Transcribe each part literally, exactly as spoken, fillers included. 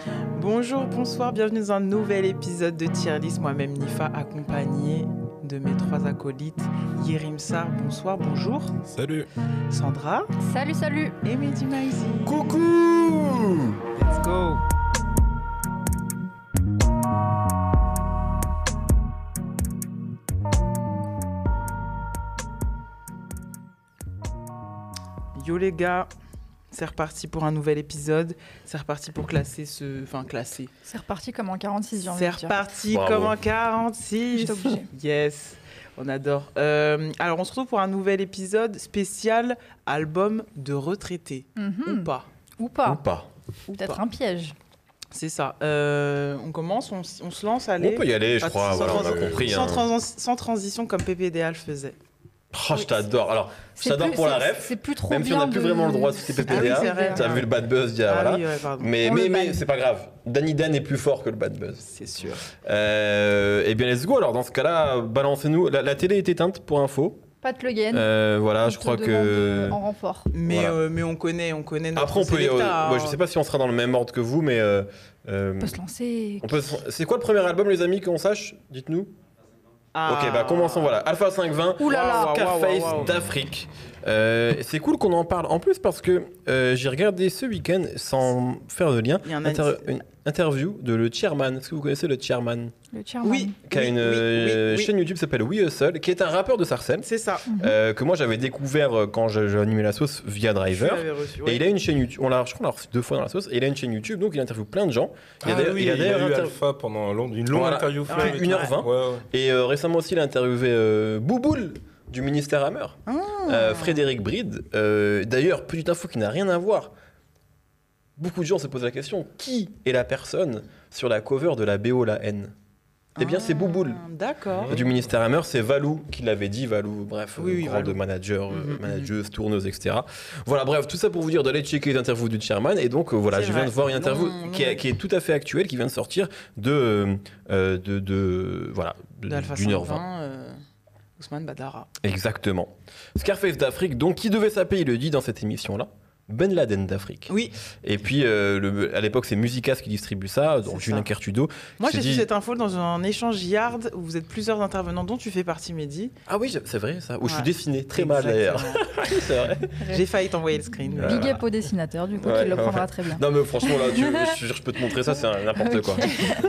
Bonjour, bonsoir, bienvenue dans un nouvel épisode de Tier List. Moi-même Nifa, accompagnée de mes trois acolytes. Yerimsa, bonsoir, bonjour. Salut. Sandra. Salut, salut. Et Mehdi Maizi. Coucou. Let's go. Yo les gars, c'est reparti pour un nouvel épisode. C'est reparti pour classer ce... Enfin, classer. C'est reparti comme en quarante-six, j'ai envie C'est de dire. reparti Bravo. comme en quarante-six. J'étais obligée. Yes, on adore. Euh, alors, on se retrouve pour un nouvel épisode spécial album de retraités. Mhm. Ou pas. Ou pas. Ou pas. Ou Peut-être pas. un piège. C'est ça. Euh, on commence, on, s- on se lance, allez. On peut y aller, je Ah, crois. sans, Voilà, on a transi- compris. sans, hein. transi- sans transition comme P P D A le faisait. Oh, je t'adore. Alors, je C'est t'adore plus- pour la c'est- ref. C'est plus trop Même si bien on n'a plus de- vraiment le droit de citer Ah oui, P P D A. c'est vrai. T'as vu le bad buzz d'il y a, Ah voilà. oui, ouais, pardon. Mais, On mais, le mais banne. c'est pas grave. Danny Dan est plus fort que le bad buzz. C'est sûr. Euh, eh bien, let's go. Alors, dans ce cas-là, balancez-nous. La, la télé est éteinte pour info. Pas de plug-in. Euh, voilà, On je te crois demande, que. euh, En renfort. Mais, Voilà. euh, mais on connaît, on connaît notre Après, on peut. y- sélecta, euh, ouais, hein. je sais pas si on sera dans le même ordre que vous, mais. euh, euh, On peut se lancer. on peut se- C'est quoi le premier album, les amis, qu'on sache? Dites-nous. Ah. Ok, bah commençons. Voilà. Alpha cinq vingt. Ouh là là. Waouh, Scarface waouh, waouh. d'Afrique. Euh, c'est cool qu'on en parle en plus parce que euh, j'ai regardé ce week-end sans faire de lien Il y a un inter- anti- une interview de le chairman. Est-ce que vous connaissez le chairman? Le chairman. Oui. Qui a oui, une oui, euh, oui, oui. chaîne YouTube qui s'appelle We Hustle, qui est un rappeur de Sarcelles, C'est ça. euh, que moi j'avais découvert euh, quand je- j'ai animé la sauce via Driver. Je l'avais reçu, Et ouais. il a une chaîne YouTube, on l'a, je crois qu'on l'a reçu deux fois dans la sauce, et il a une chaîne YouTube, donc il interviewe plein de gens. Il a Ah d'ailleurs- oui, il a il a d'ailleurs eu inter- Alpha pendant un long- une longue Voilà. interview. Ah Flemme ouais. et tout. une heure vingt. Ouais, ouais. Et euh, récemment aussi, il a interviewé euh, Bouboule du ministère Hammer, Ah. euh, Frédéric Bride. Euh, d'ailleurs, petite info qui n'a rien à voir. Beaucoup de gens se posent la question, qui est la personne sur la cover de la B O La Haine? Eh bien, c'est Bouboule. Ah, D'accord. Du ministère Hammer, c'est Valou qui l'avait dit, Valou, bref, Oui, euh, oui, grande Valou. manager, euh, Mhm, manageuse, tourneuse, et cetera. Voilà, bref, tout ça pour vous dire d'aller checker les interviews du chairman. Et donc, euh, voilà, C'est je viens vrai. de voir une interview Long, qui, est, long. qui est tout à fait actuelle, qui vient de sortir de, euh, de, de voilà, de- D'Alpha d'une heure cinq vingt. vingt, euh, Ousmane Badara. Exactement. Scarface d'Afrique, donc qui devait s'appeler, il le dit dans cette émission-là, Ben Laden d'Afrique. Oui, Et puis, euh, le- à l'époque, c'est Musicas qui distribue ça, donc C'est Julien ça. Kertudo. moi s'est j'ai dit- su cette info dans un échange Yard où vous êtes plusieurs intervenants dont tu fais partie, Mehdi. Ah oui, c'est vrai ça, où je suis Ouais. dessiné très mal d'ailleurs. Exactement. C'est vrai. J'ai failli t'envoyer le screen. Ouais. Big up au dessinateur, du coup, Ouais, qui le ouais. prendra très bien. Non mais franchement là, tu, je, je peux te montrer ça, c'est un- n'importe quoi.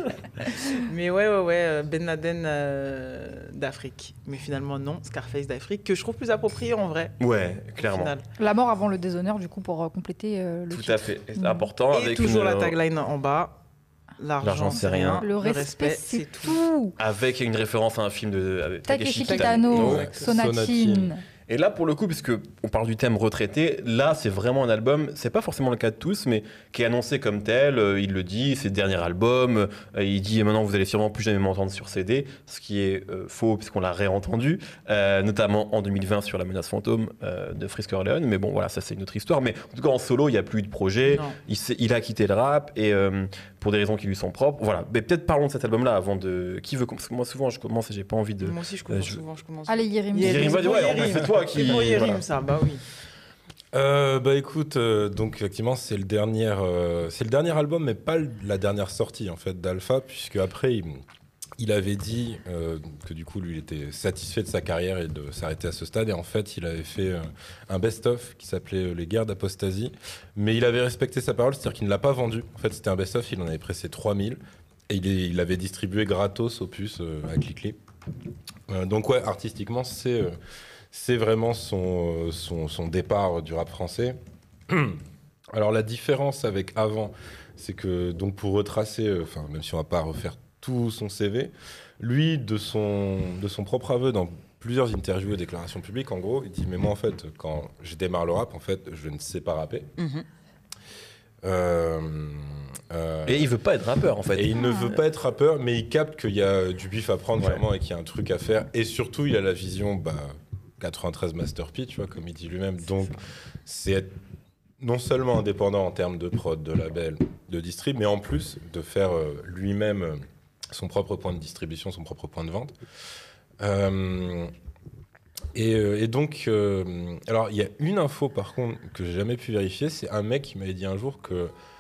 Mais ouais, ouais, ouais, euh, Ben Laden euh, d'Afrique. Mais finalement, non, Scarface d'Afrique, que je trouve plus approprié en vrai. Ouais, au clairement. final. La mort avant le déshonneur, du coup, pour euh, compléter euh, le Tout titre. à fait, c'est Mm. important. Et avec toujours une, la euh, tagline en bas. L'argent, L'argent, c'est c'est rien. rien. Le respect, c'est tout. Avec une référence à un film de avec Takeshi Kitano. Kitano, Ouais. Sonatine. Sonatine. Et là, pour le coup, puisque on parle du thème retraité, là, c'est vraiment un album, c'est pas forcément le cas de tous, mais qui est annoncé comme tel, euh, il le dit, c'est le dernier album, euh, il dit maintenant vous allez sûrement plus jamais m'entendre sur C D, ce qui est euh, faux puisqu'on l'a réentendu, euh, notamment en deux mille vingt sur La Menace Fantôme euh, de Frisk Orleans, mais bon voilà, ça c'est une autre histoire, mais en tout cas en solo, il n'y a plus de projet, Non. il, s'est- il a quitté le rap, et euh, pour des raisons qui lui sont propres, voilà, mais peut-être parlons de cet album-là avant de... Qui veut... Parce que moi souvent je commence et j'ai pas envie de... Moi aussi, je commence je- souvent, je commence. Allez, Yérim. Yérim. Yérim va dire, ouais, en Yérim. fait, c'est toi qui... C'est pour Yérim, voilà. ça, bah oui. Euh, bah écoute, euh, donc effectivement c'est le dernier, euh, c'est le dernier album, mais pas le- la dernière sortie en fait d'Alpha, puisque après il, il avait dit euh, que du coup lui il était satisfait de sa carrière et de s'arrêter à ce stade, et en fait il avait fait euh, un best-of qui s'appelait euh, Les Guerres d'Apostasie, mais il avait respecté sa parole, c'est-à-dire qu'il ne l'a pas vendu. En fait c'était un best-of, il en avait pressé trois mille et il, est- il l'avait distribué gratos aux puces euh, à Clickly. Euh, donc ouais, artistiquement c'est euh, c'est vraiment son, euh, son, son départ du rap français. Alors la différence avec avant, c'est que donc pour retracer, euh, enfin même si on va pas refaire tout son C V, lui de son de son propre aveu dans plusieurs interviews et déclarations publiques, en gros, il dit mais moi en fait quand je démarre le rap, en fait je ne sais pas rapper. Mhm. Euh, euh, Et il veut pas être rappeur en fait. et il ne veut pas être rappeur, mais il capte qu'il y a du bif à prendre Ouais. vraiment et qu'il y a un truc à faire. Et surtout, il a la vision bah, quatre-vingt-treize Master P, tu vois, comme il dit lui-même. Donc, c'est être non seulement indépendant en termes de prod, de label, de distrib, mais en plus de faire euh, lui-même euh, son propre point de distribution, son propre point de vente. Euh, et, euh, et donc, euh, alors il y a une info par contre que j'ai jamais pu vérifier, c'est un mec qui m'avait dit un jour que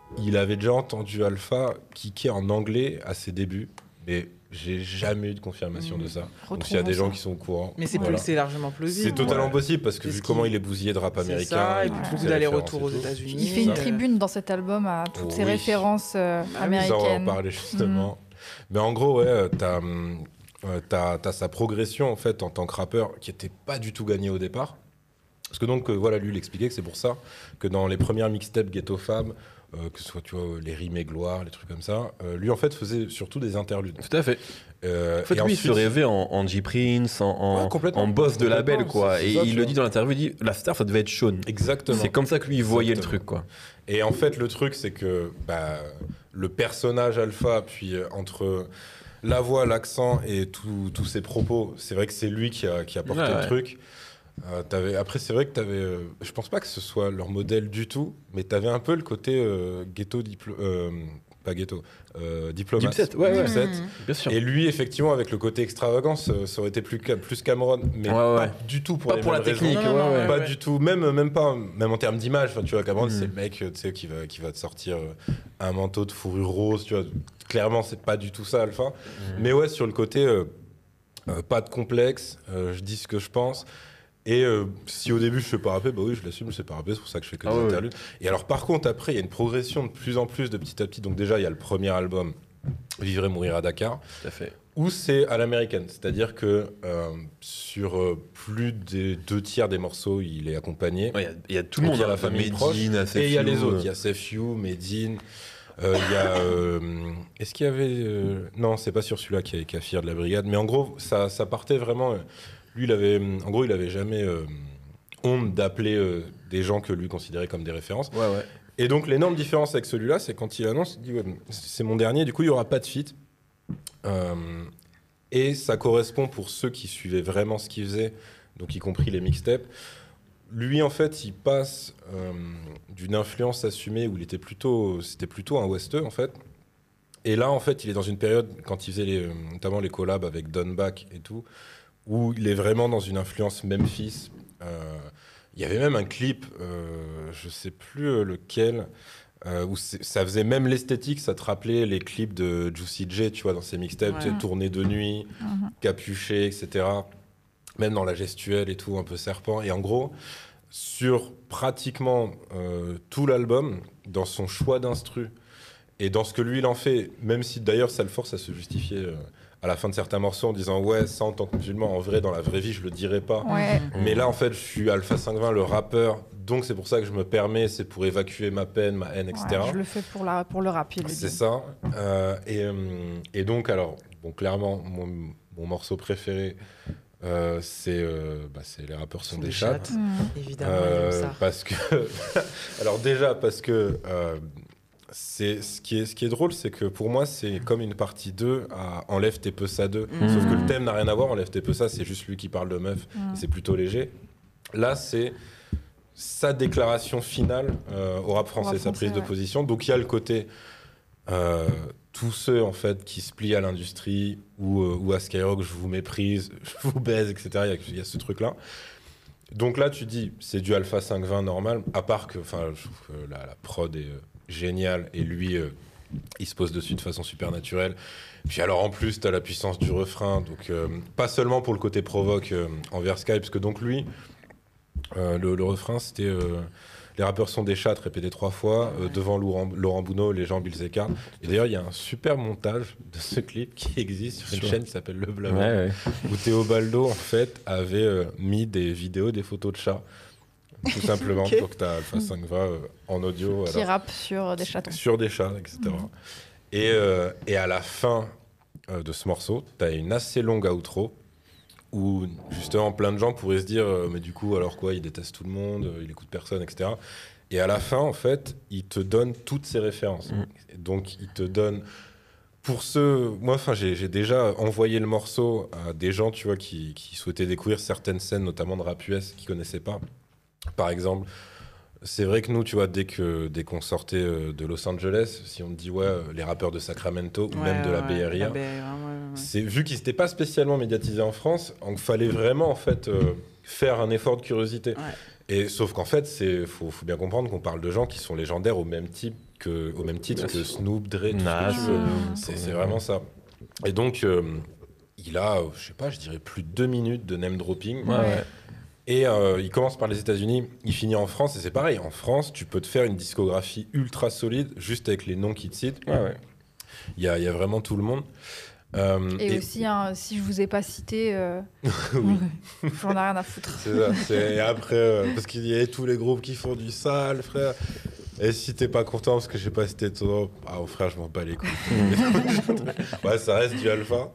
il avait déjà entendu Alpha kicker en anglais à ses débuts, mais j'ai jamais eu de confirmation mmh. de ça. Donc s'il y a des gens qui sont au courant. Mais c'est, voilà. plus, c'est largement plausible. C'est totalement ouais. possible parce que c'est vu comment il est bousillé de rap américain. C'est ça, et puis beaucoup d'allers-retours aux États-Unis. Il fait une tribune dans cet album à toutes oui. ces références euh, américaines. Ça, on va en parler justement. Mmh. Mais en gros, ouais, t'as, euh, t'as, t'as sa progression en fait en tant que rappeur qui était pas du tout gagnée au départ. Parce que donc, euh, voilà, lui, il expliquait que c'est pour ça que dans les premières mixtapes Ghetto Fab, euh, que ce soit, tu vois, les rimes et gloire, les trucs comme ça, euh, lui, en fait, faisait surtout des interludes. Tout à fait. Euh, en fait, lui, ensuite, il se rêvait en, en G-Prince, en, en, ouais, en boss de label, quoi. C'est, c'est et ça, il le vois. dit dans l'interview, il dit, la star, ça devait être Sean. Exactement. C'est comme ça que lui, il voyait Exactement. le truc, quoi. Et en fait, le truc, c'est que bah, le personnage Alpha, puis euh, entre la voix, l'accent et tous ses propos, c'est vrai que c'est lui qui a, qui a porté ouais, le ouais. truc. Euh, t'avais, après, c'est vrai que t'avais. Euh, je pense pas que ce soit leur modèle du tout, mais t'avais un peu le côté euh, ghetto diplo, euh, pas ghetto, euh, diplomate. Dipset, ouais, ouais. Dipset. Mmh. Bien sûr. Et lui, effectivement, avec le côté extravagance, euh, ça aurait été plus, plus Cameron, mais ouais, pas ouais. du tout pour pas les pour mêmes la technique, raisons. ouais, ouais, ouais. Pas ouais. du tout, même, même pas, même en termes d'image. Tu vois, Cameron, mmh. c'est le mec, tu sais, qui va, qui va te sortir un manteau de fourrure rose. Tu vois, clairement, c'est pas du tout ça, Alpha. Mmh. Mais ouais, sur le côté, euh, euh, pas de complexe. Euh, je dis ce que je pense. Et euh, si au début je sais pas rapper, bah oui, je l'assume, je sais pas rapper, c'est pour ça que je fais que des ah ouais, interludes. Ouais. Et alors par contre, après, il y a une progression de plus en plus de petit à petit. Donc déjà, il y a le premier album, Vivre et mourir à Dakar, tout à fait. Où c'est à l'américaine. C'est-à-dire que euh, sur euh, plus des deux tiers des morceaux, il est accompagné. Il ouais, y, y a tout le monde, il y a la famille proche. Et il y a les autres. Il y a Sefyu, Medine. Il euh, y a. Euh, est-ce qu'il y avait. Euh, non, c'est pas sur celui-là qui a Kafir de la Brigade. Mais en gros, ça, ça partait vraiment. Euh, Lui, il avait, en gros, il avait jamais euh, honte d'appeler euh, des gens que lui considérait comme des références. Ouais, ouais. Et donc, l'énorme différence avec celui-là, c'est quand il annonce, il dit, ouais, c'est mon dernier, du coup, il n'y aura pas de feat. Euh, et ça correspond pour ceux qui suivaient vraiment ce qu'il faisait, donc y compris les mixtapes. Lui, en fait, il passe euh, d'une influence assumée où il était plutôt, c'était plutôt un westeux, en fait. Et là, en fait, il est dans une période, quand il faisait les, notamment les collabs avec Don Back et tout, où il est vraiment dans une influence Memphis. Euh, il y avait même un clip, euh, je ne sais plus euh, lequel, euh, où ça faisait même l'esthétique, ça te rappelait les clips de Juicy J, tu vois, dans ses mixtapes, ouais. tu sais, tournés de nuit, mm-hmm. capuchés, et cetera. Même dans la gestuelle et tout, un peu serpent. Et en gros, sur pratiquement euh, tout l'album, dans son choix d'instru, et dans ce que lui, il en fait, même si d'ailleurs ça le force à se justifier... Euh, à la fin de certains morceaux en disant ouais, ça en tant que musulman, en vrai, dans la vraie vie, je le dirais pas. Ouais. Mais là, en fait, je suis Alpha cinq vingt, le rappeur, donc c'est pour ça que je me permets, c'est pour évacuer ma peine, ma haine, et cetera. Ouais, je le fais pour, la, pour le rap, il le dit. C'est ça. Euh, et, euh, et donc, alors, bon, clairement, mon, mon morceau préféré, euh, c'est, euh, bah, c'est Les rappeurs sont, sont des, des chattes. chattes. Mmh. Évidemment, euh, ça. Parce que... alors déjà, parce que... Euh, C'est, ce, qui est, ce qui est drôle, c'est que pour moi, c'est comme une partie deux à Enlève tes peu ça deux. Mmh. Sauf que le thème n'a rien à voir. Enlève tes peu ça, c'est juste lui qui parle de meuf. Mmh. C'est plutôt léger. Là, c'est sa déclaration finale euh, au rap français, au rap sa prise français, de ouais. position. Donc il y a le côté euh, tous ceux en fait qui se plient à l'industrie ou, euh, ou à Skyrock, je vous méprise, je vous baise, et cetera. Il y a, il y a ce truc-là. Donc là, tu dis, c'est du Alpha cinq vingt normal, à part que, enfin, je trouve que la, la prod est euh, géniale et lui, euh, il se pose dessus de façon super naturelle. Puis alors en plus, tu as la puissance du refrain, donc euh, pas seulement pour le côté provoque euh, envers Sky, parce que donc lui, euh, le, le refrain, c'était euh, les rappeurs sont des chats, répété trois fois, euh, devant Laurent, Laurent Bounot, les gens Bill Zekar. Et d'ailleurs, il y a un super montage de ce clip qui existe sur une sure. chaîne qui s'appelle Le Blabla, ouais, ouais. où Théobaldo, en fait, avait euh, mis des vidéos, des photos de chats. Tout simplement, okay. Donc tu as Alpha cinq vingt euh, en audio. Qui alors, rappe sur des chatons. Sur des chats, et cetera. Mmh. Et, euh, et à la fin euh, de ce morceau, tu as une assez longue outro où justement plein de gens pourraient se dire euh, mais du coup, alors quoi, il déteste tout le monde, euh, il écoute personne, et cetera. Et à la fin, en fait, il te donne toutes ces références. Mmh. Donc il te donne... Pour ceux... Moi, enfin, j'ai, j'ai déjà envoyé le morceau à des gens, tu vois, qui, qui souhaitaient découvrir certaines scènes, notamment de rap U S, qu'ils ne connaissaient pas. Par exemple, c'est vrai que nous, tu vois, dès, que, dès qu'on sortait de Los Angeles, si on te dit, ouais, les rappeurs de Sacramento ou ouais, même de la ouais, Bay Area, la Bay, ouais, ouais. C'est, vu qu'ils n'étaient pas spécialement médiatisés en France, il fallait vraiment, en fait, euh, faire un effort de curiosité. Ouais. Et sauf qu'en fait, il faut, faut bien comprendre qu'on parle de gens qui sont légendaires au même, type que, au même titre que Snoop, Dre, tout Nas, ce que tu veux. euh, C'est, c'est vraiment ça. Et donc, euh, il a, euh, je sais pas, je dirais plus de deux minutes de name dropping. Ouais, ouais. Et euh, il commence par les États-Unis, il finit en France, et c'est pareil. En France, tu peux te faire une discographie ultra solide juste avec les noms qui te citent. Ouais, ouais. Il y a, il y a vraiment tout le monde. Euh, Et, aussi, hein, si je vous ai pas cité, euh, oui. j'en ai rien à foutre. C'est ça. C'est... Et après, euh, parce qu'il y a tous les groupes qui font du sale, frère. Et si t'es pas content parce que j'ai pas cité ton nom, ah oh, frère, je m'en bats les couilles. Ouais, ça reste du alpha.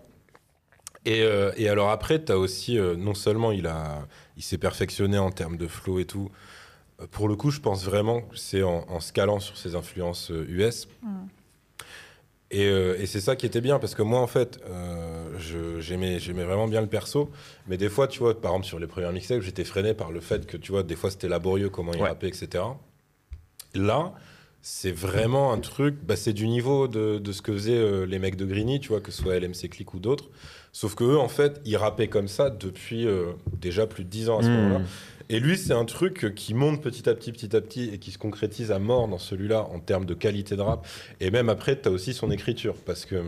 Et, euh, et alors après, t'as aussi, euh, non seulement il, a, il s'est perfectionné en termes de flow et tout, euh, pour le coup, je pense vraiment que c'est en, en se calant sur ses influences euh, U S. Mm. Et, euh, et c'est ça qui était bien, parce que moi, en fait, euh, je, j'aimais, j'aimais vraiment bien le perso, mais des fois, tu vois, par exemple, sur les premières mixtapes, j'étais freiné par le fait que, tu vois, des fois, c'était laborieux comment il Ouais. rappait, et cetera. Là, c'est vraiment un truc, bah, c'est du niveau de, de ce que faisaient euh, les mecs de Greeny, tu vois, que ce soit L M C Click ou d'autres, sauf qu'eux, en fait, ils rappaient comme ça depuis euh, déjà plus de dix ans à ce Mmh. moment-là. Et lui, c'est un truc qui monte petit à petit, petit à petit, et qui se concrétise à mort dans celui-là en termes de qualité de rap. Et même après, tu as aussi son écriture, parce que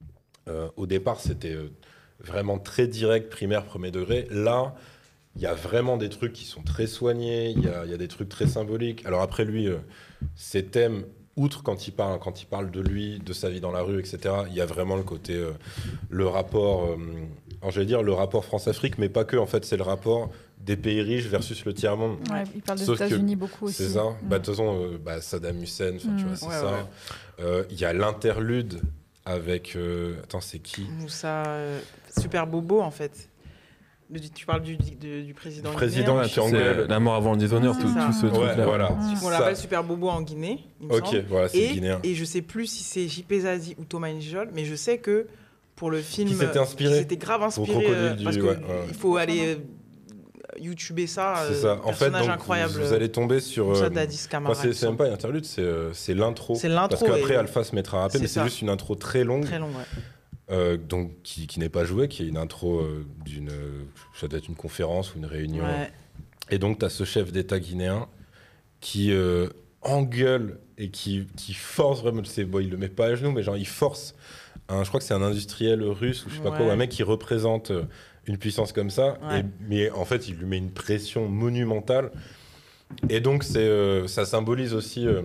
euh, au départ, c'était euh, vraiment très direct, primaire, premier degré. Là, il y a vraiment des trucs qui sont très soignés, il y a, y a des trucs très symboliques. Alors après, lui, euh, ses thèmes, outre quand il parle, quand il parle de lui, de sa vie dans la rue, et cetera, il y a vraiment le côté, euh, le rapport, euh, alors j'allais dire le rapport France-Afrique, mais pas que, en fait, c'est le rapport des pays riches versus le tiers-monde. Ouais, il parle des Sauf que États-Unis beaucoup aussi. C'est ça. Mm. Bah, de toute façon, euh, bah, Saddam Hussein, enfin, tu Mm. vois, c'est Ouais, ça. ouais. Euh, Il y a l'interlude avec. euh, Attends, c'est qui Moussa, euh, super bobo en fait. Le- Tu parles du, du, du président. Le président guinéen. qui engueule. C'est la mort avant le déshonneur, C'est tout, ça. tout ce Ouais, truc-là. voilà. Mm. On Ça- l'appelle super bobo en Guinée. Il me Ok, semble. voilà, c'est Et, guinéen. et je sais plus si c'est J P Zazie ou Thomas Njol, mais je sais que pour le film. Qui s'était inspiré qui s'était grave inspiré. Crocodile euh, du- parce que ouais, ouais. il faut aller euh, YouTuber ça. C'est euh, ça. En fait, personnage donc, incroyable. vous, vous allez tomber sur. Moussa euh, Dadis enfin, Camara. c'est il me c'est même semble. pas une interlude, c'est euh, c'est l'intro. C'est l'intro, Parce qu'après, et- Alpha se mettra à rapper, c'est mais c'est ça. juste une intro très longue. Très long, ouais. euh, donc, qui, qui n'est pas jouée, qui est une intro euh, d'une. euh, Ça doit être une conférence ou une réunion. Ouais. Et donc, tu as ce chef d'État guinéen qui euh, engueule et qui, qui force vraiment. C'est, bon, il le met pas à genoux, mais genre, il force. Un, je crois que c'est un industriel russe ou je sais pas Ouais. quoi, ou un mec qui représente euh, une puissance comme ça. Ouais. Et, mais en fait, il lui met une pression monumentale. Et donc, c'est, euh, ça symbolise aussi euh,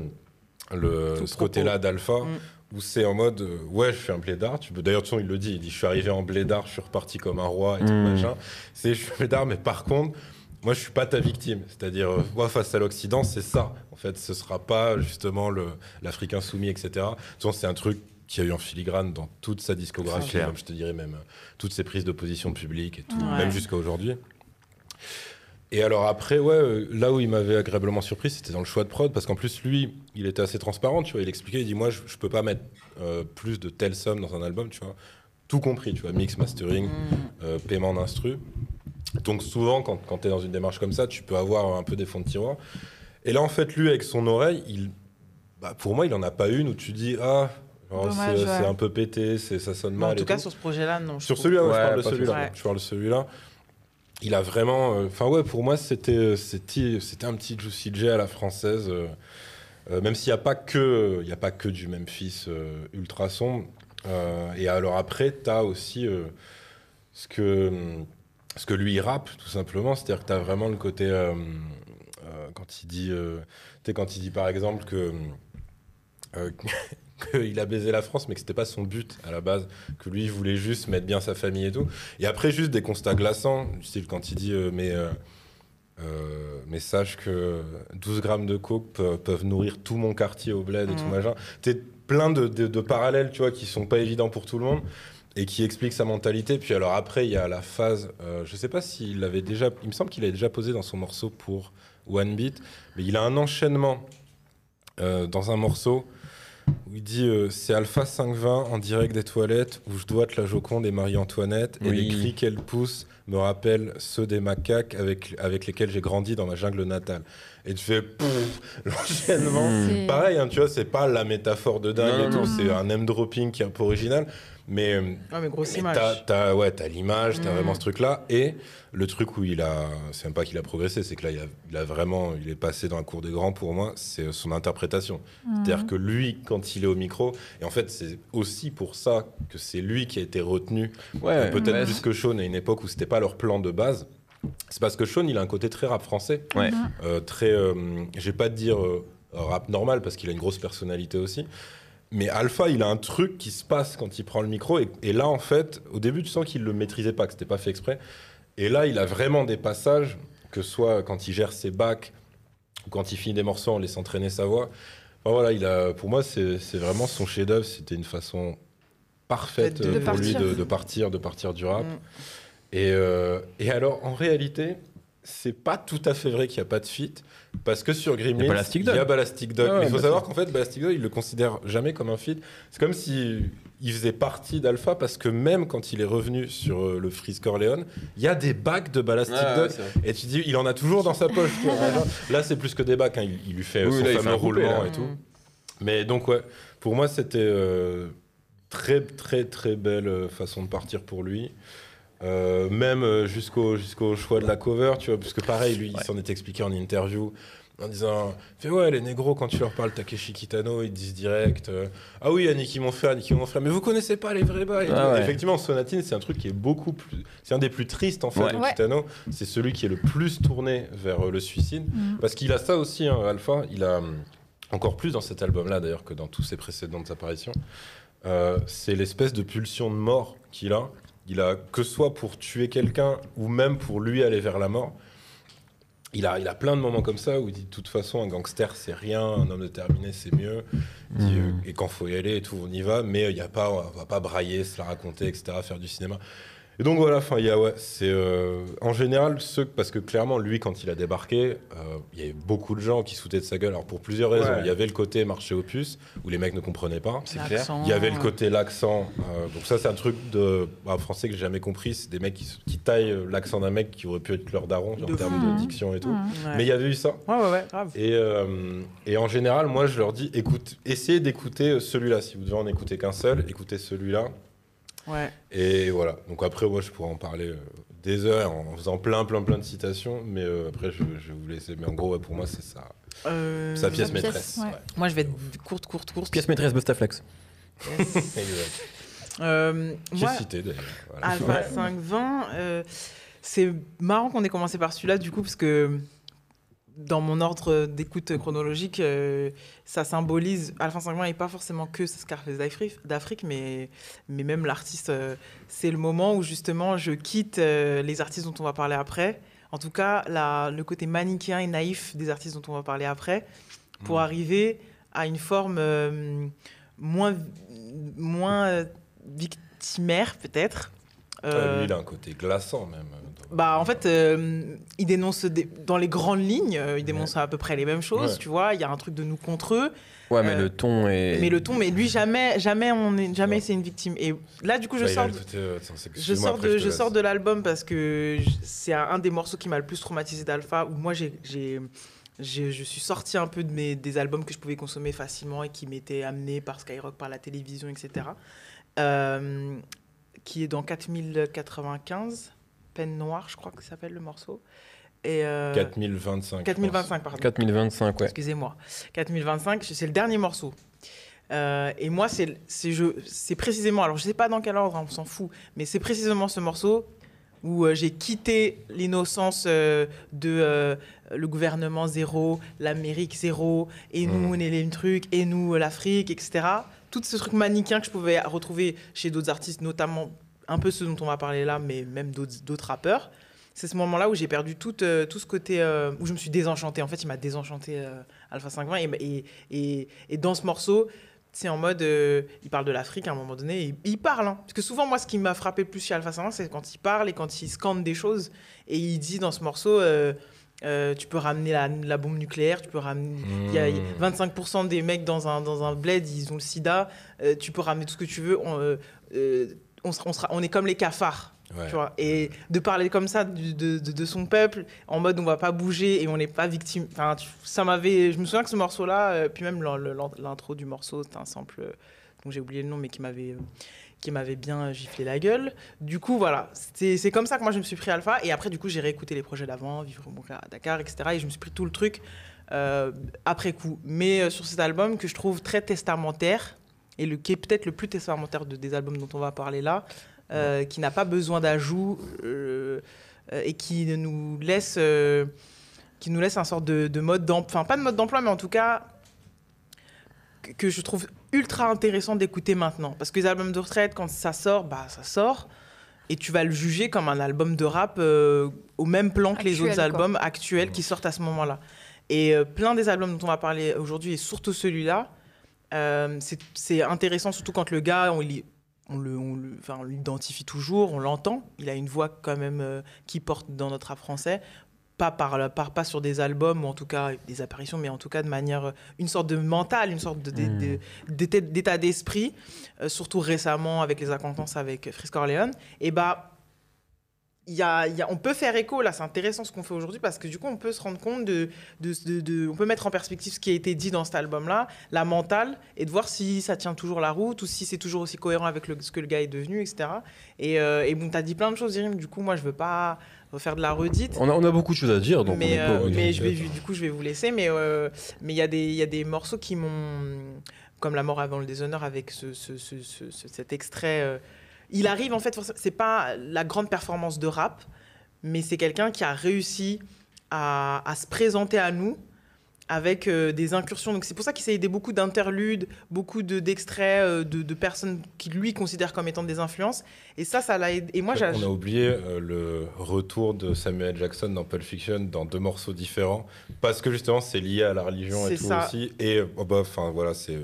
le, Tout ce propos. côté-là d'Alpha. Mm. Où c'est en mode, euh, ouais, je fais un blédard. Tu peux, d'ailleurs, de toute façon, il le dit. Il dit, je suis arrivé en blédard, je suis reparti comme un roi et tout, Mm. machin. C'est, je suis blédard, mais par contre, moi, je suis pas ta victime. C'est-à-dire, euh, moi, face à l'Occident, c'est ça. En fait, ce sera pas justement le, l'Africain soumis, et cetera. De toute façon, c'est un truc qui a eu en filigrane dans toute sa discographie, C'est clair. même, je te dirais même euh, toutes ses prises de position publiques et tout, Ouais. même jusqu'à aujourd'hui. Et alors après, ouais, euh, là où il m'avait agréablement surpris, c'était dans le choix de prod, parce qu'en plus, lui, il était assez transparent, tu vois, il expliquait, il dit, moi, je, je peux pas mettre euh, plus de telle somme dans un album, tu vois, tout compris, tu vois, mix, mastering, Mm. euh, paiement d'instru. Donc souvent, quand, quand tu es dans une démarche comme ça, tu peux avoir un peu des fonds de tiroir. Et là, en fait, lui, avec son oreille, il, bah, pour moi, il en a pas une où tu dis, ah, genre, Dommage, c'est, ouais. c'est un peu pété, c'est, ça sonne Mais mal. en et tout cas, tout. sur ce projet-là, non. je Sur trouve. celui-là, ouais, Ouais, je parle de pas celui-là. ouais. Je parle de celui-là. Il a vraiment. Enfin, ouais, pour moi, c'était, euh, c'était, c'était un petit Juicy J à la française. euh, euh, même s'il n'y a pas que, il y a pas que du Memphis euh, ultra sombre. Euh, et alors après, tu as aussi euh, ce que, ce que lui il rappe, tout simplement. C'est-à-dire que tu as vraiment le côté. euh, euh, quand il dit. euh, tu sais, quand il dit par exemple que. euh, qu'il a baisé la France, mais que c'était pas son but à la base, que lui il voulait juste mettre bien sa famille et tout. Et après, juste des constats glaçants, du style quand il dit euh, mais, euh, euh, mais sache que douze grammes de coke pe- peuvent nourrir tout mon quartier au bled et tout Mhm. machin. T'es plein de, de, de parallèles, tu vois, qui sont pas évidents pour tout le monde et qui expliquent sa mentalité. Puis alors après, il y a la phase, euh, je sais pas s'il l'avait déjà, il me semble qu'il avait déjà posé dans son morceau pour One Beat, mais il a un enchaînement euh, dans un morceau où il dit euh, c'est Alpha cinq vingt en direct des toilettes où je dois être la Joconde et Marie-Antoinette et Oui. les cris qu'elle pousse me rappellent ceux des macaques avec, avec lesquels j'ai grandi dans ma jungle natale. Et tu fais pff, l'enchaînement. C'est- Pareil, hein, tu vois, c'est pas la métaphore de dingue Non, et non, tout, non. c'est un name dropping qui est un peu original. Mais, Ah, mais grosse mais image. t'as, t'as, ouais, t'as l'image, t'as Mm. vraiment ce truc-là. Et le truc où il a. C'est même pas qu'il a progressé, c'est que là, il a, il a vraiment. Il est passé dans la cour des grands pour moi, c'est son interprétation. Mhm. C'est-à-dire que lui, quand il est au micro, et en fait, c'est aussi pour ça que c'est lui qui a été retenu, Ouais, euh, peut-être ouais, plus que Sean à une époque où c'était pas leur plan de base. C'est parce que Sean, il a un côté très rap français, Ouais. Mhm. euh, très. Euh, je vais pas te dire euh, rap normal parce qu'il a une grosse personnalité aussi. Mais Alpha, il a un truc qui se passe quand il prend le micro. Et, et là, en fait, au début, tu sens qu'il le maîtrisait pas, que c'était pas fait exprès. Et là, il a vraiment des passages, que ce soit quand il gère ses bacs, ou quand il finit des morceaux en laissant traîner sa voix. Enfin, voilà, il a, pour moi, c'est c'est vraiment son chef-d'œuvre. C'était une façon parfaite De euh, pour partir. lui de, de partir, de partir du rap. Mm. Et, euh, et alors, en réalité, c'est pas tout à fait vrai qu'il n'y a pas de feat, parce que sur Gremlins, Il y a Ballastic il Dog. y a Ballastic Dog. Ah ouais, Mais il faut bien savoir sûr. qu'en fait, Ballastic Dog, il le considère jamais comme un feat. C'est comme si il faisait partie d'Alpha, parce que même quand il est revenu sur euh, le Freeze Corleone, il y a des bacs de Ballastic Ouais, ouais, Dog. c'est vrai. Et tu dis, il en a toujours dans sa poche. tu vois, genre. Là, c'est plus que des bacs. hein. Il, il lui fait euh, Oui, son là, il fameux fait un couplet, roulement là. et tout. Mm. Mais donc, ouais, pour moi, c'était euh, très, très, très belle euh, façon de partir pour lui. Euh, même euh, jusqu'au jusqu'au choix de la cover, tu vois, parce que pareil, lui, Ouais. il s'en est expliqué en interview en disant, fait ouais, les négros, quand tu leur parles Takeshi Kitano, ils disent direct, euh, ah oui, Aniki mon frère, Aniki mon frère, mais vous connaissez pas les vrais bails. et Ah tout. ouais. Effectivement, Sonatine, c'est un truc qui est beaucoup plus, c'est un des plus tristes en fait Ouais. de Ouais. Kitano. C'est celui qui est le plus tourné vers euh, le suicide, Mhm. parce qu'il a ça aussi, hein, Alpha, il a hum, encore plus dans cet album-là d'ailleurs que dans tous ses précédentes apparitions. Euh, c'est l'espèce de pulsion de mort qu'il a. Il a, que ce soit pour tuer quelqu'un ou même pour lui aller vers la mort, il a, il a plein de moments comme ça où il dit de toute façon un gangster c'est rien, un homme déterminé c'est mieux, il dit, Mhm. euh, et quand faut y aller et tout on y va, mais il y a pas, on va pas brailler, se la raconter, et cetera, faire du cinéma. Et donc voilà, enfin il y a ouais, c'est euh, en général ceux, parce que clairement lui quand il a débarqué, euh, il y avait beaucoup de gens qui se foutaient de sa gueule. Alors pour plusieurs raisons, Ouais. il y avait le côté marché aux puces où les mecs ne comprenaient pas. C'est clair. L'accent. Il y avait le côté l'accent. euh, donc ça, c'est un truc de bah, français que j'ai jamais compris. C'est des mecs qui, s- qui taillent euh, l'accent d'un mec qui aurait pu être leur daron genre, De en termes fou. de diction et tout. Mhm. Ouais. Mais il y avait eu ça. Ouais, ouais, ouais, grave. Et, euh, et en général, moi, je leur dis, écoute, essayez d'écouter celui-là. Si vous devez en écouter qu'un seul, écoutez celui-là. Ouais. Et voilà. Donc après, moi, je pourrais en parler euh, des heures en faisant plein, plein, plein de citations. Mais euh, après, je, je vais vous laisser. Mais en gros, ouais, pour moi, c'est ça. Euh, Sa pièce Sa pièce, maîtresse. ouais. ouais. Moi, je vais être courte, courte, courte. Pièce maîtresse Bustaflex. Yes. Exact. Euh, J'ai moi, cité d'ailleurs. Voilà. Alpha cinq vingt, euh, c'est marrant qu'on ait commencé par celui-là, du coup, parce que dans mon ordre d'écoute chronologique, euh, ça symbolise. Alpha cinq vingt n'est pas forcément que Scarface d'Afrique, d'Afrique, mais, mais même l'artiste. euh, c'est le moment où justement je quitte euh, les artistes dont on va parler après. En tout cas, la, le côté manichéen et naïf des artistes dont on va parler après, pour Mm. arriver à une forme euh, moins, moins euh, victimaire, peut-être. Ouais, Euh, lui, il a un côté glaçant même. bah, en fait, euh, il dénonce des- dans les grandes lignes, euh, il dénonce à peu près les mêmes choses, Ouais. tu vois. Il y a un truc de nous contre eux, Ouais, mais Euh, le ton est. mais le ton, mais lui jamais, jamais on est, jamais Ouais. c'est une victime. Et là, du coup, je Bah, il a sors, le de, côté, euh, attends, c'est- je excuse-moi, sors après, de, te je laisse. sors de l'album parce que je- c'est un, un des morceaux qui m'a le plus traumatisé d'Alpha. Où moi, j'ai, j'ai, j'ai- je suis sortie un peu de mes, des albums que je pouvais consommer facilement et qui m'étaient amenés par Skyrock, par la télévision, et cetera. Euh, qui est dans quatre mille quatre-vingt-quinze, Peine Noire, je crois que ça s'appelle le morceau. Et euh, quatre mille vingt-cinq. quatre mille vingt-cinq, pardon. quatre mille vingt-cinq, ouais. Excusez-moi. quatre mille vingt-cinq, c'est le dernier morceau. Euh, et moi, c'est, c'est, je, c'est précisément, alors je sais pas dans quel ordre, hein, on s'en fout, mais c'est précisément ce morceau où euh, j'ai quitté l'innocence euh, de euh, le gouvernement zéro, l'Amérique zéro, et nous, Mhm. on est les trucs, et nous, euh, l'Afrique, et cetera. Tout ce truc manichéen que je pouvais retrouver chez d'autres artistes, notamment un peu ceux dont on va parler là, mais même d'autres, d'autres rappeurs. C'est ce moment-là où j'ai perdu tout, euh, tout ce côté, euh, où je me suis désenchantée. En fait, il m'a désenchanté euh, Alpha cinq vingt. Et, et, et, et dans ce morceau, c'est en mode, euh, il parle de l'Afrique à un moment donné, et il parle. Hein. Parce que souvent, moi, ce qui m'a frappé le plus chez Alpha cinq vingt, c'est quand il parle et quand il scande des choses. Et il dit dans ce morceau, euh, euh, tu peux ramener la, la bombe nucléaire, tu peux ramener... Il y a il y a Mmh. vingt-cinq pour cent des mecs dans un, dans un bled, ils ont le sida. Euh, tu peux ramener tout ce que tu veux. On, euh, euh, on, sera- on, sera- on est comme les cafards. Ouais. Tu vois, et de parler comme ça du- de, de, de son peuple, en mode on va pas bouger et on n'est pas victime. Enfin, tu- ça m'avait. Je me souviens que ce morceau-là, euh, puis même l'in- l'in- l'intro du morceau, c'était un sample euh, dont j'ai oublié le nom, mais qui m'avait, euh, qui m'avait bien giflé la gueule. Du coup, voilà, c'est c'est comme ça que moi je me suis pris Alpha. Et après, du coup, j'ai réécouté les projets d'avant, Vivre mon cas à Dakar, et cetera. Et je me suis pris tout le truc euh, après coup. Mais euh, sur cet album que je trouve très testamentaire, et le, qui est peut-être le plus testamentaire de, des albums dont on va parler là, euh, qui n'a pas besoin d'ajout euh, euh, et qui nous laisse, euh, qui nous laisse un sorte de, de mode d'emploi, enfin pas de mode d'emploi, mais en tout cas que, que je trouve ultra intéressant d'écouter maintenant. Parce que les albums de retraite, quand ça sort, bah ça sort. Et tu vas le juger comme un album de rap euh, au même plan que les Actuel, autres quoi. albums actuels qui sortent à ce moment-là. Et euh, plein des albums dont on va parler aujourd'hui, et surtout celui-là, euh, c'est- c'est intéressant, surtout quand le gars, on, lit- on le- on le- enfin, on l'identifie toujours, on l'entend. Il a une voix quand même euh, qui porte dans notre rap français. Pas, par, la- par, pas sur des albums, ou en tout cas des apparitions, mais en tout cas de manière, euh, une sorte de mental, une sorte de- de- Mmh. de- d'état d'état d'esprit, euh, surtout récemment avec les acquaintances avec Frisk Corleone. Et bah, il y a, il y a- on peut faire écho, là, c'est intéressant ce qu'on fait aujourd'hui, parce que du coup, on peut se rendre compte de, de, de- de- on peut mettre en perspective ce qui a été dit dans cet album-là, la mentale, et de voir si ça tient toujours la route, ou si c'est toujours aussi cohérent avec le- ce que le gars est devenu, et cetera. Et, euh, et bon, t'as dit plein de choses, Irim, du coup, moi, je veux pas refaire de la redite. On a, on a beaucoup de choses à dire, donc on mais n'est pas euh, obligé. mais je vais, du coup, je vais vous laisser, mais euh, mais il y a des il y a des morceaux qui m'ont, comme La mort avant le déshonneur, avec ce, ce- ce- ce- ce- cet extrait. euh, il arrive en fait, forcément- c'est pas la grande performance de rap, mais c'est quelqu'un qui a réussi à, à se présenter à nous avec euh, des incursions. Donc c'est pour ça qu'il s'est aidé beaucoup d'interludes, beaucoup de- d'extraits euh, de, de personnes qui lui considèrent comme étant des influences. Et ça, ça l'a aidé. Et moi, j'ai On a oublié euh, le retour de Samuel Jackson dans Pulp Fiction dans deux morceaux différents parce que justement c'est lié à la religion et C'est tout ça. aussi. Et oh bah, enfin voilà, c'est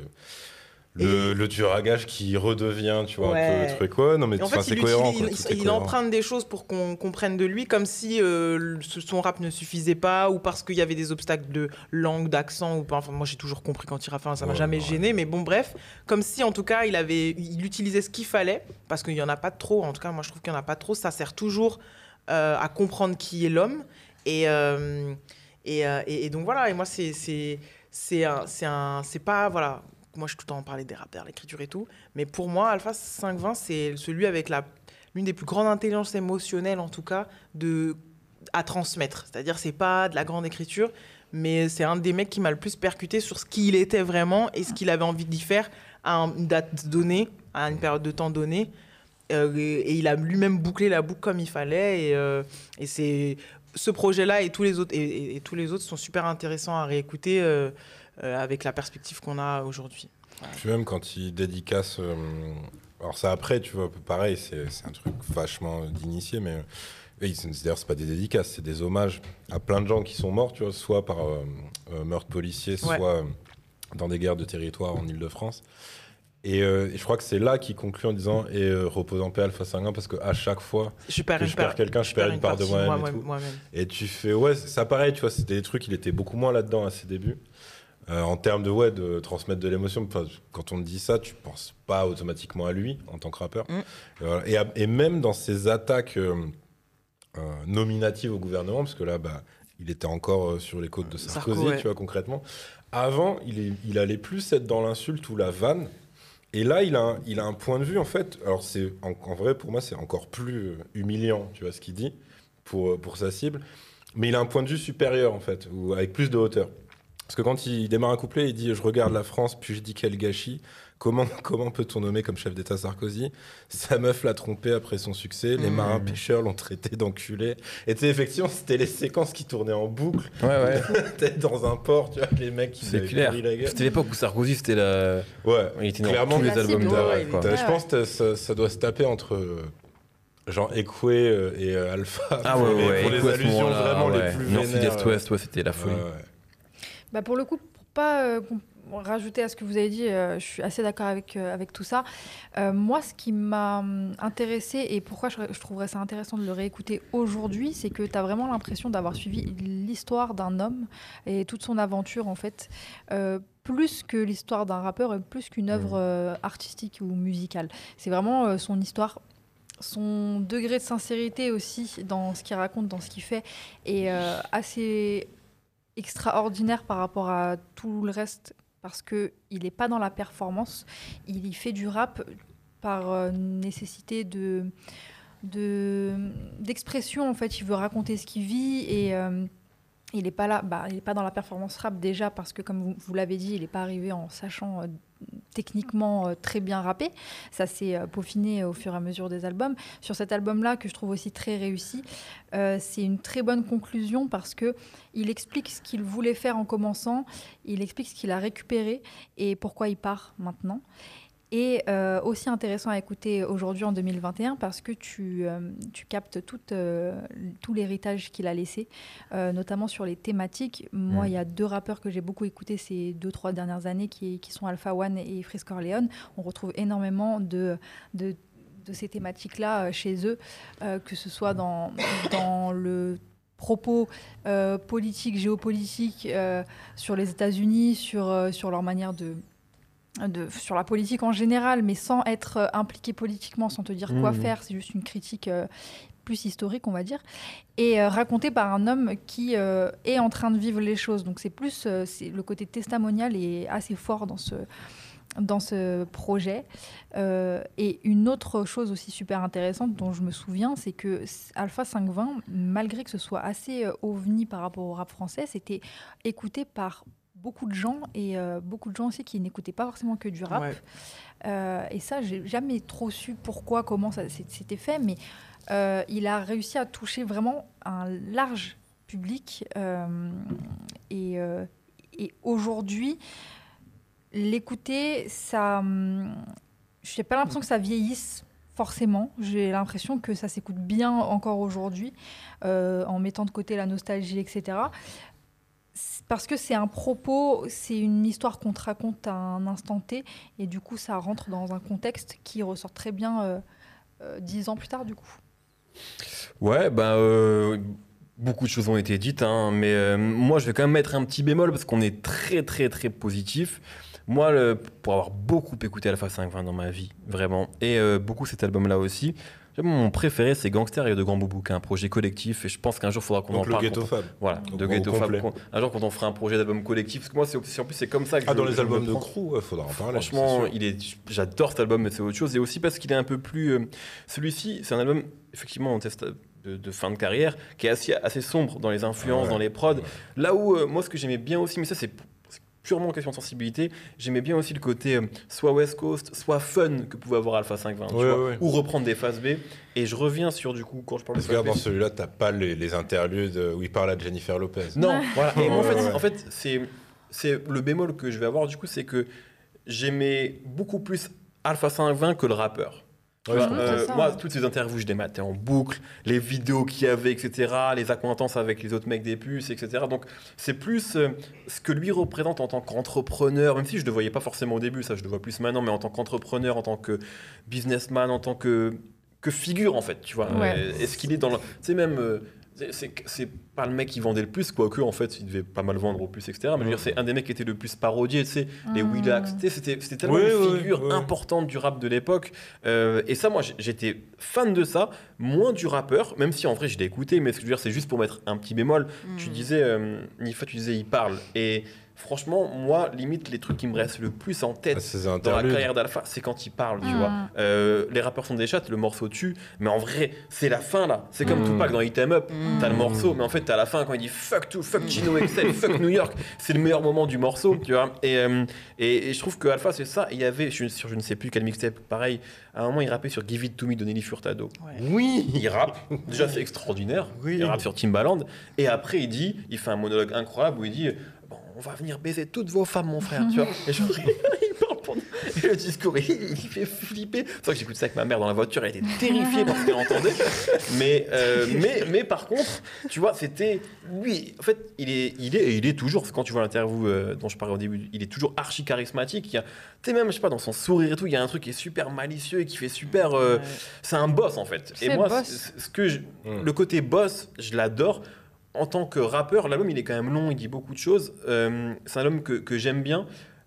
le, Et- le tueur à gages qui redevient, tu vois, un Ouais. peu truc quoi. Non mais Et en enfin, fait, c'est il, cohérent. utilise- quoi, il- tout est il cohérent. emprunte des choses pour qu'on comprenne de lui, comme si euh, le- son rap ne suffisait pas, ou parce qu'il y avait des obstacles de langue, d'accent, ou pas. Enfin, moi, j'ai toujours compris quand il rappe, ça m'a Ouais, jamais ouais. gêné, mais bon, bref, comme si en tout cas, il avait, il utilisait ce qu'il fallait, parce qu'il y en a pas trop. En tout cas, moi, je trouve qu'il y en a pas trop. Ça sert toujours euh, à comprendre qui est l'homme, et, euh, et, euh, et, et donc voilà. Et moi, c'est c'est c'est un, c'est un, c'est pas voilà. Moi, je suis tout le temps en parler des rappeurs, l'écriture et tout. Mais pour moi, Alpha cinq vingt, c'est celui avec la, l'une des plus grandes intelligences émotionnelles, en tout cas, de, à transmettre. C'est-à-dire, c'est pas de la grande écriture, mais c'est un des mecs qui m'a le plus percuté sur ce qu'il était vraiment et ce qu'il avait envie d'y faire à une date donnée, à une période de temps donnée. Euh, et, et il a lui-même bouclé la boucle comme il fallait. Et, euh, et c'est ce projet-là et tous les autres et, et- et tous les autres sont super intéressants à réécouter euh, euh, avec la perspective qu'on a aujourd'hui. Puis même quand il dédicace, euh, alors ça après, tu vois, pareil, c'est c'est un truc vachement d'initié, mais euh, et c'est- d'ailleurs c'est pas des dédicaces, c'est des hommages à plein de gens qui sont morts, tu vois, soit par euh, euh, meurtre policier, Ouais. soit euh, dans des guerres de territoire en Île-de-France. Et, euh, et je crois que c'est là qu'il conclut en disant et euh, repose en paix Alpha cinq un parce que à chaque fois Je perds que une je perds part- quelqu'un, je perds une part de partie moi-même et moi- tout. moi-même. Et tu fais, ouais, ça pareil, tu vois, c'était des trucs, il était beaucoup moins là-dedans à ses débuts. Euh, en termes de, ouais, de transmettre de l'émotion, enfin, quand on te dit ça, tu penses pas automatiquement à lui en tant que rappeur. Mm. Et, voilà. Et, à- et même dans ses attaques euh, euh, nominatives au gouvernement, parce que là, bah, il était encore euh, sur les côtes de Sarkozy, Sarko, ouais. tu vois, concrètement. Avant, il, est- il allait plus être dans l'insulte ou la vanne. Et là, il a, un, il a un point de vue, en fait. Alors, c'est, en, en vrai, pour moi, c'est encore plus euh, humiliant, tu vois, ce qu'il dit pour, euh, pour sa cible. Mais il a un point de vue supérieur, en fait, ou avec plus de hauteur. Parce que quand il démarre un couplet, il dit « Je regarde la France, puis je dis quel gâchis. Comment, comment peut-on nommer comme chef d'État Sarkozy ? Sa meuf l'a trompé après son succès. Les Mmh. marins pêcheurs l'ont traité d'enculé. » Et tu sais, effectivement, c'était les séquences qui tournaient en boucle. Ouais, ouais. T'es dans un port, tu vois, les mecs qui C'est avaient clair. pourri la gueule. C'était l'époque où Sarkozy, c'était la. Ouais, Il était dans clairement, tous les la cible, albums de ouais, rap, il quoi. était- T'as- Ouais, je pense que ça, ça doit se taper entre euh, genre Ekwe euh, et euh, Alpha Ah pour ouais, les, ouais, pour les Ekwe à ce allusions moment-là, vraiment ouais. les plus North vénères. East West, ouais, c'était la folie. Ouais, ouais. Bah pour le coup, pour pas euh, com- rajouter à ce que vous avez dit, euh, je suis assez d'accord avec, euh, avec tout ça. Euh, moi, ce qui m'a hum, intéressé et pourquoi je, je trouverais ça intéressant de le réécouter aujourd'hui, c'est que tu as vraiment l'impression d'avoir suivi l'histoire d'un homme et toute son aventure, en fait, euh, plus que l'histoire d'un rappeur et plus qu'une œuvre euh, artistique ou musicale. C'est vraiment euh, son histoire son degré de sincérité aussi dans ce qu'il raconte, dans ce qu'il fait, est euh, assez extraordinaire par rapport à tout le reste, parce qu'il n'est pas dans la performance, il y fait du rap par euh, nécessité de, de, d'expression, en fait. Il veut raconter ce qu'il vit et euh, il n'est pas là, bah, il n'est pas dans la performance rap déjà, parce que comme vous, vous l'avez dit, il n'est pas arrivé en sachant euh, techniquement euh, très bien rapper. Ça s'est euh, peaufiné au fur et à mesure des albums. Sur cet album-là, que je trouve aussi très réussi, euh, c'est une très bonne conclusion parce qu'il explique ce qu'il voulait faire en commençant, il explique ce qu'il a récupéré et pourquoi il part maintenant. Et euh, aussi intéressant à écouter aujourd'hui en deux mille vingt et un parce que tu, euh, tu captes tout, euh, tout l'héritage qu'il a laissé, euh, notamment sur les thématiques. Moi, il mmh. y a deux rappeurs que j'ai beaucoup écoutés ces deux, trois dernières années qui, qui sont Alpha One et Freeze Corleone. On retrouve énormément de, de, de ces thématiques-là chez eux, euh, que ce soit dans, dans le propos euh, politiques, géopolitiques euh, sur les États-Unis, sur, euh, sur leur manière de... De, sur la politique en général, mais sans être euh, impliqué politiquement, sans te dire quoi mmh. faire. C'est juste une critique euh, plus historique, on va dire. Et euh, racontée par un homme qui euh, est en train de vivre les choses. Donc c'est plus... Euh, c'est, le côté testimonial est assez fort dans ce, dans ce projet. Euh, et une autre chose aussi super intéressante dont je me souviens, c'est que Alpha cinq cent vingt, malgré que ce soit assez euh, ovni par rapport au rap français, c'était écouté par beaucoup de gens et euh, beaucoup de gens aussi qui n'écoutaient pas forcément que du rap. Ouais. Euh, et ça, j'ai jamais trop su pourquoi, comment ça s'était fait, mais euh, il a réussi à toucher vraiment un large public. Euh, et, euh, et aujourd'hui, l'écouter, ça, je n'ai pas l'impression que ça vieillisse forcément. J'ai l'impression que ça s'écoute bien encore aujourd'hui, euh, en mettant de côté la nostalgie, et cetera. Parce que c'est un propos, c'est une histoire qu'on te raconte à un instant T, et du coup, ça rentre dans un contexte qui ressort très bien euh, euh, dix ans plus tard, du coup. Ouais, bah, euh, beaucoup de choses ont été dites, hein, mais euh, moi, je vais quand même mettre un petit bémol parce qu'on est très, très, très positif. Moi, le, pour avoir beaucoup écouté Alpha cinq cent vingt dans ma vie, vraiment, et euh, beaucoup cet album-là aussi, mon préféré, c'est Gangster et de Grand Boubou, qui est un projet collectif, et je pense qu'un jour, il faudra qu'on Donc en le parle. Ghetto Fab. Voilà, de Ghetto Fab. Un jour, quand on fera un projet d'album collectif, parce que moi, c'est, en plus, c'est comme ça que ah, je dans les je albums de crew, il faudra en parler. Franchement, il est, j'adore cet album, mais c'est autre chose. Et aussi parce qu'il est un peu plus... Euh, celui-ci, c'est un album, effectivement, on teste... De, de fin de carrière, qui est assez, assez sombre dans les influences, ouais, dans les prods. Ouais. Là où, euh, moi, ce que j'aimais bien aussi, mais ça, c'est purement question de sensibilité, j'aimais bien aussi le côté euh, soit West Coast, soit fun que pouvait avoir Alpha cinq cent vingt, ouais, tu vois, ouais. ou reprendre des phases B. Et je reviens sur, du coup, quand je parle de Parce que dans celui-là, t'as pas les, les interludes où il parle à Jennifer Lopez. Non, voilà. Et moi, en fait, ouais, ouais. en fait c'est, c'est le bémol que je vais avoir, du coup, c'est que j'aimais beaucoup plus Alpha cinq cent vingt que le rappeur. Ouais, bah, euh, ça, moi, ouais. toutes ces interviews, je les matais en boucle, les vidéos qu'il y avait, et cetera, les accointances avec les autres mecs des puces, et cetera. Donc, c'est plus euh, ce que lui représente en tant qu'entrepreneur, même si je ne le voyais pas forcément au début, ça je le vois plus maintenant, mais en tant qu'entrepreneur, en tant que businessman, en tant que, que figure, en fait, tu vois. Ouais. Euh, est-ce qu'il est dans le... Tu sais, même... Euh, C'est, c'est, c'est pas le mec qui vendait le plus, quoique en fait il devait pas mal vendre au plus, et cetera. Mais je veux dire, c'est un des mecs qui était le plus parodié, tu sais, mmh. les Willax, tu sais, c'était, c'était tellement oui, une figure oui, oui. importante du rap de l'époque. Euh, et ça, moi, j'étais fan de ça, moins du rappeur, même si en vrai je l'ai écouté, mais ce que je veux dire, c'est juste pour mettre un petit bémol. Mmh. Tu disais, euh, Nifa, tu disais, il parle. Et franchement, moi, limite, les trucs qui me restent le plus en tête ah, dans la carrière d'Alpha, c'est quand il parle, tu mmh. vois. Euh, les rappeurs sont des chattes, le morceau tue, mais en vrai, c'est la fin, là. C'est comme mmh. Tupac dans Hit 'em Up. Mmh. T'as le morceau, mais en fait, t'as la fin quand il dit fuck tout, fuck Gino Excel, fuck New York. C'est le meilleur moment du morceau, tu vois. Et, euh, et, et je trouve que Alpha, c'est ça. Il y avait, sur je ne sais plus quel mixtape, pareil, à un moment, il rappait sur Give It To Me de Nelly Furtado. Ouais. Oui, il rappe. Déjà, c'est extraordinaire. Oui. Il rappe sur Timbaland. Et après, il dit, il fait un monologue incroyable où il dit. On va venir baiser toutes vos femmes, mon frère, tu vois. Et genre, il parle pendant... Et le discours, il, il fait flipper. C'est vrai que j'écoute ça avec ma mère dans la voiture, elle était terrifiée par ce qu'elle entendait. Mais, euh, mais, mais par contre, tu vois, c'était... Lui, en fait, il est, il est, et il est toujours, quand tu vois l'interview euh, dont je parlais au début, il est toujours archi charismatique. Tu sais, même, je sais pas, dans son sourire et tout, il y a un truc qui est super malicieux et qui fait super... Euh, ouais. C'est un boss, en fait. C'est et moi, boss. Ce que je, mmh. le côté boss, je l'adore. En tant que rappeur, l'album il est quand même long, il dit beaucoup de choses. Euh, c'est un album que, que j'aime bien,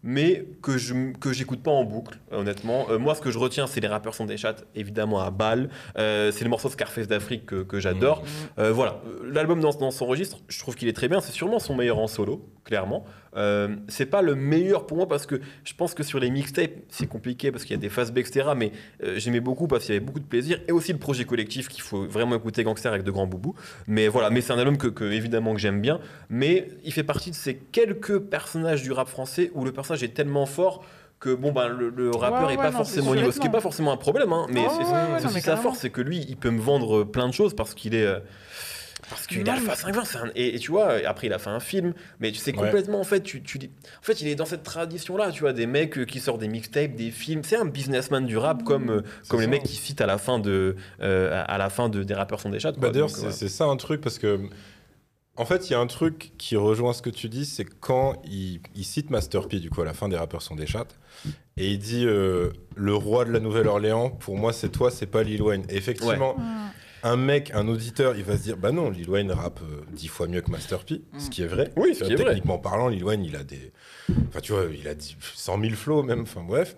mais que je que j'écoute pas en boucle, honnêtement. Euh, moi, ce que je retiens, c'est les rappeurs sont des chattes, évidemment à balle. Euh, c'est le morceau Scarface d'Afrique que, que j'adore. Mmh. Euh, voilà, l'album dans, dans son registre, je trouve qu'il est très bien. C'est sûrement son meilleur en solo, clairement. Euh, c'est pas le meilleur pour moi parce que je pense que sur les mixtapes, c'est compliqué parce qu'il y a des phases B, et cetera. Mais euh, j'aimais beaucoup parce qu'il y avait beaucoup de plaisir et aussi le projet collectif qu'il faut vraiment écouter, Gangster avec de grands boubous. Mais voilà, mais c'est un album que, que évidemment que j'aime bien. Mais il fait partie de ces quelques personnages du rap français où le personnage est tellement fort que bon ben le, le rappeur Ouais, est ouais, pas non, forcément c'est au niveau, sûr. ce qui est pas forcément un problème, hein, mais Ouais, c'est ouais, ouais, c'est non, aussi mais sa carrément. force, c'est que lui il peut me vendre plein de choses parce qu'il est euh, parce qu'il est Non, Alpha cinq vingt, c'est un- et, et tu vois, après il a fait un film, mais tu sais Ouais. complètement en fait, tu, tu dis- en fait il est dans cette tradition là, tu vois, des mecs euh, qui sortent des mixtapes, des films, c'est un businessman du rap comme euh, comme les ça. mecs qui citent à la fin de euh, à à la fin de des rappeurs sont des chats. Bah, quoi. d'ailleurs, Donc, c'est voilà. c'est ça un truc parce que, en fait, il y a un truc qui rejoint ce que tu dis, c'est quand il, il cite Master P, du coup, à la fin des rappeurs sont des chattes, et il dit euh, le roi de la Nouvelle-Orléans, pour moi, c'est toi, c'est pas Lil Wayne. Et effectivement, Mm. un mec, un auditeur, il va se dire bah non, Lil Wayne rappe euh, dix fois mieux que Master P, Mm. ce qui est vrai. Oui, ce qui est vrai. Techniquement parlant, Lil Wayne, il a des. Enfin, tu vois, il a dix- cent mille flows même, enfin bref.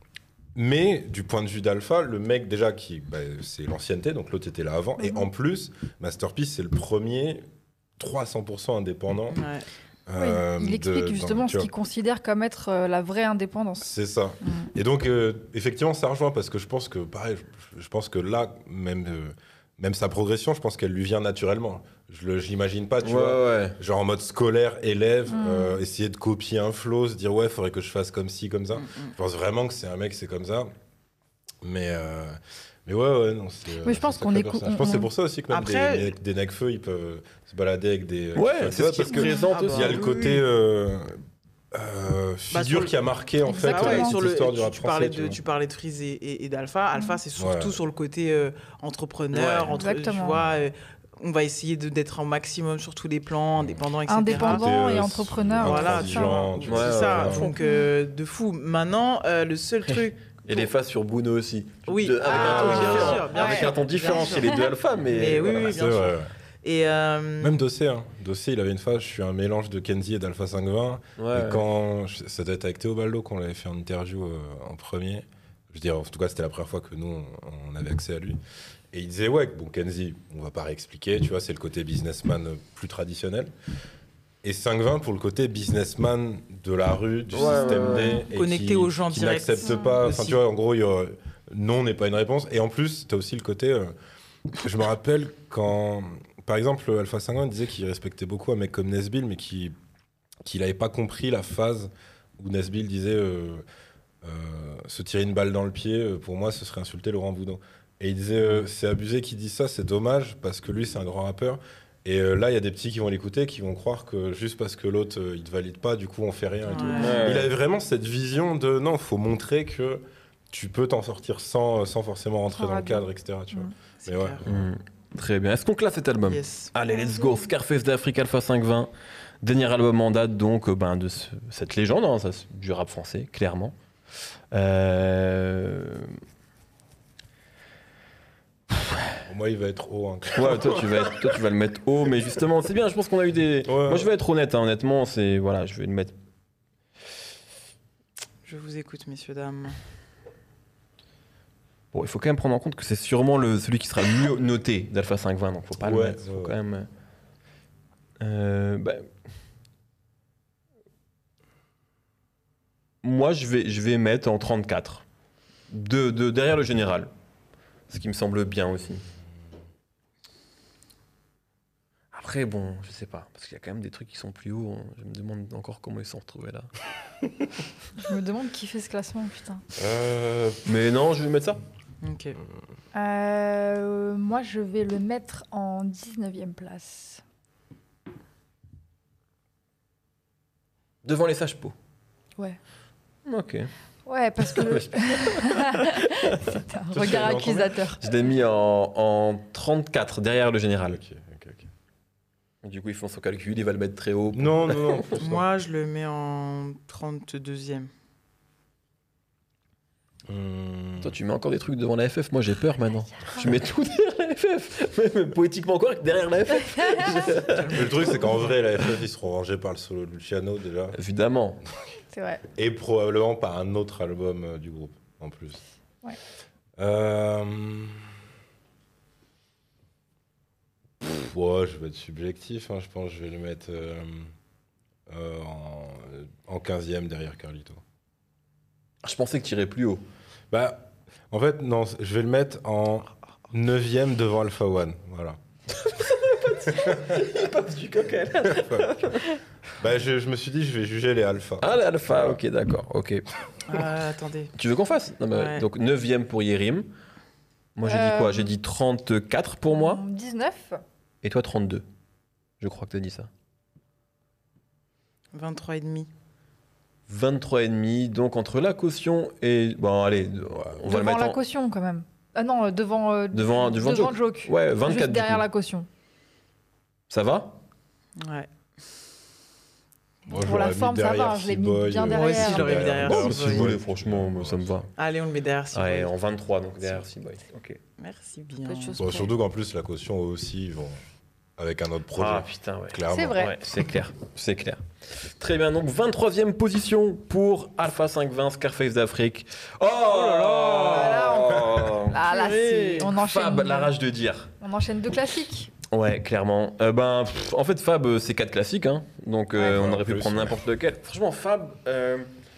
Mais du point de vue d'Alpha, le mec déjà qui, bah, c'est l'ancienneté, donc l'autre était là avant, et en plus, Master P, c'est le premier trois cents pour cent indépendant. Ouais. Oui, euh, il de- explique dans- justement tu ce vois. qu'il considère comme être euh, la vraie indépendance. C'est ça. Mm. Et donc, euh, effectivement, ça rejoint parce que je pense que, pareil, je, je pense que là, même, euh, même sa progression, je pense qu'elle lui vient naturellement. Je le- je l'imagine pas, tu Ouais, vois, ouais. genre en mode scolaire, élève, Mm. euh, essayer de copier un flow, se dire, ouais, il faudrait que je fasse comme ci, comme ça. Mm, mm. Je pense vraiment que c'est un mec, c'est comme ça. Mais, euh, mais ouais, ouais, non, c'est. Mais je pense c'est qu'on sacré écoute- personnage. Je pense que on- c'est pour ça aussi que même Après- des, des, des necfeux, ils peuvent se balader avec des. Ouais, des c'est choses, ce qui parce que présente Ah bah, aussi. il y a le oui, côté oui. euh, euh, Bah, figure sur le- qui a marqué en fait Exactement. la Ah ouais, petite sur le, histoire du tu, rap tu français. parlais tu de, vois. tu parlais de Freeze et, et- et d'Alpha. Alpha, c'est surtout Ouais. sur le côté euh, entrepreneur, Ouais. entre, tu Exactement. vois, euh, on va essayer de- d'être en maximum sur tous les plans, indépendant, et cetera. Indépendant Côté, et euh, entrepreneur. Voilà, tu vois, intransigeant, c'est tu vois. ça. Ouais, ouais, ouais. Donc, euh, de fou. Maintenant, euh, le seul truc. Et les phases sur Bruno aussi. Oui. De- avec Ah, un ton oui, bien différent. sûr, bien avec sûr. un ton différent Bien chez les deux alphas, mais, Mais oui, voilà. oui, C'est bien sûr. vrai. Et, euh, Même Dossé, hein. Dossé, il avait une phase, je suis un mélange de Kenzie et d'Alpha cinq vingt. Ouais. Et quand, ça doit être avec Théo Baldo qu'on l'avait fait en interview euh, en premier. Je veux dire, en tout cas, c'était la première fois que nous, on, on avait accès à lui. Et il disait, ouais, bon, Kenzie, on va pas réexpliquer, tu vois, c'est le côté businessman euh, plus traditionnel. Et cinq vingt pour le côté businessman de la rue, du Ouais, système ouais, ouais. D. Et Connecté qui, aux gens qui direct. n'accepte pas. Enfin, Aussi. tu vois, en gros, il y a, non n'est pas une réponse. Et en plus, tu as aussi le côté. euh, je me rappelle quand. Par exemple, Alpha cinq vingt disait qu'il respectait beaucoup un mec comme Nesbill, mais qui qu'il n'avait pas compris la phase où Nesbill disait euh, euh, se tirer une balle dans le pied, euh, pour moi, ce serait insulter Laurent Boudon. Et il disait euh, c'est abusé qu'il dise ça, c'est dommage, parce que lui, c'est un grand rappeur. Et euh, là, il y a des petits qui vont l'écouter, qui vont croire que juste parce que l'autre, euh, il te valide pas, du coup, on fait rien et tout. Ouais. Ouais. Il avait vraiment cette vision de non, faut montrer que tu peux t'en sortir sans, sans forcément rentrer Sans dans le radio. cadre, et cetera. Tu vois. Mm. c'est Mais ouais. clair. Mm. Très bien. Est-ce qu'on classe cet album? Yes. Allez, let's go. Scarface d'Afrique, Alpha cinq vingt. Dernier album en date, donc, euh, ben, de ce- cette légende, hein, ça, c'est du rap français, clairement. Euh... Moi, il va être haut. hein. Ouais, toi tu, vas être- toi, tu vas le mettre haut, mais justement, c'est bien, je pense qu'on a eu des. Ouais. Moi, je vais être honnête, hein, honnêtement, c'est. Voilà, je vais le mettre. Je vous écoute, messieurs, dames. Bon, il faut quand même prendre en compte que c'est sûrement le, celui qui sera le mieux noté d'Alpha cinq vingt, donc faut pas le Ouais, mettre. Faut ouais, quand ouais. même. Euh, bah, Moi, je vais, je vais mettre en trente-quatre. De, de, derrière le général. Ce qui me semble bien aussi. Après, bon, je sais pas. Parce qu'il y a quand même des trucs qui sont plus hauts. hein. Je me demande encore comment ils se sont retrouvés là. Je me demande qui fait ce classement, putain. Euh, Mais non, je vais mettre ça. Ok. Euh, moi, je vais le mettre en dix-neuvième place. Devant les sages pots. Ouais. Ok. Ouais, parce que. C'est un tu regard l'as en accusateur. Je l'ai mis en, en trente-quatre, derrière le général. ok, ok, ok. Du coup, ils font son calcul, il va le mettre très haut. Non, non, non. Moi, je le mets en trente-deuxième. Hum, Toi, tu mets encore des trucs devant la F F. Moi, j'ai peur maintenant. Je mets tout derrière la F F F. Même poétiquement correct derrière la F F. Le truc, c'est qu'en vrai, la F F, ils seront rangés par le solo de Luciano déjà. Évidemment. C'est vrai. Et probablement par un autre album euh, du groupe, en plus. Ouais. Euh... Pff, ouais, je vais être subjectif, hein, je pense que je vais le mettre euh, euh, en, en quinzième derrière Carlito. Je pensais que tu irais plus haut. Bah, en fait, non, je vais le mettre en neuvième devant Alpha One, voilà. Il passe du coq à l'âne. Bah, je, je me suis dit, je vais juger les alphas. Ah, l'alpha, ok, d'accord, ok. Ah, attendez. Tu veux qu'on fasse? Non, mais ouais. Ouais. Donc, neuvième pour Yérim. Moi, j'ai dit Euh, quoi? J'ai dit trente-quatre pour moi. dix-neuf. Et toi, trente-deux. Je crois que t'as dit ça. vingt-trois et demi. vingt-trois virgule cinq. Donc, entre la caution et. Bon, allez, on va le Devant mettre la en. caution, quand même. Ah non, euh, devant, euh, Devant- devant Joke. Joke. Ouais, Juste vingt-quatre. du derrière coup. la caution. Ça va? Ouais. Moi, Pour la j'aurais mis forme, ça derrière va, je l'ai mis Seaboy, bien euh, derrière. Moi aussi, je l'aurais mis derrière. Non, mais Seaboy. si vous voulez, franchement, moi, ça me va. Allez, on le met derrière. si Ouais, vous en voulez. vingt-trois, donc derrière Seaboy. Ok. Merci bien. Peu de choses Bon, près. surtout qu'en plus, la caution, eux aussi, ils vont avec un autre projet. Ah, putain, ouais. Clairement. C'est vrai. Ouais, c'est clair, c'est clair. Très bien, donc vingt-troisième position pour Alpha cinq vingt, Scarface d'Afrique. Oh, là là Ah là, c'est- on enchaîne. Fab, la rage de dire. On enchaîne deux classiques. Ouais, clairement. Euh, ben, pff, en fait, Fab, euh, c'est quatre classiques, hein, donc euh, Ouais. on En aurait pu plus, prendre ouais. n'importe lequel. Franchement, Fab, euh,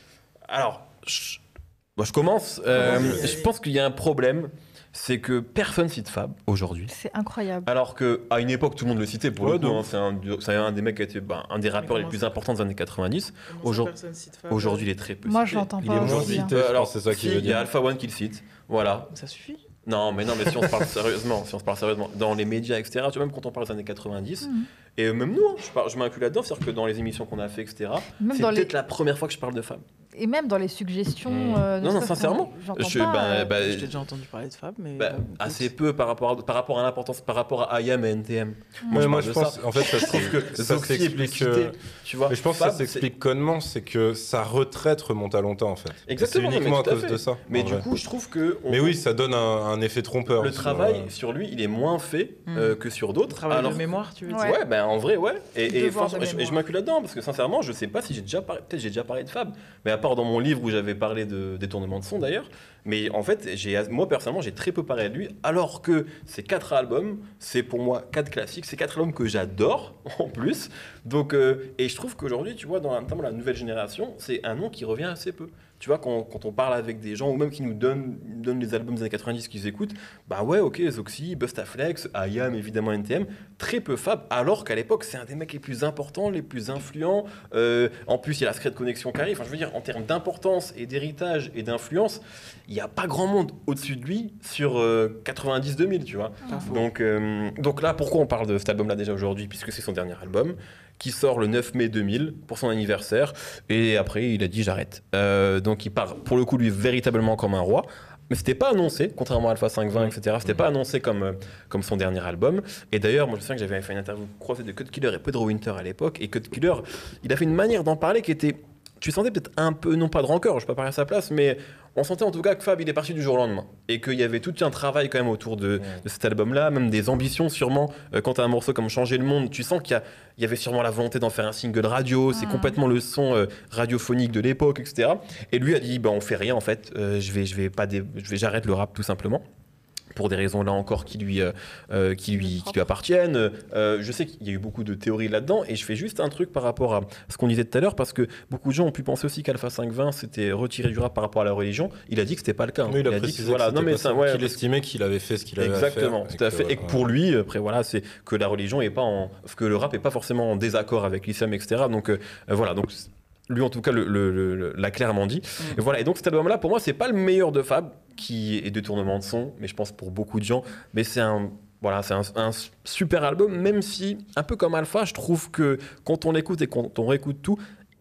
alors, je, bon, je commence. Euh, Vas-y. je pense qu'il y a un problème, c'est que personne cite Fab aujourd'hui. C'est incroyable. Alors qu'à une époque, tout le monde le citait pour Ouais, le coup. de hein, ouf. c'est un, c'est un des mecs qui a été ben, un des rappeurs les comment plus ça importants des années quatre-vingt-dix. Comment ça, Aujourd'hui- personne cite Fab Aujourd'hui, il est très peu Moi, cité. je l'entends Il pas est aussi, moins hein. cité. Je pense Alors, que c'est ça qu'il si, veut il y a dire. Alpha One qui le cite. Voilà. Ça suffit. Non, mais non, mais si on se parle sérieusement, si on se parle sérieusement, dans les médias, et cetera. Tu vois, même quand on parle des années quatre-vingt-dix, Mhm. et euh, même nous, hein, je, parle- je m'inclus là-dedans, c'est-à-dire que dans les émissions qu'on a fait, et cetera. Même C'est dans les... peut-être la première fois que je parle de Fab. Et même dans les suggestions. Mmh. euh, de Non, non, stuff, sincèrement. J'entends Je- pas. ben, euh, bah, Je t'ai déjà entendu parler de Fab, mais. bah, euh, assez peu par rapport à, par rapport à l'importance, par rapport à I A M et N T M. Ouais, je moi, parle je de pense, ça. en fait, ça Je trouve que s'explique. Ça Zoxy est plus s'explique. cité, euh, tu vois. Mais je pense que Fab, ça s'explique connement, c'est que sa retraite remonte à longtemps, en fait. Exactement, C'est mais uniquement à tout à cause fait. de ça. Mais en du vrai. coup, je trouve que. on- Mais oui, ça donne un, un effet trompeur. le sur, travail euh, sur lui, il est moins fait Mm. euh, que sur d'autres. Travail alors de mémoire, tu veux Ouais. dire Ouais, ben en vrai, ouais. Et, et Devoir de franchement, je, mémoire. je m'inclus là-dedans parce que sincèrement, je sais pas si j'ai déjà parlé. Peut-être j'ai déjà parlé de Fab, mais à part dans mon livre où j'avais parlé de détournement de son d'ailleurs. Mais en fait, j'ai, moi personnellement, j'ai très peu parlé de lui, alors que ces quatre albums, c'est pour moi quatre classiques, c'est quatre albums que j'adore en plus. Donc, euh, et je trouve qu'aujourd'hui, tu vois, dans la- notamment la nouvelle génération, c'est un nom qui revient assez peu. Tu vois, quand, quand on parle avec des gens, ou même qui nous donnent, donnent les albums des années quatre-vingt-dix qu'ils écoutent, bah ouais, ok, Zoxy, Bustaflex, I A M, évidemment N T M, très peu Fab, alors qu'à l'époque, c'est un des mecs les plus importants, les plus influents. Euh, en plus, il y a la Secret Connection qui arrive. Enfin, je veux dire, en termes d'importance et d'héritage et d'influence, il n'y a pas grand monde au-dessus de lui sur euh, quatre-vingt-dix deux mille, tu vois. Pas faux. Donc, euh, donc là, pourquoi on parle de cet album-là déjà aujourd'hui? Puisque c'est son dernier album, qui sort le neuf mai deux mille pour son anniversaire. Et après, il a dit j'arrête. Euh, donc il part, pour le coup, lui, véritablement comme un roi. Mais c'était pas annoncé, contrairement à Alpha cinq vingt, et cetera. C'était pas annoncé comme, euh, comme son dernier album. Et d'ailleurs, moi je me souviens que j'avais fait une interview croisée de Cut Killer et Pedro Winter à l'époque. Et Cut Killer, il a fait une manière d'en parler qui était. Tu sentais peut-être un peu, non pas de rancœur, je ne vais pas parler à sa place, mais on sentait en tout cas que Fab, il est parti du jour au lendemain. Et qu'il y avait tout un travail quand même autour de, Ouais. de cet album-là, même des ambitions sûrement. Euh, quand tu as un morceau comme Changer le monde, tu sens qu'il y, a- il y avait sûrement la volonté d'en faire un single radio, c'est Mhm. complètement le son euh, radiophonique de l'époque, et cetera. Et lui a dit, bah, on fait rien en fait, euh, je vais, je vais pas dé- je vais, j'arrête le rap tout simplement. Pour des raisons là encore qui lui, euh, euh, qui lui, qui lui appartiennent. Euh, je sais qu'il y a eu beaucoup de théories là-dedans et je fais juste un truc par rapport à ce qu'on disait tout à l'heure parce que beaucoup de gens ont pu penser aussi qu'Alpha cinq vingt s'était retiré du rap par rapport à la religion. Il a dit que c'était pas le cas. hein. Oui, il a dit précisé que, voilà, que non mais c'était pas ça, ça, ouais, qu'il estimait qu'il avait fait ce qu'il avait exactement, à faire. tout à fait. Et que voilà. pour lui, après voilà, c'est que la religion est pas en, que le rap est pas forcément en désaccord avec l'islam, et cetera. Donc euh, voilà, donc lui en tout cas le, le- le- le- l'a clairement dit. Mm. Et voilà, et donc cet album-là pour moi c'est pas le meilleur de Fab qui est détournement de son, mais je pense pour beaucoup de gens, mais c'est un voilà, c'est un, un super album, même si un peu comme Alpha, je trouve que quand on l'écoute et quand on réécoute tout,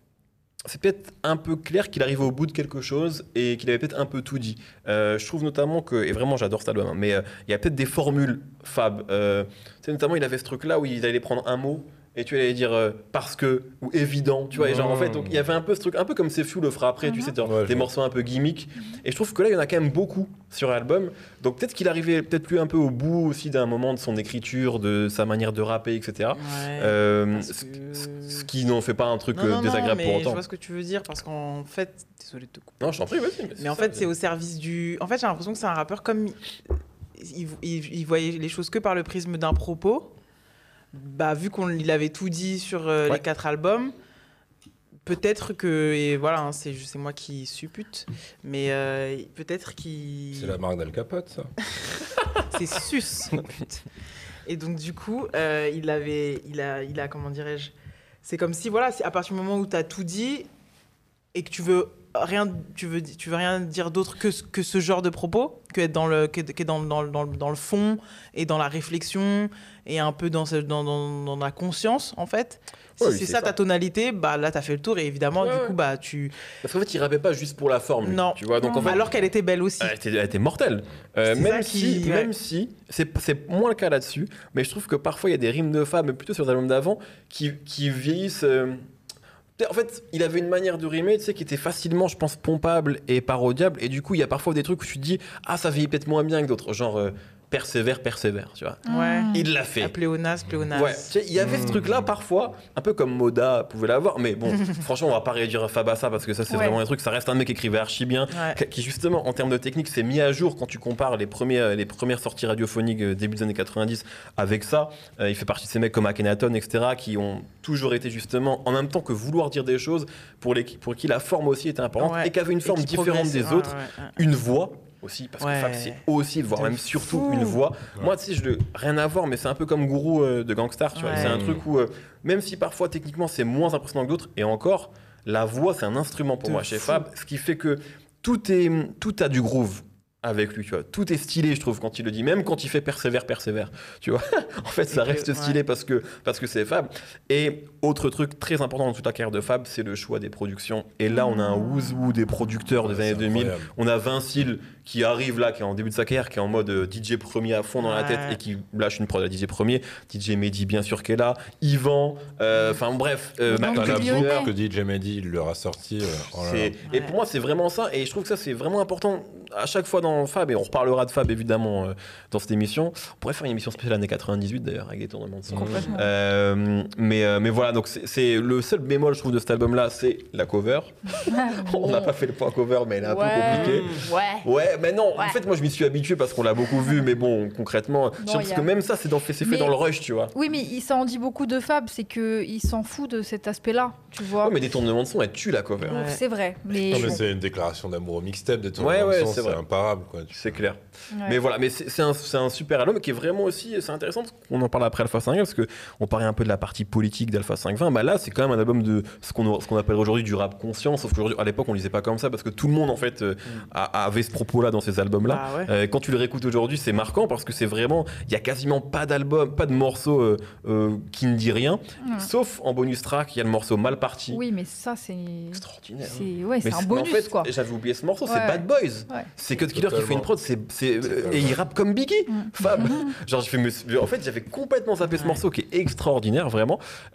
c'est peut-être un peu clair qu'il arrive au bout de quelque chose et qu'il avait peut-être un peu tout dit. Euh, je trouve notamment que, et vraiment j'adore cet album, hein, mais euh, il y a peut-être des formules Fab. Euh, tu sais, notamment il avait ce truc-là où il allait prendre un mot et tu allais dire euh, parce que ou évident, tu vois. Et genre en fait, donc il y avait un peu ce truc, un peu comme C'est Fou le fera après, tu sais, genre, Ouais, des je morceaux un peu gimmick. Et je trouve que là, il y en a quand même beaucoup sur l'album. Donc peut-être qu'il arrivait peut-être plus un peu au bout aussi d'un moment de son écriture, de sa manière de rapper, et cetera. Ouais, Euh, parce ce, que- ce qui n'en fait pas un truc Non, euh, non, non, désagréable mais pour je autant. vois ce que tu veux dire parce qu'en fait, désolé de te couper. Non, je t'en prie, vas-y. Mais en ça, fait, c'est au service du. En fait, j'ai l'impression que c'est un rappeur comme il, il, il voyait les choses que par le prisme d'un propos. Bah, vu qu'il avait tout dit sur euh, Ouais. les quatre albums, peut-être que et voilà, hein, c'est c'est moi qui suppute, mais euh, peut-être qu'il. C'est la marque d'Al Capote, ça. C'est sus. Et donc du coup, euh, il avait, il a, il a comment dirais-je. C'est comme si voilà, c'est à partir du moment où tu as tout dit et que tu veux rien, tu veux, tu veux rien dire d'autre que, ce- que ce genre de propos, que être dans le, que, que dans, dans, dans, le- dans le fond et dans la réflexion et un peu dans, ce- dans, dans, dans la conscience en fait. Si Ouais, c'est c'est ça, ça. ta tonalité, bah là t'as fait le tour et évidemment Ouais, du ouais. coup bah tu. Parce qu'en fait, il rappait pas juste pour la forme. lui, Non. Tu vois, donc en Non. fait, Alors qu'elle était belle aussi. elle était, elle était mortelle. Euh, C'est même ça qui- si, ouais. même si, c'est c'est moins le cas là-dessus, mais je trouve que parfois il y a des rimes de Fab, mais plutôt sur les albums d'avant, qui, qui vieillissent. euh, En fait, il avait une manière de rimer, tu sais, qui était facilement, je pense, pompable et parodiable. Et du coup, il y a parfois des trucs où tu te dis, ah, ça vieillit peut-être moins bien que d'autres. Genre, euh, persévère, persévère, tu vois. Ouais. Mmh. Il l'a fait. Pléonasme, pléonasme. Ouais, tu sais, il y avait ce truc-là parfois, un peu comme Moda pouvait l'avoir, mais bon, franchement, on va pas réduire Fab à ça parce que ça, c'est Ouais. vraiment un truc. Ça reste un mec qui écrivait archi bien, Ouais. qui justement, en termes de technique, s'est mis à jour quand tu compares les, premiers, les premières sorties radiophoniques euh, début des années quatre-vingt-dix avec ça. Euh, il fait partie de ces mecs comme Akhenaton, et cetera, qui ont toujours été justement, en même temps que vouloir dire des choses, pour, les, pour qui la forme aussi était importante Ouais. et qui avait une forme qui différente progresse. des Ouais, autres, ouais, ouais. une voix aussi, parce Ouais. que Fab, c'est aussi, voire De même surtout fou. une voix. Moi, tu sais, je le rien à voir, mais c'est un peu comme Gourou euh, de Gangstar, tu vois. Ouais. C'est un truc où, euh, même si parfois techniquement c'est moins impressionnant que d'autres, et encore, la voix c'est un instrument pour De moi chez fou. Fab, ce qui fait que tout est, tout a du groove avec lui, tu vois. Tout est stylé, je trouve, quand il le dit, même quand il fait persévère, persévère, tu vois. En fait, ça Et que- reste stylé ouais. parce que parce que c'est Fab. Et autre truc très important dans toute la carrière de Fab, c'est le choix des productions. Et là, on a un who's who des producteurs des Ouais, années c'est deux mille. incroyable. On a Vincile qui arrive là, qui est en début de sa carrière, qui est en mode euh, D J premier à fond dans la Ouais. tête et qui lâche une prod à D J premier. D J Mehdi, bien sûr, qui est là. Yvan, euh, enfin bref, euh, Le Mac nom T'as la du Miller. Lyonnais. boucle que D J Mehdi il leur a sorti. euh, oh là là. C'est- Et Ouais. pour moi, c'est vraiment ça. Et je trouve que ça, c'est vraiment important à chaque fois dans Fab. Et on reparlera de Fab, évidemment, euh, dans cette émission. On pourrait faire une émission spéciale année quatre-vingt-dix-huit, d'ailleurs, avec des tournements de son. Complètement. Euh, mais, euh, mais voilà, donc c'est- c'est le seul bémol, je trouve, de cet album-là, c'est la cover. On n'a pas fait le point cover, mais elle est un Ouais. peu compliquée. Ouais. Ouais, mais non, en Ouais. fait, moi je m'y suis habitué parce qu'on l'a beaucoup vu, mais bon, concrètement, je Bon, pense y a- que même ça, c'est dans- c'est fait Mais- dans le rush, tu vois. Oui, mais il- ça en dit beaucoup de Fab, c'est qu'il s'en fout de cet aspect-là, tu vois. Ouais, mais des tournements de son, elle tue la cover. Ouais. C'est vrai, mais, Non, mais bon. c'est une déclaration d'amour au mixtape des Ouais, ouais, c'est c'est vrai. imparable. Quoi. C'est clair. Ouais. Mais voilà, mais c'est c'est un, c'est un super album qui est vraiment aussi, c'est intéressant, parce qu'on en parle après Alpha cinq vingt, parce qu'on parlait un peu de la partie politique d'Alpha cinq vingt, bah là c'est quand même un album de ce qu'on ce qu'on appelle aujourd'hui du rap conscient, sauf qu'aujourd'hui, à l'époque on lisait pas comme ça, parce que tout le monde en fait euh, a- avait ce propos-là dans ces albums-là. Bah ouais. Euh, quand tu le réécoutes aujourd'hui, c'est marquant parce que c'est vraiment, il y a quasiment pas d'album, pas de morceau euh, euh, qui ne dit rien, Ouais. sauf en bonus track, il y a le morceau Mal Parti. Oui, mais ça, c'est. Extraordinaire. hein. C'est ouais, c'est Mais un c'est- bonus, en fait, quoi. j'avais oublié ce morceau, c'est Ouais. Bad Boys. Ouais. C'est Cut Killer qui fait une Totalement. prod, c'est, c'est, euh, Totalement. et il rappe comme Biggie, Mm. Fab. Genre, je fais, me- en fait, j'avais complètement zappé ce Ouais. morceau qui est extraordinaire, vraiment.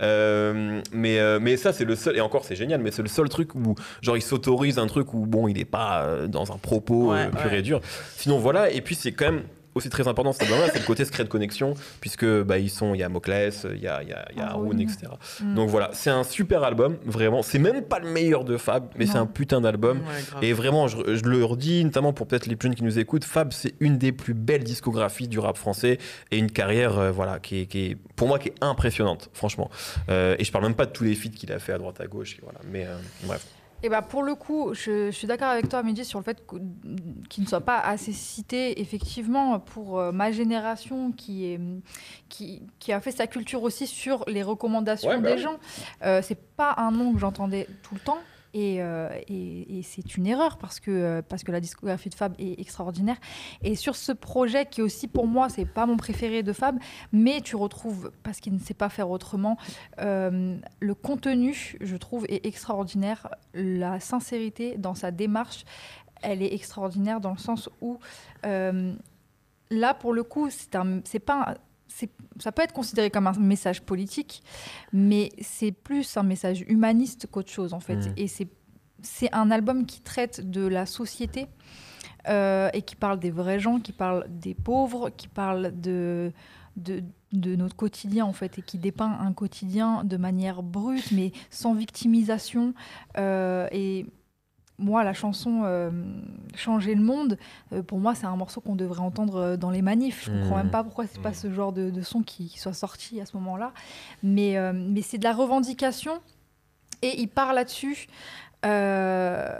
Euh, mais, euh, mais ça, c'est le seul, et encore, c'est génial, mais c'est le seul truc où, genre, il s'autorise un truc où, bon, il est pas euh, dans un propos Ouais, euh, pur ouais. et dur. Sinon, voilà, et puis c'est quand même aussi très important cet album-là, c'est le côté secret de connexion, puisque bah, ils sont, il y a Moclès, il y a, il y a, il y a Haroun. Haroun, et cetera. Mm. Donc voilà, c'est un super album, vraiment. C'est même pas le meilleur de Fab, mais Non. c'est un putain d'album. Ouais, grave. Et vraiment, je, je le redis, notamment pour peut-être les plus jeunes qui nous écoutent, Fab, c'est une des plus belles discographies du rap français et une carrière, euh, voilà, qui est, qui est, pour moi, qui est impressionnante, franchement. Euh, et je parle même pas de tous les feats qu'il a fait à droite à gauche, et voilà. Mais euh, bref. Et bah pour le coup, je, je suis d'accord avec toi, Mehdi, sur le fait que- qu'il ne soit pas assez cité, effectivement, pour euh, ma génération qui, est, qui, qui a fait sa culture aussi sur les recommandations Ouais, bah des oui. gens. Euh, c'est pas un nom que j'entendais tout le temps. Et, euh, et, et c'est une erreur parce que, euh, parce que la discographie de Fab est extraordinaire. Et sur ce projet qui aussi pour moi, c'est pas mon préféré de Fab, mais tu retrouves, parce qu'il ne sait pas faire autrement, euh, le contenu, je trouve, est extraordinaire. La sincérité dans sa démarche, elle est extraordinaire dans le sens où, euh, là, pour le coup, c'est un, c'est pas un- c'est, ça peut être considéré comme un message politique, mais c'est plus un message humaniste qu'autre chose, en fait. Mmh. Et c'est, c'est un album qui traite de la société euh, et qui parle des vrais gens, qui parle des pauvres, qui parle de, de, de notre quotidien, en fait, et qui dépeint un quotidien de manière brute, mais sans victimisation. Euh, et... Moi, la chanson euh, Changer le monde, euh, pour moi, c'est un morceau qu'on devrait entendre dans les manifs. Je ne comprends mmh. même pas pourquoi c'est mmh. pas ce genre de, de son qui, qui soit sorti à ce moment-là. Mais, euh, mais c'est de la revendication et il part là-dessus. Euh,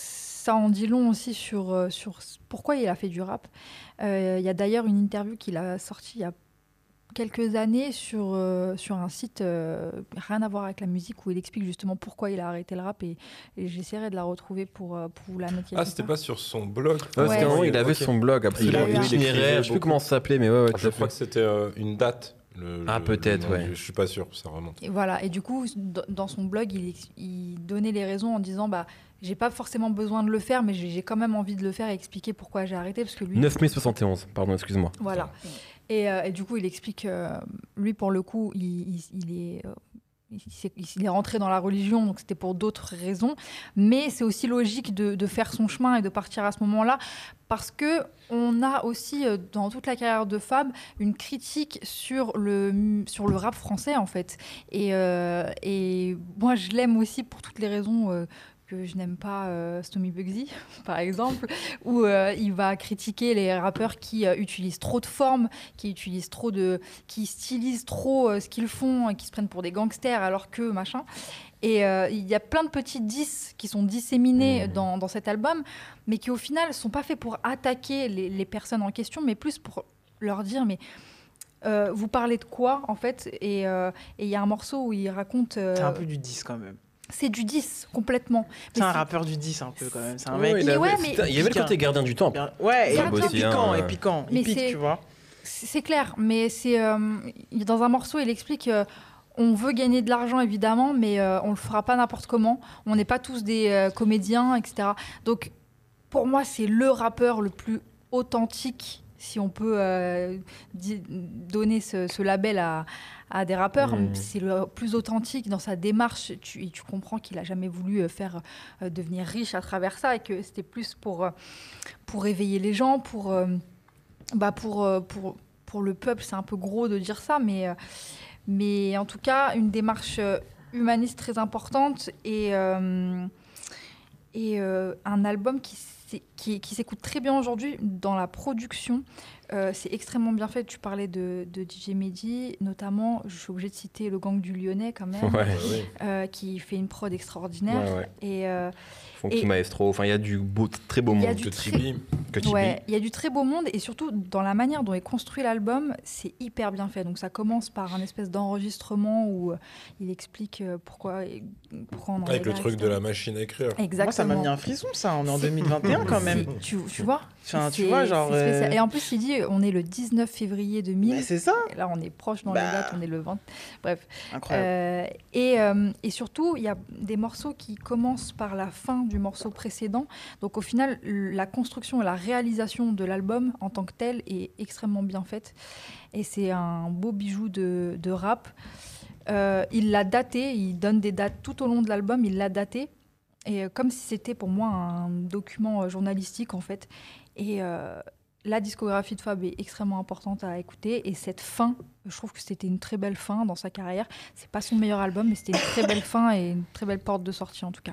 ça en dit long aussi sur, sur pourquoi il a fait du rap. Euh, il y a d'ailleurs une interview qu'il a sortie il y a quelques années sur, euh, sur un site euh, rien à voir avec la musique où il explique justement pourquoi il a arrêté le rap et, et j'essaierai de la retrouver pour, pour vous la mettre. Ah, c'était pas sur son blog. Ouais, ouais. Parce qu'à un moment, il avait okay. son blog, après il, il itinéraire, je sais plus comment ça s'appelait, mais ouais, ouais. Je crois que c'était euh, une date. Le, ah, le, peut-être, le, ouais. Je, je suis pas sûr, ça remonte. Et voilà, et du coup, dans son blog, il, il donnait les raisons en disant bah, j'ai pas forcément besoin de le faire, mais j'ai, j'ai quand même envie de le faire et expliquer pourquoi j'ai arrêté. Parce que lui, neuf mai soixante et onze, pardon, excuse-moi. Voilà. Et, euh, et du coup, il explique, euh, lui, pour le coup, il, il, il est... Euh, il est rentré dans la religion, donc c'était pour d'autres raisons. Mais c'est aussi logique de, de faire son chemin et de partir à ce moment-là, parce qu'on a aussi, dans toute la carrière de Fab, une critique sur le, sur le rap français, en fait. Et, euh, et moi, je l'aime aussi pour toutes les raisons... Euh, que je n'aime pas euh, Stomy Bugsy, par exemple, où euh, il va critiquer les rappeurs qui euh, utilisent trop de formes, qui utilisent trop de, qui stylisent trop euh, ce qu'ils font, et qui se prennent pour des gangsters alors que machin. Et euh, il y a plein de petits diss qui sont disséminés mmh. dans, dans cet album, mais qui au final ne sont pas faits pour attaquer les, les personnes en question, mais plus pour leur dire mais euh, vous parlez de quoi en fait. Et il euh, y a un morceau où il raconte. Euh, C'est un peu du diss quand même. C'est du dix, complètement. C'est mais un c'est... rappeur du dix, un peu, quand même. C'est un ouais, mec... Il, avait, ouais, mais... il y avait le côté gardien du temps. Ouais, et, et piquant, et piquant. Il pique, c'est... tu vois. C'est clair, mais c'est... Euh, dans un morceau, il explique... Euh, on veut gagner de l'argent, évidemment, mais euh, on le fera pas n'importe comment. On n'est pas tous des euh, comédiens, et cetera. Donc, pour moi, c'est le rappeur le plus authentique, si on peut euh, di- donner ce, ce label à... à des rappeurs, mmh. c'est le plus authentique dans sa démarche. Tu, tu comprends qu'il n'a jamais voulu faire euh, devenir riche à travers ça et que c'était plus pour, pour réveiller les gens, pour, euh, bah pour, pour, pour le peuple. C'est un peu gros de dire ça, mais, euh, mais en tout cas, une démarche humaniste très importante et, euh, et euh, un album qui, qui, qui s'écoute très bien aujourd'hui dans la production. Euh, c'est extrêmement bien fait. Tu parlais de, de D J Mehdi, notamment, je suis obligée de citer le Gang du Lyonnais quand même, ouais. euh, qui fait une prod extraordinaire. Ouais, ouais. Et, euh, Funky et Maestro, enfin il y a du beau, très beau monde. Que Tibi. Il ouais, y a du très beau monde et surtout dans la manière dont est construit l'album, c'est hyper bien fait. Donc ça commence par un espèce d'enregistrement où euh, il explique euh, pourquoi, pourquoi on en Avec le là, truc et cetera. De la machine à écrire. Exactement. Moi ça m'a mis un frisson ça, on est en deux mille vingt et un quand même. Tu, tu vois enfin, tu vois genre. Euh... Et en plus il dit on est le dix-neuf février deux mille. Mais c'est ça. Et là on est proche dans bah... les dates, on est le vingt. Bref. Incroyable. Euh, et, euh, et surtout il y a des morceaux qui commencent par la fin du morceau précédent. Donc au final la construction et la réalisation de l'album en tant que tel est extrêmement bien faite. Et c'est un beau bijou de, de rap. Euh, il l'a daté, il donne des dates tout au long de l'album, il l'a daté. Et comme si c'était pour moi un document journalistique en fait. Et euh, la discographie de Fab est extrêmement importante à écouter. Et cette fin, je trouve que c'était une très belle fin dans sa carrière. C'est pas son meilleur album, mais c'était une très belle fin et une très belle porte de sortie en tout cas.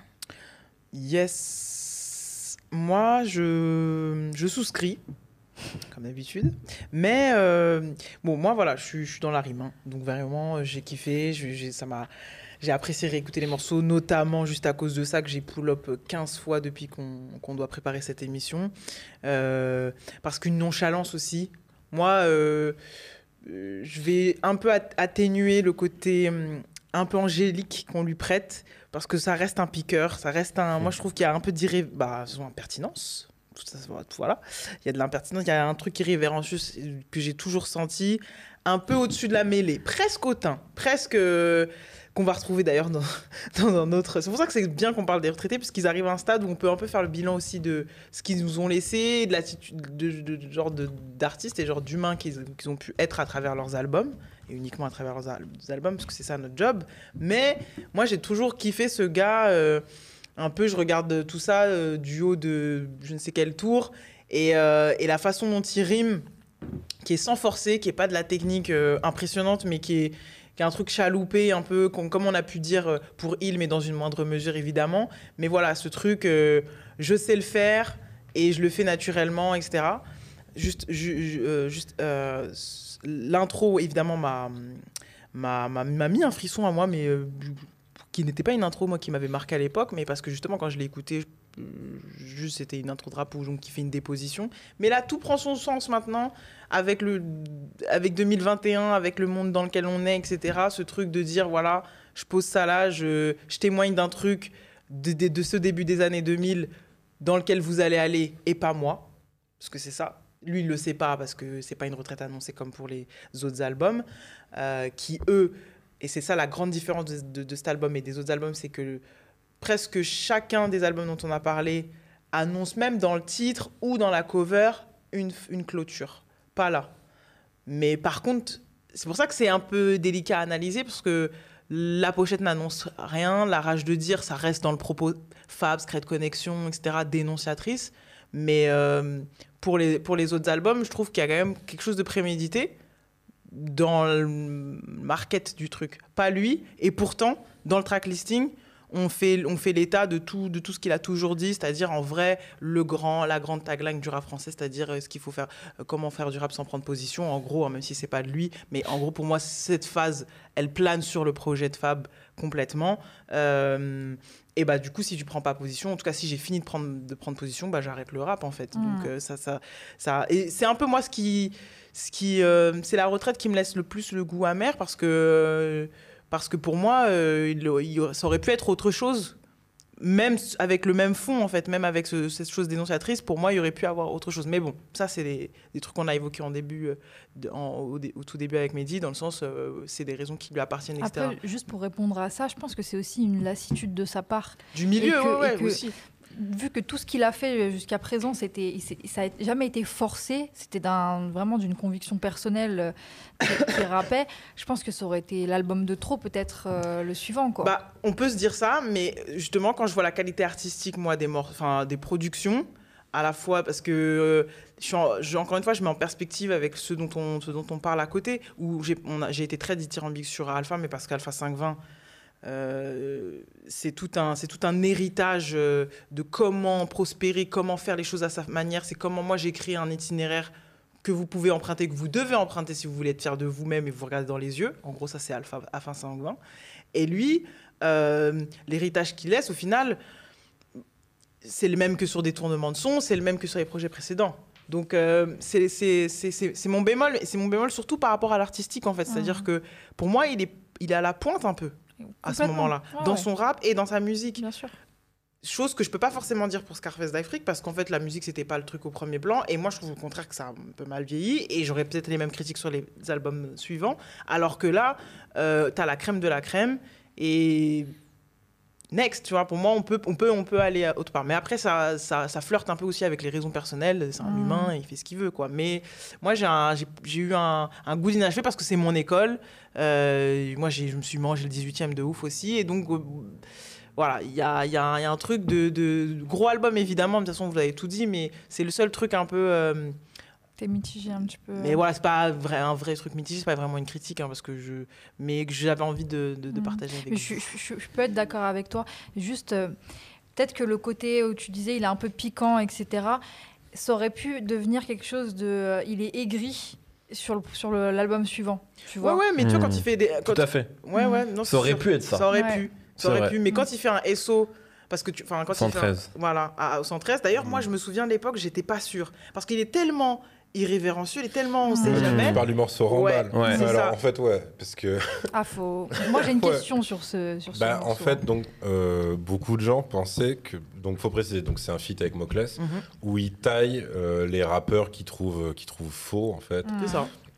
Yes. Moi, je, je souscris, comme d'habitude. Mais, euh, bon, moi, voilà, je suis, je suis dans la rime. Hein. Donc, vraiment, j'ai kiffé. Je, j'ai, ça m'a... J'ai apprécié réécouter les morceaux, notamment juste à cause de ça que j'ai pull-up quinze fois depuis qu'on, qu'on doit préparer cette émission. Euh, parce qu'une nonchalance aussi. Moi, euh, je vais un peu atténuer le côté un peu angélique qu'on lui prête, parce que ça reste un piqueur, ça reste un... Moi, je trouve qu'il y a un peu d'irré... bah, impertinence. Tout ça, voilà. Il y a de l'impertinence, il y a un truc irrévérencieux que j'ai toujours senti, un peu au-dessus de la mêlée, presque hautain, presque... qu'on va retrouver d'ailleurs dans, dans un autre... C'est pour ça que c'est bien qu'on parle des retraités, puisqu'ils arrivent à un stade où on peut un peu faire le bilan aussi de ce qu'ils nous ont laissé, de l'attitude de, de, de, genre de, d'artistes et genre d'humains qu'ils, qu'ils ont pu être à travers leurs albums, et uniquement à travers leurs al- albums, parce que c'est ça notre job. Mais moi, j'ai toujours kiffé ce gars, euh, un peu, je regarde tout ça euh, du haut de je ne sais quel tour, et, euh, et la façon dont il rime, qui est sans forcer, qui n'est pas de la technique euh, impressionnante, mais qui est, qui est un truc chaloupé, un peu com- comme on a pu dire pour Il, mais dans une moindre mesure, évidemment. Mais voilà, ce truc, euh, je sais le faire et je le fais naturellement, et cetera. Juste, ju- ju- euh, juste euh, s- l'intro, évidemment, m'a, m'a, m'a, m'a mis un frisson à moi, mais euh, qui n'était pas une intro, moi, qui m'avait marqué à l'époque, mais parce que justement, quand je l'ai écouté, je- juste c'était une intro de rap où, donc, qui fait une déposition. Mais là, tout prend son sens maintenant, avec, le, avec deux mille vingt et un, avec le monde dans lequel on est, et cetera. Ce truc de dire, voilà, je pose ça là, je, je témoigne d'un truc de, de, de ce début des années deux mille dans lequel vous allez aller, et pas moi. Parce que c'est ça. Lui, il le sait pas, parce que c'est pas une retraite annoncée comme pour les autres albums, euh, qui, eux... Et c'est ça la grande différence de, de, de cet album et des autres albums, c'est que presque chacun des albums dont on a parlé annonce même dans le titre ou dans la cover une, une clôture. Pas là. Mais par contre, c'est pour ça que c'est un peu délicat à analyser, parce que la pochette n'annonce rien, la rage de dire, ça reste dans le propos Fab, Secret Connection, et cetera, dénonciatrice. Mais euh, pour, les, pour les autres albums, je trouve qu'il y a quand même quelque chose de prémédité dans le market du truc. Pas lui. Et pourtant, dans le track listing, on fait, on fait l'état de tout, de tout ce qu'il a toujours dit, c'est-à-dire en vrai, le grand, la grande tagline du rap français, c'est-à-dire euh, ce qu'il faut faire, euh, comment faire du rap sans prendre position, en gros, hein, même si c'est pas de lui. Mais en gros, pour moi, cette phase, elle plane sur le projet de Fab complètement. Euh, et bah, du coup, si tu prends pas position, en tout cas, si j'ai fini de prendre, de prendre position, bah, j'arrête le rap, en fait. Mmh. Donc, euh, ça, ça, ça... Et c'est un peu moi ce qui... Ce qui euh, c'est la retraite qui me laisse le plus le goût amer, parce que... Euh, Parce que pour moi, euh, il, il, ça aurait pu être autre chose, même avec le même fond, en fait, même avec ce, cette chose dénonciatrice, pour moi, il y aurait pu avoir autre chose. Mais bon, ça, c'est des, des trucs qu'on a évoqués en début, euh, en, au, au tout début avec Mehdi, dans le sens, euh, c'est des raisons qui lui appartiennent, et cetera. Après, juste pour répondre à ça, je pense que c'est aussi une lassitude de sa part. Du milieu, Et que- ouais, ouais, et que- aussi. Vu que tout ce qu'il a fait jusqu'à présent, c'était, ça n'a jamais été forcé, c'était d'un, vraiment d'une conviction personnelle euh, qui, qui rappait, je pense que ça aurait été l'album de trop, peut-être euh, le suivant, quoi. Bah, on peut se dire ça, mais justement, quand je vois la qualité artistique, moi, des, mor- enfin, des productions, à la fois parce que, euh, je suis en- je- encore une fois, je mets en perspective avec ce dont on, ce dont on parle à côté, où j'ai, on a- j'ai été très dithyrambique sur Alpha, mais parce qu'Alpha cinq vingt, Euh, c'est tout un c'est tout un héritage euh, de comment prospérer, comment faire les choses à sa manière. C'est comment moi j'écris un itinéraire que vous pouvez emprunter, que vous devez emprunter si vous voulez être fier de vous-même et vous regardez dans les yeux. En gros, ça c'est Alpha Alpha cinq vingt. Et lui, euh, l'héritage qu'il laisse au final, c'est le même que sur des tournements de son, c'est le même que sur les projets précédents. Donc euh, c'est, c'est, c'est, c'est, c'est mon bémol, et c'est mon bémol surtout par rapport à l'artistique en fait. C'est-à-dire que pour moi, il est, il est à la pointe un peu à ce Complètement. moment-là, Ouais, dans ouais. son rap et dans sa musique. Bien sûr. Chose que je peux pas forcément dire pour Scarface d'Afrique, parce qu'en fait, la musique, c'était pas le truc au premier plan. Et moi, je trouve au contraire que ça a un peu mal vieilli. Et j'aurais peut-être les mêmes critiques sur les albums suivants. Alors que là, euh, t'as la crème de la crème. Et next, tu vois, pour moi, on peut, on peut, on peut aller à autre part. Mais après, ça, ça, ça flirte un peu aussi avec les raisons personnelles. C'est un Mm. humain, il fait ce qu'il veut, quoi. Mais moi, j'ai, un- j'ai, j'ai eu un, un goût d'inachevé parce que c'est mon école. Euh, moi, j'ai, je me suis mangé le dix-huitième de ouf aussi. Et donc, euh, voilà, il y a, il y a un- il y a un truc de, de gros album, évidemment. De toute façon, vous avez tout dit, mais c'est le seul truc un peu... euh, T'es mitigé un petit peu. mais voilà, c'est pas vrai, un vrai truc mitigé, c'est pas vraiment une critique, hein, parce que je... mais que j'avais envie de, de, de Mhm. partager avec Mais vous. je, je- je- je peux être d'accord avec toi. Juste, euh, peut-être que le côté où tu disais il est un peu piquant, et cetera, ça aurait pu devenir quelque chose de... euh, il est aigri sur, le, sur le- l'album suivant. Tu Ouais, vois. ouais, mais tu vois, Mhm. quand il fait des... Quand... Tout à fait. Ouais, ouais, non, Ça aurait c'est pu sûr. être ça. Ça aurait Ouais. pu. C'est Ça aurait vrai. pu. Mais Mhm. quand il fait un S O... Parce que tu... enfin, quand cent il fait un- treize. Voilà, à, au cent treize. D'ailleurs, moi, je me souviens de l'époque, j'étais pas sûre. Parce qu'il est tellement irrévérencieux, il est tellement on sait Mhm. jamais. Tu parles du morceau Ouais, Rambal. ouais. c'est Alors ça. en fait, ouais, parce que Ah, faut... Moi, j'ai une Ouais. question sur ce, sur ce bah, en morceau. fait, donc euh, beaucoup de gens pensaient que donc faut préciser, donc c'est un feat avec Moclès Mhm. où il taille euh, les rappeurs qui trouvent qui trouvent faux en fait. Mhm. C'est ça.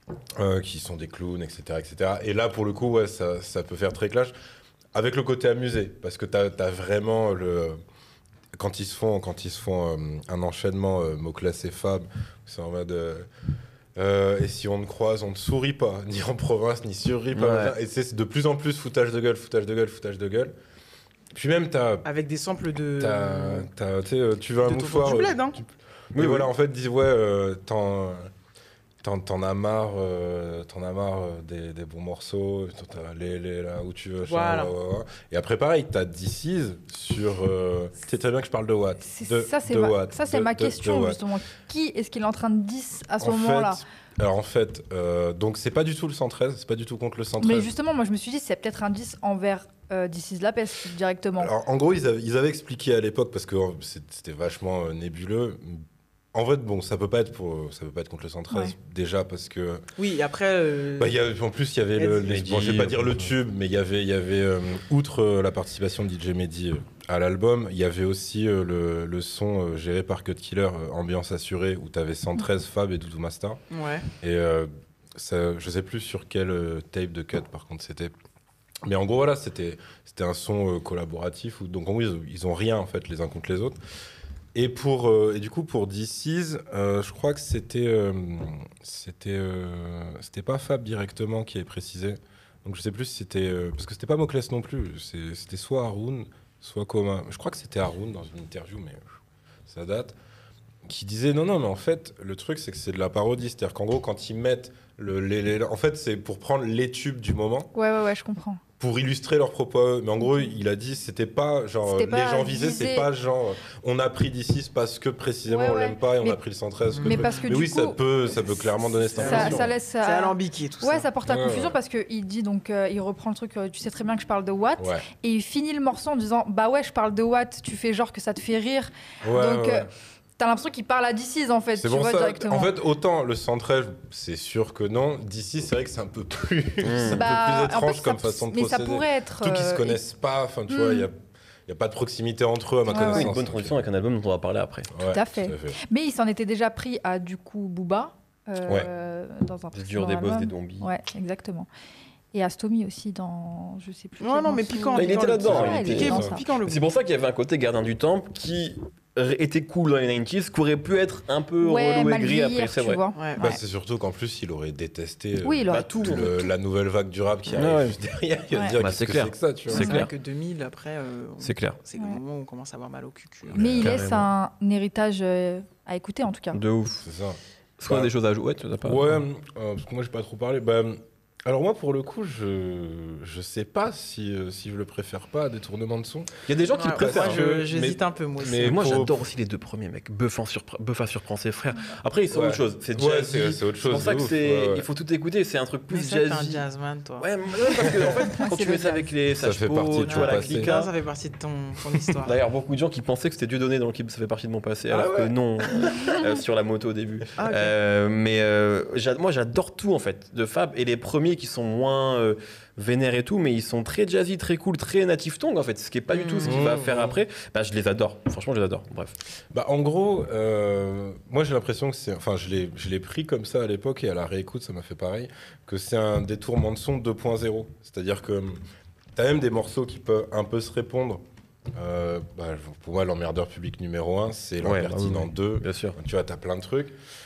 euh, qui sont des clowns, et cetera, et cetera. Et là, pour le coup, ouais, ça, ça peut faire très clash, avec le côté amusé, parce que t'as, t'as vraiment le... Quand ils se font, quand ils se font euh, un enchaînement euh, mots-classes et Fab, c'est en mode... Euh, euh, et si on te croise, on ne sourit pas, ni en province, ni sur Rip. Ouais. Et c'est de plus en plus foutage de gueule, foutage de gueule, foutage de gueule. Puis même, t'as... Avec des samples de. t'as, t'as, tu sais, euh, tu veux un de mouchoir... du bled, hein. tu- Oui, et voilà, oui. en fait, ils disent, ouais, euh, t'en, t'en, t'en as marre, euh, t'en as marre euh, des, des bons morceaux, t'as les, les, là où tu veux. Voilà. Genre, ouais, ouais, ouais. Et après, pareil, t'as D C's sur... Euh, tu sais très bien que je parle de Watt. C'est- De, ça, c'est de ma, Watt, ça, c'est de- ma de- de question, Watt. justement. Qui est-ce qu'il est en train de diss à ce En moment-là? fait, alors en fait, euh, donc c'est pas du tout le cent treize, c'est pas du tout contre le cent treize. Mais justement, moi, je me suis dit, c'est peut-être un diss envers euh, This is la peste, directement. Alors, en gros, ils avaient, ils avaient expliqué à l'époque, parce que euh, c'est- c'était vachement euh, nébuleux. En fait, bon, ça peut pas être pour, ça peut pas être contre le cent treize Ouais. déjà parce que Oui, après. euh, bah, il y a, en plus il y avait le, Mehdi. les- Mehdi, bon, je vais pas dire le euh, tube, mais il y avait, il y avait euh, outre euh, la participation de D J Mehdi euh, à l'album, il y avait aussi euh, le, le son euh, géré par Cut Killer, euh, ambiance assurée, où tu avais cent treize Fab et Doudou Masta. Ouais. Et euh, ça, je sais plus sur quel euh, tape de cut par contre c'était. Mais en gros voilà, c'était c'était un son euh, collaboratif où donc en gros ils, ils ont rien en fait les uns contre les autres. Et pour euh, et du coup pour D C's, euh, je crois que c'était euh, c'était euh, c'était pas Fab directement qui avait précisé. Donc je sais plus si c'était euh, parce que c'était pas Mocles non plus, C'est- c'était soit Haroun, soit Coma. Je crois que c'était Haroun dans une interview mais euh, ça date qui disait non non mais en fait le truc c'est que c'est de la parodie, c'est-à-dire qu'en gros quand ils mettent le les, les- en fait c'est pour prendre les tubes du moment Ouais, ouais, ouais, je comprends. pour illustrer leurs propos à eux. Mais en gros il a dit c'était pas genre C'était les pas gens visés visé. c'est pas genre on a pris d'ici parce que précisément Ouais, on ouais. l'aime pas et on Mais- a pris le cent treize. mais parce que mais du oui coup, ça peut ça peut clairement donner cette Ça, impression. ça laisse. C'est à- alambiqué tout Ouais, ça. ça porte à Ouais, confusion ouais. parce qu'il dit donc, euh, il reprend le truc, euh, tu sais très bien que je parle de Watt, Ouais. et il finit le morceau en disant bah ouais, je parle de Watt, tu fais genre que ça te fait rire. Ouais, donc, ouais. euh, t'as l'impression qu'il parle à D C's en fait, tu C'est pour vois ça. directement. En fait, autant le cent treize, c'est sûr que non. D'ici, c'est vrai que c'est un peu plus, c'est un Bah, peu plus en étrange fait, comme ça- façon de mais procéder. ça pourrait être. Surtout qu'ils euh, se connaissent pas. Enfin, tu Hmm. vois, il y a, il y a pas de proximité entre eux à ma Ouais, connaissance. C'est une bonne donc, transition avec un album dont on va parler après. ouais, Tout à fait. Mais il s'en était déjà pris à du coup Booba euh, dans un Des durs, des précédent boss, des album. zombies. Ouais, exactement. Et à Stomy aussi dans je sais plus. Non, quel non, mais morceau. piquant. Bah, il piquant était le là-dedans, petit. il était Piquant- dans ça. piquant le C'est pour ça qu'il y avait un côté gardien du temple qui r- était cool dans les quatre-vingt-dix, qui aurait pu être un peu Ouais, relou et mal gris après, vieillir, c'est tu vrai. vois. Ouais. Bah, Ouais. c'est surtout qu'en plus, il aurait détesté euh, Oui, il aurait Bah, tout, le- en fait. la nouvelle vague du rap qui arrive Ouais. juste derrière. Il va Ouais. se dire Bah, qu'est-ce c'est que clair. c'est que ça, tu vois. C'est C'est clair. vrai que deux mille, après, euh, on- C'est clair. c'est le moment où on commence à avoir mal au cul. tu vois. Mais il Carrément. laisse un, un héritage euh, à écouter en tout cas. De ouf. C'est ça. Est-ce qu'on a Bah, des choses à jouer? Ouais, tu n'as pas. Ouais, euh, parce que moi j'ai pas trop parlé. Bah, alors moi pour le coup, je je sais pas si euh, si je le préfère pas à Détournement de son. Il y a des gens qui Ouais, le préfèrent. moi, que- je- J'hésite mais- un peu, moi aussi. mais- Mais moi faut- j'adore aussi les deux premiers mecs. Buff, en surpre- Buff à surprend ses frères. Après ils sont Ouais. autre chose. C'est Ouais, jazzy. c'est- c'est autre chose, pour ça de que ouf, c'est. ouais, ouais. Il faut tout écouter. C'est un truc Mais plus ça, t'es un jazzy. jazzman, toi. Ouais, mais ouais, parce que en fait, quand c'est tu le mets ça jazz. avec les Ça fait Sages partie Po, de tu ton vois la passé. clica. Ça, ça fait partie de ton, ton histoire. D'ailleurs, beaucoup de gens qui pensaient que c'était Dieudonné dans le clip, ça fait partie de mon passé, Ah alors que ouais. non, euh, sur la moto au début. Ah, ok. Euh, mais euh, j'a- moi, j'adore tout en fait de Fab, et les premiers qui sont moins euh, vénères et tout, mais ils sont très jazzy, très cool, très native tongue en fait, ce qui est pas du tout ce qu'il va Mmh. faire après. Bah, je les adore, franchement, je les adore. Bref. Bah, en gros, euh, moi j'ai l'impression que c'est. Enfin, je l'ai, je l'ai pris comme ça à l'époque et à la réécoute, ça m'a fait pareil. Que c'est un détournement de son deux point zéro. C'est-à-dire que t'as même des morceaux qui peuvent un peu se répondre. Euh, bah, pour moi, l'emmerdeur public numéro un, c'est Ouais, l'impertinent ah oui, deux. Bien sûr. Tu vois, t'as plein de trucs.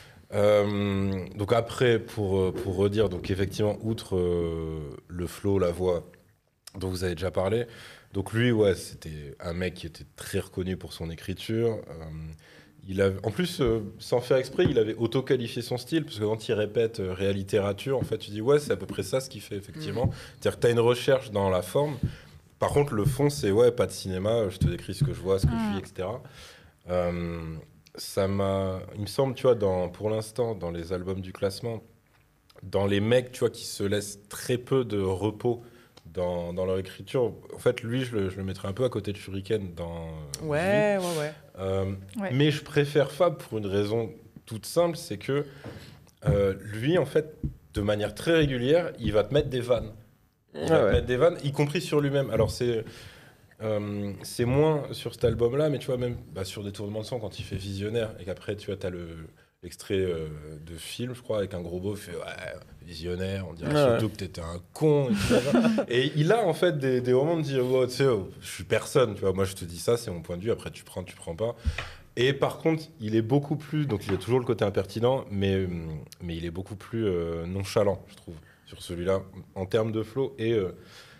Euh, donc après, pour, euh, pour redire, donc effectivement, outre euh, le flow, la voix, dont vous avez déjà parlé, donc lui, ouais, c'était un mec qui était très reconnu pour son écriture. Euh, il avait, en plus, euh, sans faire exprès, il avait auto-qualifié son style, parce que quand il répète euh, réalittérature, en fait, tu dis, ouais, c'est à peu près ça ce qu'il fait, effectivement. C'est-à-dire que tu as une recherche dans la forme. Par contre, le fond, c'est, ouais, pas de cinéma, je te décris ce que je vois, ce que je vis, et cetera. Euh, ça m'a... Il me semble, tu vois, dans, pour l'instant, dans les albums du classement, dans les mecs, tu vois, qui se laissent très peu de repos dans, dans leur écriture, en fait, lui, je le, je le mettrais un peu à côté de Shuriken dans... euh, Ouais, ouais, ouais. euh, Ouais. Mais je préfère Fab pour une raison toute simple, c'est que euh, lui, en fait, de manière très régulière, il va te mettre des vannes. Il Ouais, va te ouais. mettre des vannes, y compris sur lui-même. Alors, c'est... Euh, c'est moins sur cet album-là, mais tu vois, même bah, sur Détournement de son, quand il fait Visionnaire, et qu'après, tu vois, t'as le, extrait euh, de film, je crois, avec un gros beau, il fait ouais, visionnaire, on dirait Ouais, surtout que t'étais un con. Et, tout ça. Et il a en fait des, des moments de dire, oh, tu sais, oh, je suis personne, tu vois, moi je te dis ça, c'est mon point de vue, après tu prends, tu prends pas. Et par contre, il est beaucoup plus, donc il a toujours le côté impertinent, mais, mais il est beaucoup plus euh, nonchalant, je trouve, sur celui-là, en termes de flow et euh,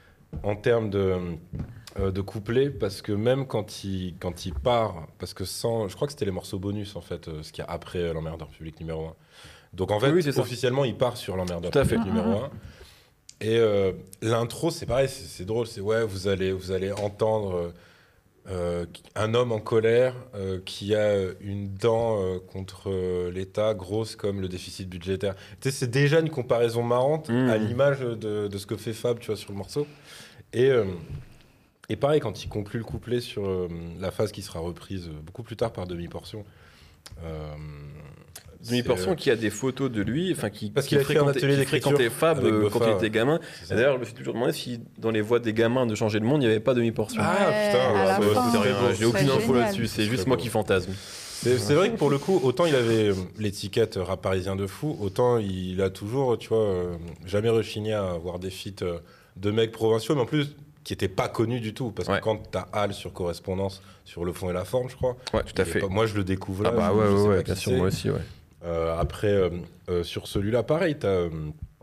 en termes de, euh, de couplet, parce que même quand il, quand il part, parce que sans, je crois que c'était les morceaux bonus en fait, euh, ce qu'il y a après euh, l'emmerdeur public numéro un. Donc en fait, Oui, oui, c'est ça. officiellement, il part sur l'emmerdeur Tout à public fait. numéro un. Et euh, l'intro, c'est pareil, c'est, c'est drôle, c'est ouais, vous allez, vous allez entendre euh, un homme en colère euh, qui a une dent euh, contre euh, l'État grosse comme le déficit budgétaire. Tu sais, c'est déjà une comparaison marrante Mmh. à l'image de, de ce que fait Fab, tu vois, sur le morceau. Et, euh, et pareil, quand il conclut le couplet sur euh, la phase qui sera reprise beaucoup plus tard par Demi-Portion. Euh, Demi-Portion c'est, qui a des photos de lui, enfin qui, Parce qui qu'il a fait un fréquentait, atelier qui d'écriture fréquentait Fab avec euh, Boffa, quand il était ouais. gamin. c'est Et ça. d'ailleurs, je me suis toujours demandé si dans les voix des gamins de Changer le Monde, il n'y avait pas Demi-Portion. Ah, Ouais, putain, à ouais, la ouais, fin, c'est C'est rien, beau. j'ai aucune c'est info génial. là-dessus, c'est C'est juste très moi beau. qui fantasme. C'est, c'est vrai que pour le coup, autant il avait euh, l'étiquette rap parisien de fou, autant il a toujours, tu vois, euh, jamais rechigné à avoir des feats euh, de mecs provinciaux, mais en plus qui n'étaient pas connus du tout. Parce Ouais. que quand t'as Al sur Correspondance, sur le fond et la forme, je crois. Ouais, tout à il est fait. pas- moi, je le découvre là. Ah bah je- ouais, je sais ouais, pas ouais, qui bien sûr, c'est. moi aussi, ouais. Euh, après, euh, euh, sur celui-là, pareil, t'as. euh,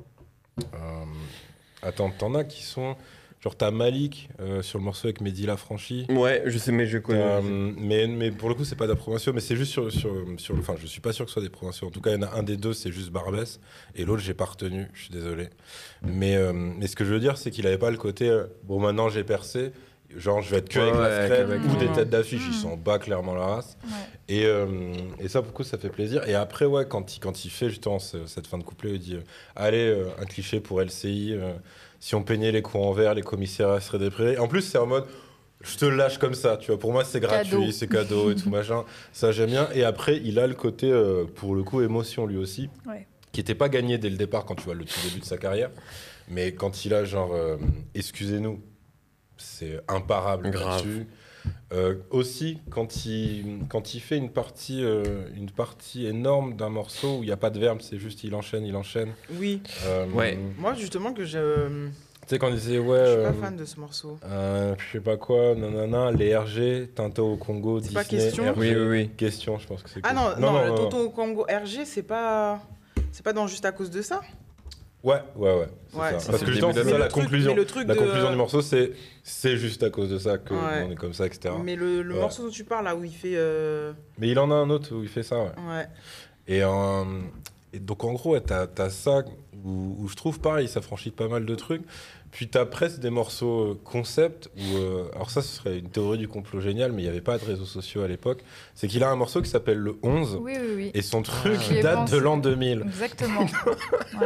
euh, attends, t'en as qui sont. Genre, t'as Malik euh, sur le morceau avec Mehdi Lafranchi. Ouais, je sais, mais je connais. Euh, mais, mais pour le coup, c'est pas de la provinciaux, mais c'est juste sur, sur, sur le. Enfin, je suis pas sûr que ce soit des provinciaux. En tout cas, il y en a un des deux, c'est juste Barbès, et l'autre, j'ai pas retenu. Je suis désolé. Mais, euh, mais ce que je veux dire, c'est qu'il avait pas le côté. euh, bon, maintenant, j'ai percé. Genre, je vais être que Ouais, avec ouais, la frère avec- ou des Mmh. têtes d'affiche. Ils Mmh. s'en bat clairement la race. Ouais. Et, euh, et ça, pour le coup, ça fait plaisir. Et après, ouais, quand il, quand il fait justement ce- cette fin de couplet, il dit euh, allez, euh, un cliché pour L C I. euh, si on peignait les coups en vert, les commissaires seraient déprimés. En plus, c'est en mode je te le lâche comme ça, tu vois. Pour moi, c'est gratuit, Cadeau. c'est cadeau et tout machin. Ça, j'aime bien. Et après, il a le côté, euh, pour le coup, émotion lui aussi, Ouais. qui n'était pas gagné dès le départ quand tu vois le tout début de sa carrière. Mais quand il a genre, euh, excusez-nous, c'est imparable Grave. là-dessus. Euh, aussi, quand il, quand il fait une partie, euh, une partie énorme d'un morceau où il n'y a pas de verbe, c'est juste il enchaîne, il enchaîne. Oui. Euh, Ouais. Moi, justement, que je ne Tu sais, quand il disait, ouais, suis pas euh, fan de ce morceau. euh, je sais pas quoi, nanana, les R G, Tinto au Congo, C'est Disney, pas question R G. Oui, oui, oui. Question, je pense que c'est Ah question. non, non, le Tonton au Congo R G, c'est pas. C'est pas dans juste à cause de ça. Ouais, ouais, ouais. c'est Ouais, ça. c'est Parce ça. que C'est justement, le c'est début ça de la le truc- conclusion. mais le truc La de- conclusion du morceau, c'est c'est juste à cause de ça que Ouais. on est comme ça, et cetera. Mais le, le Ouais. morceau dont tu parles, là, où il fait. euh, Mais il en a un autre où il fait ça, ouais. Ouais. Et, euh, et donc, en gros, ouais, t'as as ça où, où je trouve pareil, ça franchit pas mal de trucs. Puis t'as presque des morceaux euh, concept où. euh, alors, ça, ce serait une théorie du complot géniale, mais il n'y avait pas de réseaux sociaux à l'époque. C'est qu'il a un morceau qui s'appelle le onze. Oui, oui, oui. Et son truc J'y ai date pensé. de l'an deux mille. Exactement. Ouais.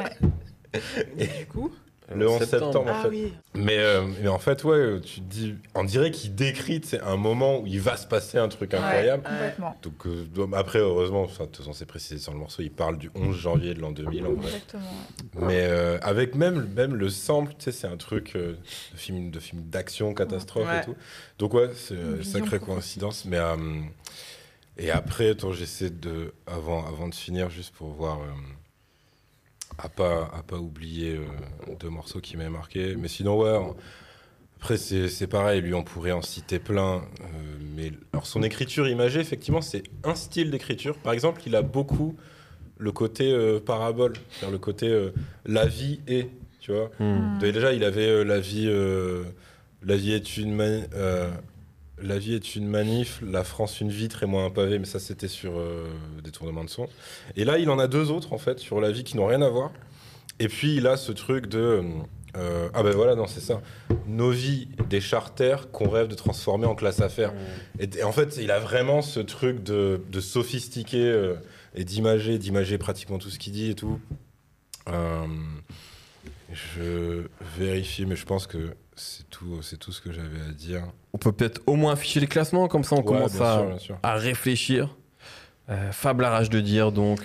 Et du coup. Le onze septembre, en Ah fait. oui. Mais, euh, mais en fait, ouais, tu te dis. On dirait qu'il décrit c'est un moment où il va se passer un truc incroyable. Complètement. Donc, euh, donc, après, heureusement, enfin, de toute façon, c'est précisé sur le morceau, il parle du onze janvier de l'an deux mille, en vrai. Exactement. ouais. Mais euh, avec même, même le sample, tu sais, c'est un truc euh, de film de film d'action, catastrophe Ouais. et tout. Donc, ouais, c'est euh, Une vision sacrée prophétique. coïncidence. Mais, euh, et après, attends, j'essaie de. Avant, avant de finir, juste pour voir. euh, à pas, à pas oublier euh, deux morceaux qui m'avaient marqué. Mais sinon, ouais. on- Après, c'est c'est pareil, lui, on pourrait en citer plein. euh, mais alors, son écriture imagée, effectivement, c'est un style d'écriture. Par exemple, il a beaucoup le côté euh, parabole, c'est-à-dire le côté euh, la vie est, tu vois. Hmm. Déjà, il avait euh, la vie, euh, la vie est une mani- euh, la vie est une manif, la France une vitre et moi un pavé, mais ça c'était sur euh, Détournement de son. Et là, il en a deux autres en fait sur la vie qui n'ont rien à voir. Et puis il a ce truc de euh, ah ben voilà, non c'est ça, nos vies des charters qu'on rêve de transformer en classe affaires. Et, et en fait, il a vraiment ce truc de, de sophistiqué euh, et d'imager, d'imager pratiquement tout ce qu'il dit et tout. Euh, je vérifie, mais je pense que c'est tout, c'est tout ce que j'avais à dire. On peut peut-être au moins afficher les classements, comme ça on Ouais, commence bien à, sûr, bien sûr. à réfléchir. Euh, Fab la rage de dire, donc,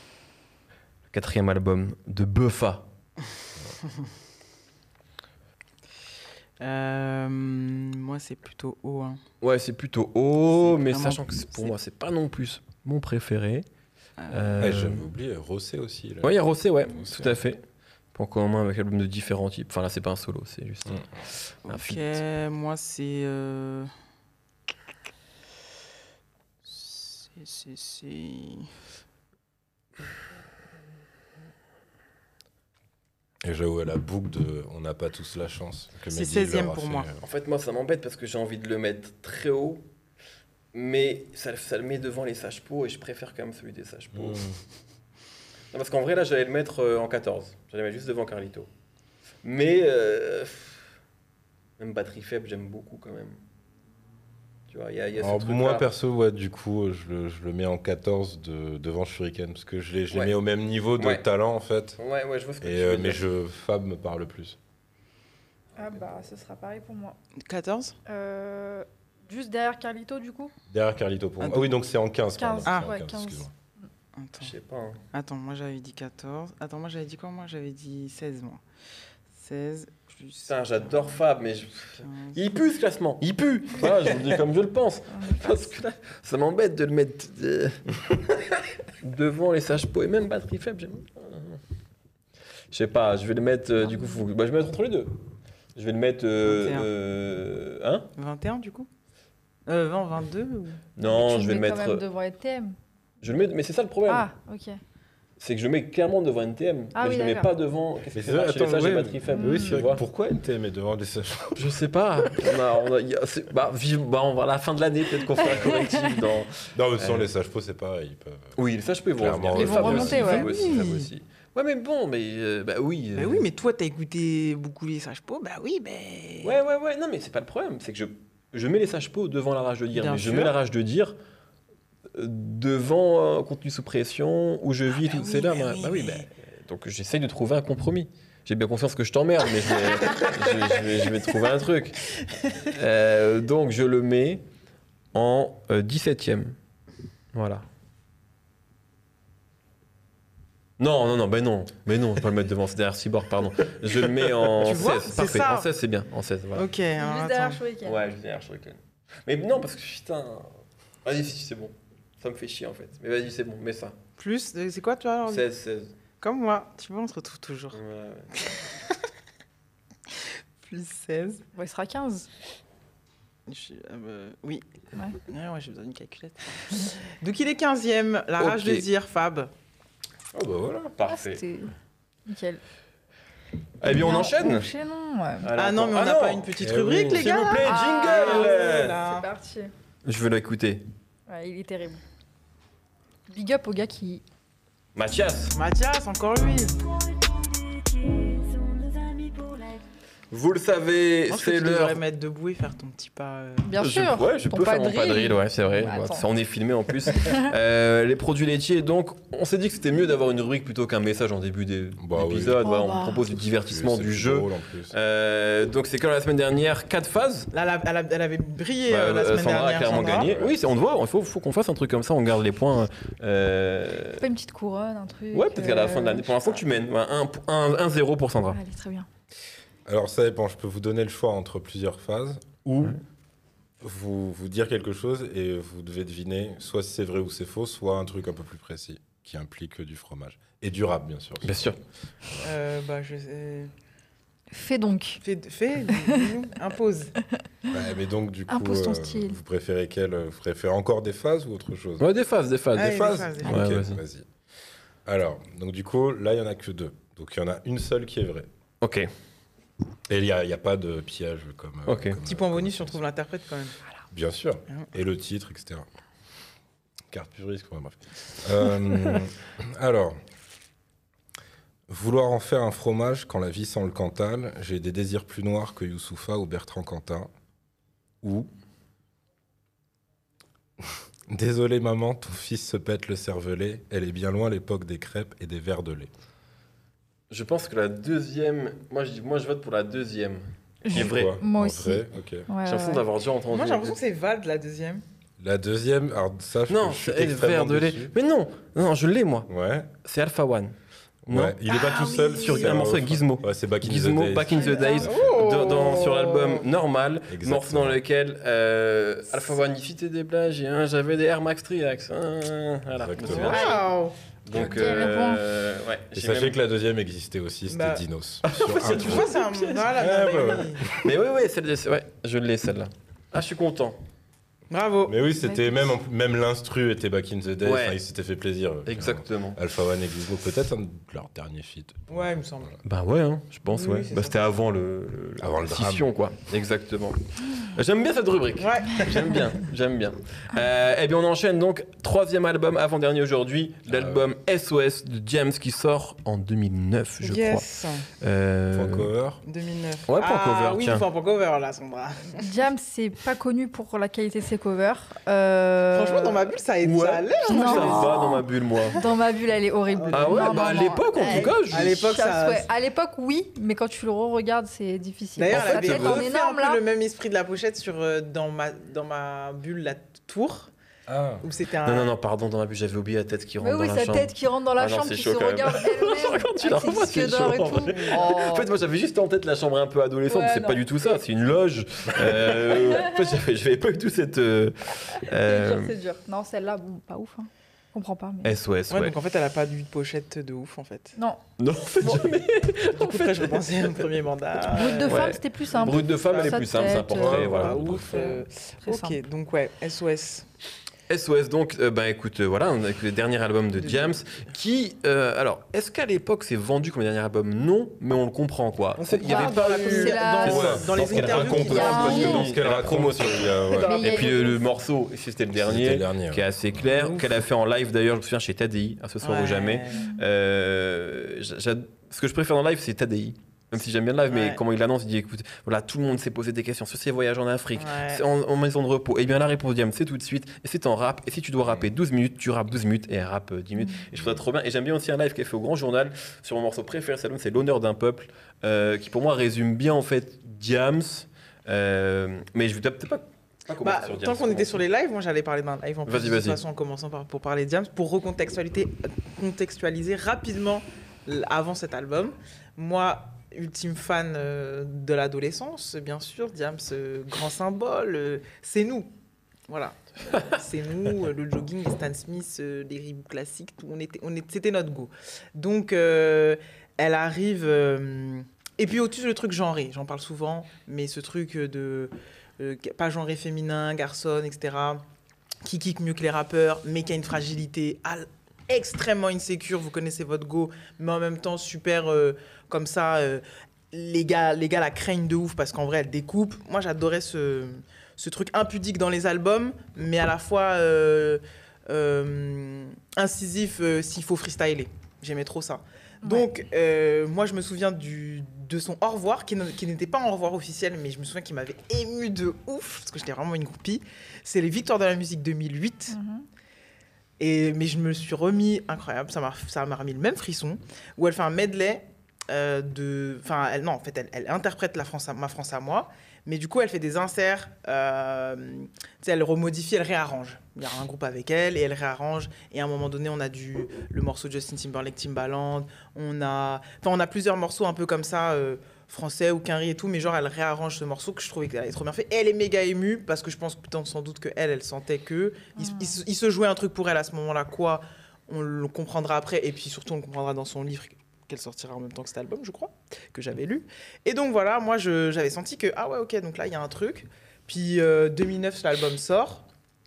le quatrième album de Buffa. Euh, moi, c'est plutôt haut. Hein. Ouais, c'est plutôt haut, C'est mais vraiment- sachant que c'est- pour c'est- moi, c'est pas non plus mon préféré. Euh, Ouais, j'avais oublié, Rossé aussi. Là. Ouais, il y a Rossé, ouais, Rossé. tout à fait. Point commun avec l'album de différents types. Enfin là, c'est pas un solo, c'est juste Mm. un, un Ok, feat. moi c'est. euh, C'est. c'est- c'est- Et j'avoue, la boucle de On n'a pas tous la chance. que C'est Mehdi seizième leur a pour fait, moi. euh, En fait, moi, ça m'embête parce que j'ai envie de le mettre très haut, mais ça, ça le met devant les sages-pots et je préfère quand même celui des sages-pots. Mm. Non, parce qu'en vrai, là, j'allais le mettre euh, en quatorze. J'allais le mettre juste devant Carlito. Mais euh, même batterie faible, j'aime beaucoup quand même. Tu vois, il y a, il y a ce Alors, truc-là. moi, perso, ouais, du coup, je le, je le mets en quatorze de, devant Shuriken, parce que je les, je les Ouais. mets au même niveau de Ouais. talent, en fait. Ouais, ouais, je vois ce que Et, tu euh, veux mais dire. je, Fab me parle plus. Ah bah, ce sera pareil pour moi. quatorze Euh, juste derrière Carlito, du coup. Derrière Carlito pour moi. Attends. Ah oui, donc c'est en quinze. pardon. quinze, C'est ah. en ouais, quinze, quinze. excuse-moi. Attends. Je sais pas. hein. Attends, moi j'avais dit quatorze. Attends, moi j'avais dit quoi Moi j'avais dit seize, moi. seize plus. Putain, j'adore Fab, mais je- quinze. il pue ce classement. Il pue. Voilà, je vous le dis comme je le pense. On est pas- Parce que là, ça m'embête de le mettre euh, devant les sages-pots et même batterie faible. j'aime pas. Je sais pas, je vais le mettre. euh, du coup, faut... bah, je vais le mettre entre les deux. Je vais le mettre. Euh, vingt et un. euh, hein vingt et un du coup euh, vingt, vingt-deux ou... Non, tu je vais le mets mettre. quand même devant N T M. Je le mets, mais c'est ça le problème. Ah, ok. C'est que je le mets clairement devant N T M. Ah mais oui, je le mets d'accord. pas devant. Qu'est-ce Mais que c'est c'est vrai, chez les attends, sages et ouais, batterie faible. oui, Oui, c'est tu c'est vrai. vois. Pourquoi N T M est devant les sages? Je sais pas. On a, on a- il y a- c'est- bah, vive, bah, on va à la fin de l'année, peut-être qu'on fera un correctif dans. Non, mais sans Euh. les sages-pots, c'est pareil. Ils peuvent... Oui, les sages-pots, ils vont Clairement, revenir. ils vont Fab remonter, aussi, ouais. Fab aussi, Fab Oui. aussi. Ouais, mais bon, mais euh, bah oui. Bah euh, oui, mais toi t'as écouté beaucoup les sages-pots, bah oui, bah. Ouais, ouais, ouais. Non, mais c'est pas le problème. C'est que je, je mets les sages-pots devant la rage de dire. Bien mais je sûr. mets la rage de dire euh, devant un contenu sous pression où je vis bah tout. oui, c'est là, bah bah, oui, bah oui, mais- bah, donc j'essaye de trouver un compromis. J'ai bien confiance que je t'emmerde, mais je vais, je, je vais, je vais trouver un truc. Euh, donc je le mets en euh, dix-septième. Voilà. Non, non, non, ben non, mais non, je vais pas le mettre devant, c'est derrière Cyborg, pardon. Je le mets en Tu vois, seize, c'est parfait, ça. en seize c'est bien, en seize, voilà. Ok, alors, Juste derrière attends. Shuriken. Ouais, je vais derrière Shuriken. Mais non, parce que putain. Vas-y, si, c'est bon. Ça me fait chier en fait. Mais vas-y, c'est bon, mets ça. Plus, euh, c'est quoi toi alors seize, seize. Comme moi, tu vois, on se retrouve toujours. Ouais, ouais. Plus seize. Bon, il sera quinze. Je- euh, oui. Ouais. Ouais, ouais, j'ai besoin d'une calculette. Donc il est quinzième, la rage Ok. de dire, Fab. Oh, bah voilà. Ah, Parfait. c'était nickel. Eh bien, on Bien, enchaîne. Enchaînons, ouais. Alors, Ah non, mais on ah n'a non. pas une petite Eh rubrique, oui. les S'il gars. vous plaît, Ah, jingle. voilà. C'est parti. Je veux l'écouter. Ouais, il est terrible. Big up au gars qui. Mathias, Mathias, encore lui. vous le savez, Moi, je c'est que tu l'heure. devrais mettre debout et faire ton petit pas. euh, Bien Je- sûr. Ouais, je ton peux faire mon padrille. pas de drill, ouais, c'est vrai. Bah, Ouais, attends. ça, on est filmé en plus. Euh, les produits laitiers, donc, on s'est dit que c'était mieux d'avoir une rubrique plutôt qu'un message en début des- Bah oui. d'épisode. Oh, Voilà, on bah. propose du divertissement, C'est du plus jeu. drôle, en plus. Euh, donc, c'est comme la semaine dernière, quatre phases. Là, elle, a- elle a- elle avait brillé Bah, euh, la euh, semaine Sandra dernière. a clairement Sandra. gagné. Oui, c'est- on te voit, il faut, faut qu'on fasse un truc comme ça, on garde les points. euh, Pas une petite couronne, un truc. Ouais, peut-être qu'à la fin de euh, l'année. Pour l'instant, tu mènes. Ouais, un zéro pour Sandra. Allez, très bien. Alors, ça dépend. Je peux vous donner le choix entre plusieurs phases ou Ouais. vous, vous dire quelque chose et vous devez deviner soit si c'est vrai ou c'est faux, soit un truc un peu plus précis qui implique du fromage. Et durable, bien sûr. Bien sûr. Euh, bah, je sais. Fais donc. Fais, fais dis-nous, impose. Ouais, mais donc, du coup, Impose ton style. vous préférez quelle Vous préférez encore des phases ou autre chose? Ouais, des phases, des phases. Allez, Des des phases, phases, des Ok, phases. Ouais, vas-y. vas-y. Alors, donc du coup, là, il n'y en a que deux. Donc, il y en a une seule qui est vraie. Ok. Et il n'y a, il y a pas de piège comme... euh, Ok. comme, Petit euh, point comme bonus si on ça. trouve l'interprète quand même. Bien sûr. Hein. Et le titre, et cetera. Carte puriste, quoi, bref. Euh, alors, vouloir en faire un fromage quand la vie sent le Cantal, j'ai des désirs plus noirs que Youssoufa ou Bertrand Cantat. Ou... Désolé maman, ton fils se pète le cervelet, elle est bien loin l'époque des crêpes et des verres de lait. Je pense que la deuxième. Moi, je, dis- moi, je vote pour la deuxième. Qui est vraie. Quoi Moi En aussi. vrai, ok. Ouais, J'ai ouais, l'impression ouais. d'avoir déjà entendu. Moi, j'ai l'impression que c'est Vald la deuxième. La deuxième, alors sache Non, que je suis c'est elle, extrêmement verre de lait. déçu. Mais non, non, je l'ai moi. Ouais, C'est Alpha One. Non. Ouais, il est pas Ah tout seul. oui. Sur c'est un morceau avec Gizmo. Ouais, c'est Back in Gizmo, the Days. Back in the Days, Oh. dans, dans- sur l'album normal, Exactement. morceau dans lequel euh, Alpha One il citait des plages, et, hein, j'avais des Air Max Triax. hein, voilà. Exactement. Waouh. Donc, Ok, euh, ouais. Et j'ai sachez même- que la deuxième existait aussi, c'était Bah. Dinos. Sur un Tu tour. vois, c'est un. Voilà, Ah, non, bah mais- ouais. Mais oui, oui, celle ouais, je l'ai celle-là. Ah, je suis content. Bravo. Mais oui, c'était même, en- même l'instru était Back in the Day. Ouais. Enfin, il s'était fait plaisir. euh, Exactement. Alpha One et Gizmo, peut-être un de leurs derniers feats. Ouais, il me semble. Bah ouais, hein, je pense, Oui, ouais. c'est Bah, ça. c'était avant le, le- la Avant le drame. scission, quoi. Exactement. J'aime bien cette rubrique. Ouais. J'aime bien, j'aime bien. Euh, eh bien, on enchaîne donc. Troisième album, avant-dernier aujourd'hui, l'album S O S de James qui sort en deux mille neuf, je Yes. crois. Euh, Point cover. deux mille neuf. Ouais, point ah, cover, oui, tiens. il faut un point cover là, Sandra. Jam, c'est pas connu pour la qualité de ses covers. Euh, Franchement, dans ma bulle, ça a, Ouais. ça a l'air. Je trouve que ça Non. va dans ma bulle, moi. Dans ma bulle, elle est horrible. Ah ouais, Non, bah à non, non. l'époque, en tout Elle cas, je- À l'époque, chasse, ça- ouais. À l'époque, oui, mais quand tu le re-regardes, c'est difficile. D'ailleurs, En elle fait, avait c'est en refait un énorme peu là. le même esprit de la pochette sur, euh, dans, ma, dans ma bulle, la tour, Ah. où c'était un. Non, non, non, pardon, dans ma bulle, j'avais oublié la tête qui rentre Mais oui, dans la sa chambre. tête qui rentre dans la Ah non, chambre, c'est qui chaud, se quand même. regarde elle-même. Quand tu la avec ses revois, disques c'est d'or et chaud, tout. en vrai. Oh. En fait, moi j'avais juste en tête la chambre un peu adolescente, Ouais, c'est non. pas du tout ça, c'est une loge. Euh, en fait, j'avais, j'avais pas du tout cette. euh, C'est euh, dur, c'est dur. Non, celle-là, bon, pas ouf. Hein. Je comprends pas. Mais... S O S, Ouais, ouais. donc en fait, elle a pas eu de pochette de ouf en fait. Non, Non, en fait, Bon. jamais. Du coup, après, je repensais au premier mandat. Brut de Ouais. femme, c'était plus simple. Brut de femme, elle est Sa plus simple, c'est un tête, portrait, euh, voilà. Pas ouf. euh, Très Ok, simple. donc ouais, S O S. S O S donc, euh, bah écoute, euh, voilà, on a écouté le dernier album de De James, qui, euh, alors, est-ce qu'à l'époque c'est vendu comme le dernier album? Non, mais on le comprend quoi. On C'est- Il y avait comprend pas dans la eu- communication- C'est la- dans- C'est ça. dans les ce qu'elle interviews raconte qu'il y a- aussi, parce que dans Oui. ce qu'elle La raconte, promotion. il y a- ouais. Dans la- Mais il y a Et puis eu- le, le morceau, si c'était le C'était dernier, le dernier, qui est ouais. assez clair, Ouf. qu'elle a fait en live d'ailleurs, je me souviens chez Tadei, à ce soir ou Ouais. jamais. Euh, j'a- j'a- ce que je préfère en live, c'est Tadei. Même si j'aime bien le live, mais Ouais. comment il annonce, il dit écoute, voilà, tout le monde s'est posé des questions sur ses voyages en Afrique, Ouais. c'est en, en maison de repos. Et bien la réponse Diam, c'est tout de suite. Et c'est en rap. Et si tu dois rapper douze minutes, tu rappes douze minutes et elle rappe euh, dix minutes. Et je trouve ça trop bien. Et j'aime bien aussi un live qu'elle fait au Grand Journal sur mon morceau préféré, c'est c'est L'honneur d'un peuple, euh, qui pour moi résume bien en fait Diams. Euh, mais je vais peut-être pas. pas commencer Bah, sur Diams, tant qu'on comment était ça. sur les lives, moi j'allais parler d'un live en plus. Vas-y, de vas-y. toute façon, en commençant par, pour parler de James, pour recontextualiser contextualiser rapidement l- avant cet album. Moi, ultime fan euh, de l'adolescence, bien sûr, Diams, euh, grand symbole, euh, c'est nous. Voilà. C'est nous, euh, le jogging, les Stan Smith, euh, les Reebok classiques, tout, on était, on est, c'était notre go. Donc, euh, elle arrive. euh, et puis, au-dessus, le truc genré, j'en parle souvent, mais ce truc de. euh, pas genré féminin, garçon, et cetera, qui kick mieux que les rappeurs, mais qui a une fragilité al- extrêmement insécure. Vous connaissez votre go, mais en même temps, super euh, comme ça. euh, les, gars, les gars la craignent de ouf parce qu'en vrai, elle découpe. Moi, j'adorais ce, ce truc impudique dans les albums, mais à la fois euh, euh, incisif euh, s'il faut freestyler. J'aimais trop ça. Donc, euh, moi, je me souviens du, de son au revoir, qui, ne- qui n'était pas un au revoir officiel, mais je me souviens qu'il m'avait ému de ouf, parce que j'étais vraiment une groupie. C'est les Victoires de la musique deux mille huit. Mhm. Et, mais je me suis remis, incroyable, ça m'a, ça m'a remis le même frisson, où elle fait un medley euh, de. Enfin, elle, non, en fait, elle, elle interprète la France à- ma France à moi, mais du coup, elle fait des inserts, euh, tu sais, elle remodifie, elle réarrange. Il y a un groupe avec elle et elle réarrange. Et à un moment donné, on a du, le morceau Justin Timberlake, Timbaland, on a, enfin, on a plusieurs morceaux un peu comme ça, euh, français ou quinri et tout, mais genre, elle réarrange ce morceau que je trouvais qu'elle avait trop bien fait. Et elle est méga émue parce que je pense putain, sans doute que elle, elle sentait que il, se- il se- il se jouait un truc pour elle à ce moment-là, quoi. On le comprendra après, et puis surtout, on le comprendra dans son livre qu'elle sortira en même temps que cet album, je crois, que j'avais lu. Et donc voilà, moi, je- j'avais senti que, ah ouais, ok, donc là, il y a un truc. Puis euh, deux mille neuf, l'album sort.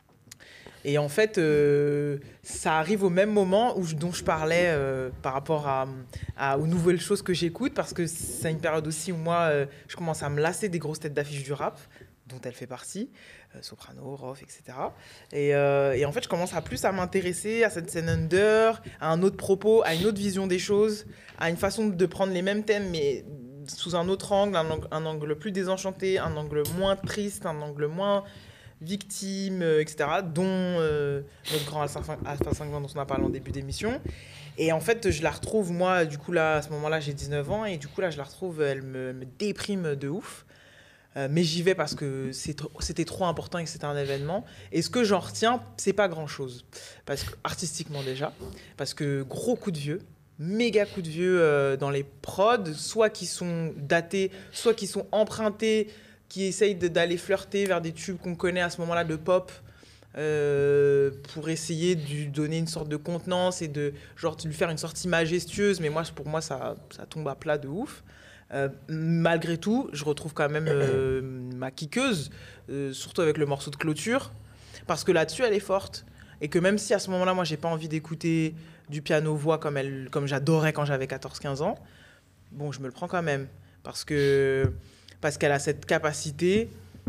Et en fait, euh, ça arrive au même moment où je- dont je parlais euh, par rapport à, à- aux nouvelles choses que j'écoute, parce que c'est une période aussi où moi, euh, je commence à me lasser des grosses têtes d'affiche du rap, dont elle fait partie, euh, Soprano, Rof, et cetera. Et, euh, et en fait, je commence à plus à m'intéresser à cette scène under, à un autre propos, à une autre vision des choses, à une façon de prendre les mêmes thèmes, mais sous un autre angle, un angle, un angle plus désenchanté, un angle moins triste, un angle moins victime, euh, et cetera, dont euh, notre grand Alpha cinq vingt dont on a parlé en début d'émission. Et en fait, je la retrouve, moi, du coup, là, à ce moment-là, j'ai dix-neuf ans, et du coup, là, je la retrouve, elle me, me déprime de ouf. Euh, mais j'y vais parce que c'est trop- c'était trop important et que c'était un événement. Et ce que j'en retiens, c'est pas grand-chose. Parce que, artistiquement déjà, parce que gros coup de vieux, méga coups de vieux euh, dans les prods, soit qui sont datés, soit qui sont empruntés, qui essayent de, d'aller flirter vers des tubes qu'on connaît à ce moment-là de pop, euh, pour essayer de lui donner une sorte de contenance et de, genre, de lui faire une sortie majestueuse. Mais moi, pour moi, ça, ça tombe à plat de ouf. Euh, malgré tout, je retrouve quand même euh, ma kickeuse, euh, surtout avec le morceau de clôture, parce que là-dessus, elle est forte. Et que même si à ce moment-là, moi, j'ai pas envie d'écouter du piano-voix comme, elle, comme j'adorais quand j'avais quatorze quinze ans, bon, je me le prends quand même. Parce, que, parce qu'elle a cette capacité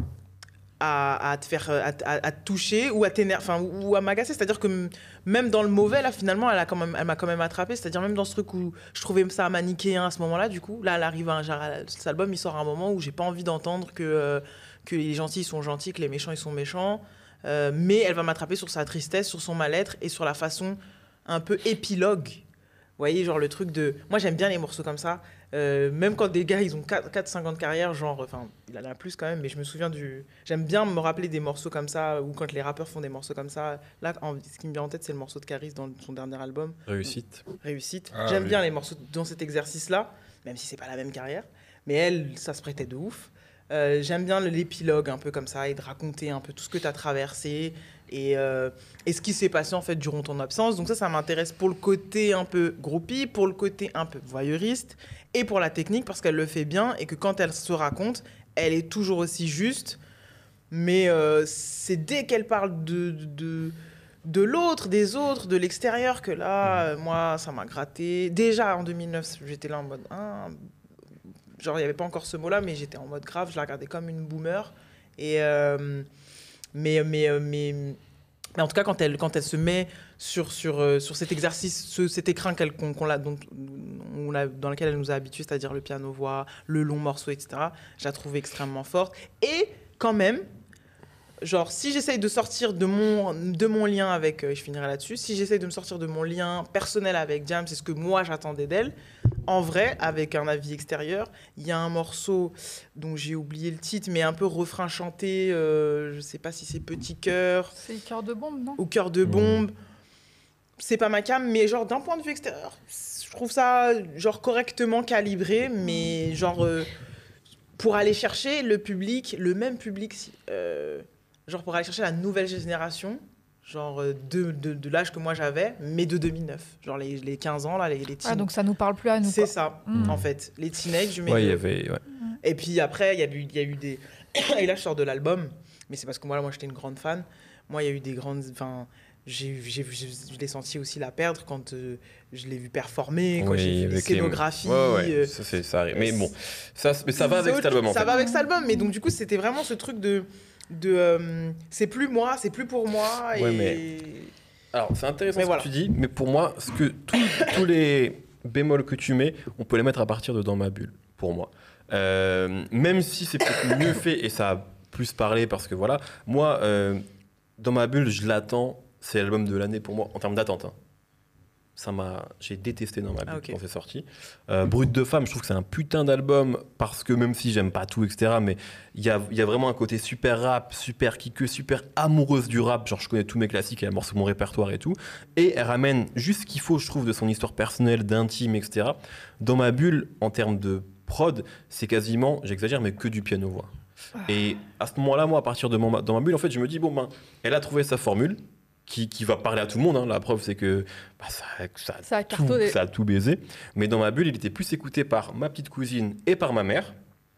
à, à te faire à, à, à te toucher ou à t'énerver, enfin, ou à m'agacer. C'est-à-dire que m- même dans le mauvais, là, finalement, elle, a quand même, elle m'a quand même attrapé. C'est-à-dire même dans ce truc où je trouvais ça manichéen à ce moment-là, du coup, là, elle arrive à un genre, cet album, il sort à un moment où j'ai pas envie d'entendre que, euh, que les gentils ils sont gentils, que les méchants ils sont méchants. Euh, mais elle va m'attraper sur sa tristesse, sur son mal-être et sur la façon un peu épilogue. Vous voyez, genre le truc de... Moi, j'aime bien les morceaux comme ça. Euh, même quand des gars, ils ont quatre cinq ans de carrière, genre... Enfin, il en a plus quand même, mais je me souviens du... J'aime bien me rappeler des morceaux comme ça, ou quand les rappeurs font des morceaux comme ça. Là, en- ce qui me vient en tête, c'est le morceau de Caris dans son dernier album. Réussite. Réussite. Ah, J'aime oui. bien les morceaux dans cet exercice-là, même si c'est pas la même carrière. Mais elle, ça se prêtait de ouf. Euh, j'aime bien le- l'épilogue un peu comme ça et de raconter un peu tout ce que tu as traversé et, euh, et ce qui s'est passé en fait durant ton absence. Donc ça, ça m'intéresse pour le côté un peu groupie, pour le côté un peu voyeuriste et pour la technique parce qu'elle le fait bien et que quand elle se raconte, elle est toujours aussi juste. Mais euh, c'est dès qu'elle parle de, de, de, de l'autre, des autres, de l'extérieur que là, euh, moi, ça m'a gratté. Déjà en deux mille neuf, j'étais là en mode... Ah, genre, il n'y avait pas encore ce mot-là, mais j'étais en mode grave, je la regardais comme une boomer. Et, euh, mais, mais, euh, mais, mais en tout cas, quand elle, quand elle se met sur, sur, euh, sur cet exercice, ce- cet écrin qu'elle, qu'on, qu'on l'a, dont, on l'a- dans lequel elle nous a habitués, c'est-à-dire le piano-voix, le long morceau, et cetera, je la trouve extrêmement forte. Et quand même, genre, si j'essaye de sortir de mon, de mon lien avec... euh, je finirai là-dessus. Si j'essaye de me sortir de mon lien personnel avec Diam, c'est ce que moi, j'attendais d'elle. En vrai, avec un avis extérieur, il y a un morceau dont j'ai oublié le titre, mais un peu refrain chanté. Euh, je sais pas si c'est Petit Cœur C'est Cœur de bombe, non? ou Cœur de bombe. C'est pas ma cam, mais genre d'un point de vue extérieur, je trouve ça genre correctement calibré, mais genre euh, pour aller chercher le public, le même public, si- euh, genre pour aller chercher la nouvelle génération, genre euh, de, de, de l'âge que moi j'avais, mais de deux mille neuf, genre les, les quinze ans là, les, les Ah, teens. donc ça nous parle plus à nous. C'est quoi. ça, Mm. en fait. Les teenage, je mets Ouais, il y le- avait. Ouais. Et puis après, il y, a eu- il y a eu des... Et là, je sors de l'album, mais c'est parce que moi, là, moi j'étais une grande fan. Moi, il y a eu des grandes... Enfin, j'ai, j'ai, j'ai- je l'ai senti aussi la perdre quand euh, je l'ai vu performer, quand Oui, j'ai vu les avec les- scénographies. Ouais, ouais, euh, ça, c'est, ça arrive. Mais euh, bon, ça, mais ça va avec c'est cet autre- album en Ça fait. va avec cet album, mais donc du coup, c'était vraiment ce truc de... de euh, c'est plus moi, c'est plus pour moi. Ouais, et... mais- Alors, c'est intéressant Mais ce voilà. que tu dis, mais pour moi, ce que, tous- tous les bémols que tu mets, on peut les mettre à partir de Dans ma bulle, pour moi. Euh, même si c'est peut-être mieux fait et ça a plus parlé parce que voilà, moi, euh, Dans ma bulle, je l'attends, c'est l'album de l'année pour moi en termes d'attente. hein. Ça m'a, j'ai détesté Dans ma bulle Ah, ok. quand c'est sorti. Euh, Brut de femme, je trouve que c'est un putain d'album parce que même si j'aime pas tout, et cetera, mais il y a, il y a vraiment un côté super rap, super kickeux, super amoureuse du rap. Genre, je connais tous mes classiques, elle a un morceau de mon répertoire et tout. Et elle ramène juste ce qu'il faut, je trouve, de son histoire personnelle, d'intime, et cetera. Dans ma bulle, en termes de prod, c'est quasiment, j'exagère, mais que du piano-voix. Et à ce moment-là, moi, à partir de mon, dans ma bulle, en fait, je me dis, bon, ben, elle a trouvé sa formule qui, qui va parler à tout le monde. hein. La preuve, c'est que bah, ça, ça, Ça a tout, cartonné. ça a tout baisé. Mais dans ma bulle, il était plus écouté par ma petite cousine et par ma mère.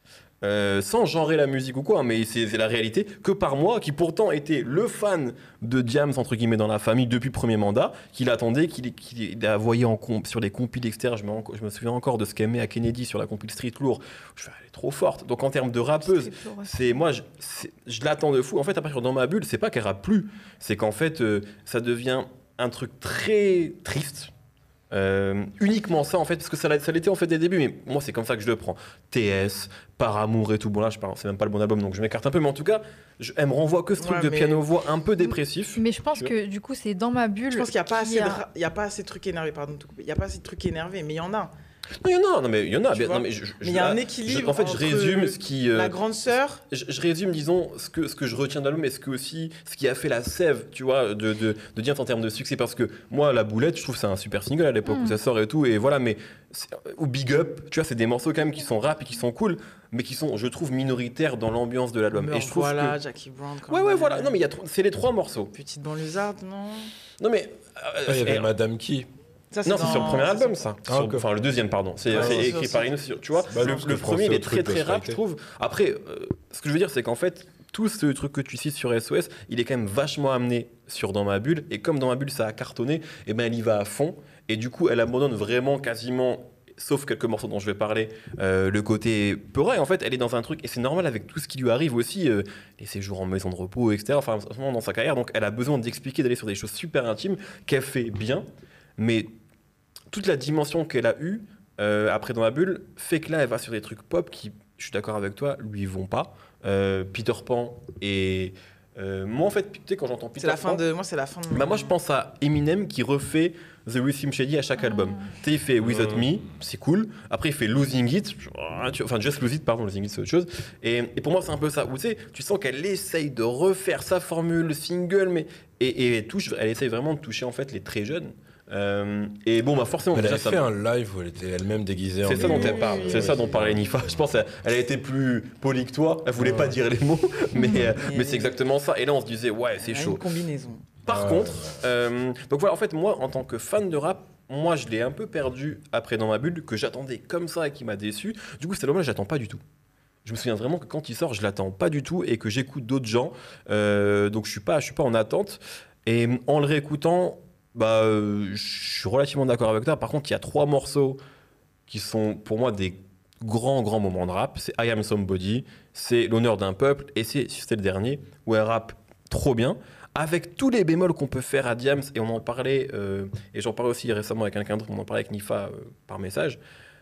Euh, sans genrer la musique ou quoi, mais c'est c'est la réalité, que par moi, qui pourtant était le fan de Diams, entre guillemets, dans la famille depuis le premier mandat, qu'il attendait, qu'il qu'il la voyait en comp, sur les compiles externes. Je me, enco- je me souviens encore de ce qu'elle met à Kennedy sur la compile Street Lourd. Je fais, elle est trop forte. Donc en termes de rappeuse, c'est moi, je, c'est- je l'attends de fou. En fait, à partir de Dans ma bulle, c'est pas qu'elle rappe plus, c'est qu'en fait, euh, ça devient un truc très triste. Euh, uniquement ça en fait, parce que ça, l'a- ça l'était en fait dès le début, mais moi c'est comme ça que je le prends. T S, Par amour et tout. Bon là, je parle, c'est même pas le bon album, donc je m'écarte un peu, mais en tout cas, je, elle me renvoie que ce truc Ouais, de mais- piano-voix un peu dépressif. Mais je pense Tu vois. que du coup, c'est Dans ma bulle. Je pense qu'il n'y a, pas qui assez de a- ra- il y a pas assez de trucs énervés, pardon, de te couper. Il n'y a pas assez de trucs énervés, mais il y en a. Non, il y en a, non, mais il y en a. Tu bien- vois non, mais je- je- Mais il y a là, un je- équilibre. En fait, je entre résume ce qui. euh, La grande sœur. Je, je résume, disons, ce que, ce que je retiens de l'album et ce, que aussi, ce qui a fait la sève, tu vois, de, de, de Diams en termes de succès. Parce que moi, La Boulette, je trouve que c'est un super single à l'époque Mm. où ça sort et tout. Et voilà, mais. c'est- Ou Big Up, tu vois, c'est des morceaux quand même qui sont rap et qui sont cool, mais qui sont, je trouve, minoritaires dans l'ambiance de l'album. Mais Et je trouve voilà, que. Jackie Brown. quand Ouais, ouais, même. voilà. Non, mais il y a trop- c'est les trois morceaux. Petite banlieusarde, non Non, mais. Ah, euh, il y avait et- Madame Qui. Ça, non, c'est sur le dans- premier ça, album, c'est- ça. Ah, Sur- ok. Enfin, le deuxième, pardon. C'est Ah, c'est ouais, écrit ça, par c'est- Ino, tu vois. Bah, le non, parce le que je premier, pensais il au est très truc de très rap, je Striker. trouve. Après, euh, ce que je veux dire, c'est qu'en fait, tout ce truc que tu cites sur S O S, il est quand même vachement amené sur Dans ma bulle. Et comme Dans ma bulle, ça a cartonné, et ben elle y va à fond. Et du coup, elle abandonne vraiment quasiment. Sauf quelques morceaux dont je vais parler, euh, le côté peureux. En fait, elle est dans un truc, et c'est normal avec tout ce qui lui arrive aussi, euh, les séjours en maison de repos, et cetera. Enfin, vraiment dans sa carrière. Donc, elle a besoin d'expliquer, d'aller sur des choses super intimes qu'elle fait bien. Mais toute la dimension qu'elle a eue euh, après Dans ma bulle fait que là, elle va sur des trucs pop qui, je suis d'accord avec toi, lui vont pas. Euh, Peter Pan et. euh, moi, en fait, tu sais, quand j'entends Peter C'est la Pan. fin de. Moi, c'est la fin de. Bah moi je pense à Eminem qui refait The Rhythm Shady à chaque album. Tu sais, il fait Without Me, c'est cool. Après il fait Losing It, enfin Just Lose It, pardon, Losing It c'est autre chose. Et, et pour moi c'est un peu ça, où tu sais, tu sens qu'elle essaye de refaire sa formule single, mais et, et elle touche, elle essaye vraiment de toucher en fait les très jeunes. Euh, et bon bah forcément Elle déjà avait ça. fait un live où elle était elle-même déguisée en. C'est ça dont Oui, elle oui, parle, oui, c'est oui, ça oui. dont parlait Nifa. Je pense qu'elle elle a été plus polie que toi, elle voulait Ouais. pas dire les mots, mais, euh, Mais- mais c'est exactement ça. Et là on se disait ouais c'est Elle a chaud. Une combinaison. Par Ouais. contre, euh, donc voilà, en fait, moi, en tant que fan de rap, moi, je l'ai un peu perdu après Dans ma bulle, que j'attendais comme ça et qui m'a déçu. Du coup, cet album-là, j'attends pas du tout. Je me souviens vraiment que quand il sort, je l'attends pas du tout et que j'écoute d'autres gens. Euh, donc, je suis pas, je suis pas en attente. Et en le réécoutant, bah, euh, je suis relativement d'accord avec toi. Par contre, il y a trois morceaux qui sont pour moi des grands, grands moments de rap. C'est I Am Somebody, c'est L'honneur d'un peuple et c'est c'est le dernier où elle rappe trop bien. Avec tous les bémols qu'on peut faire à Diams, et on en parlait, euh, et j'en parlais aussi récemment avec quelqu'un d'autre, on en parlait avec Nifa euh, par message.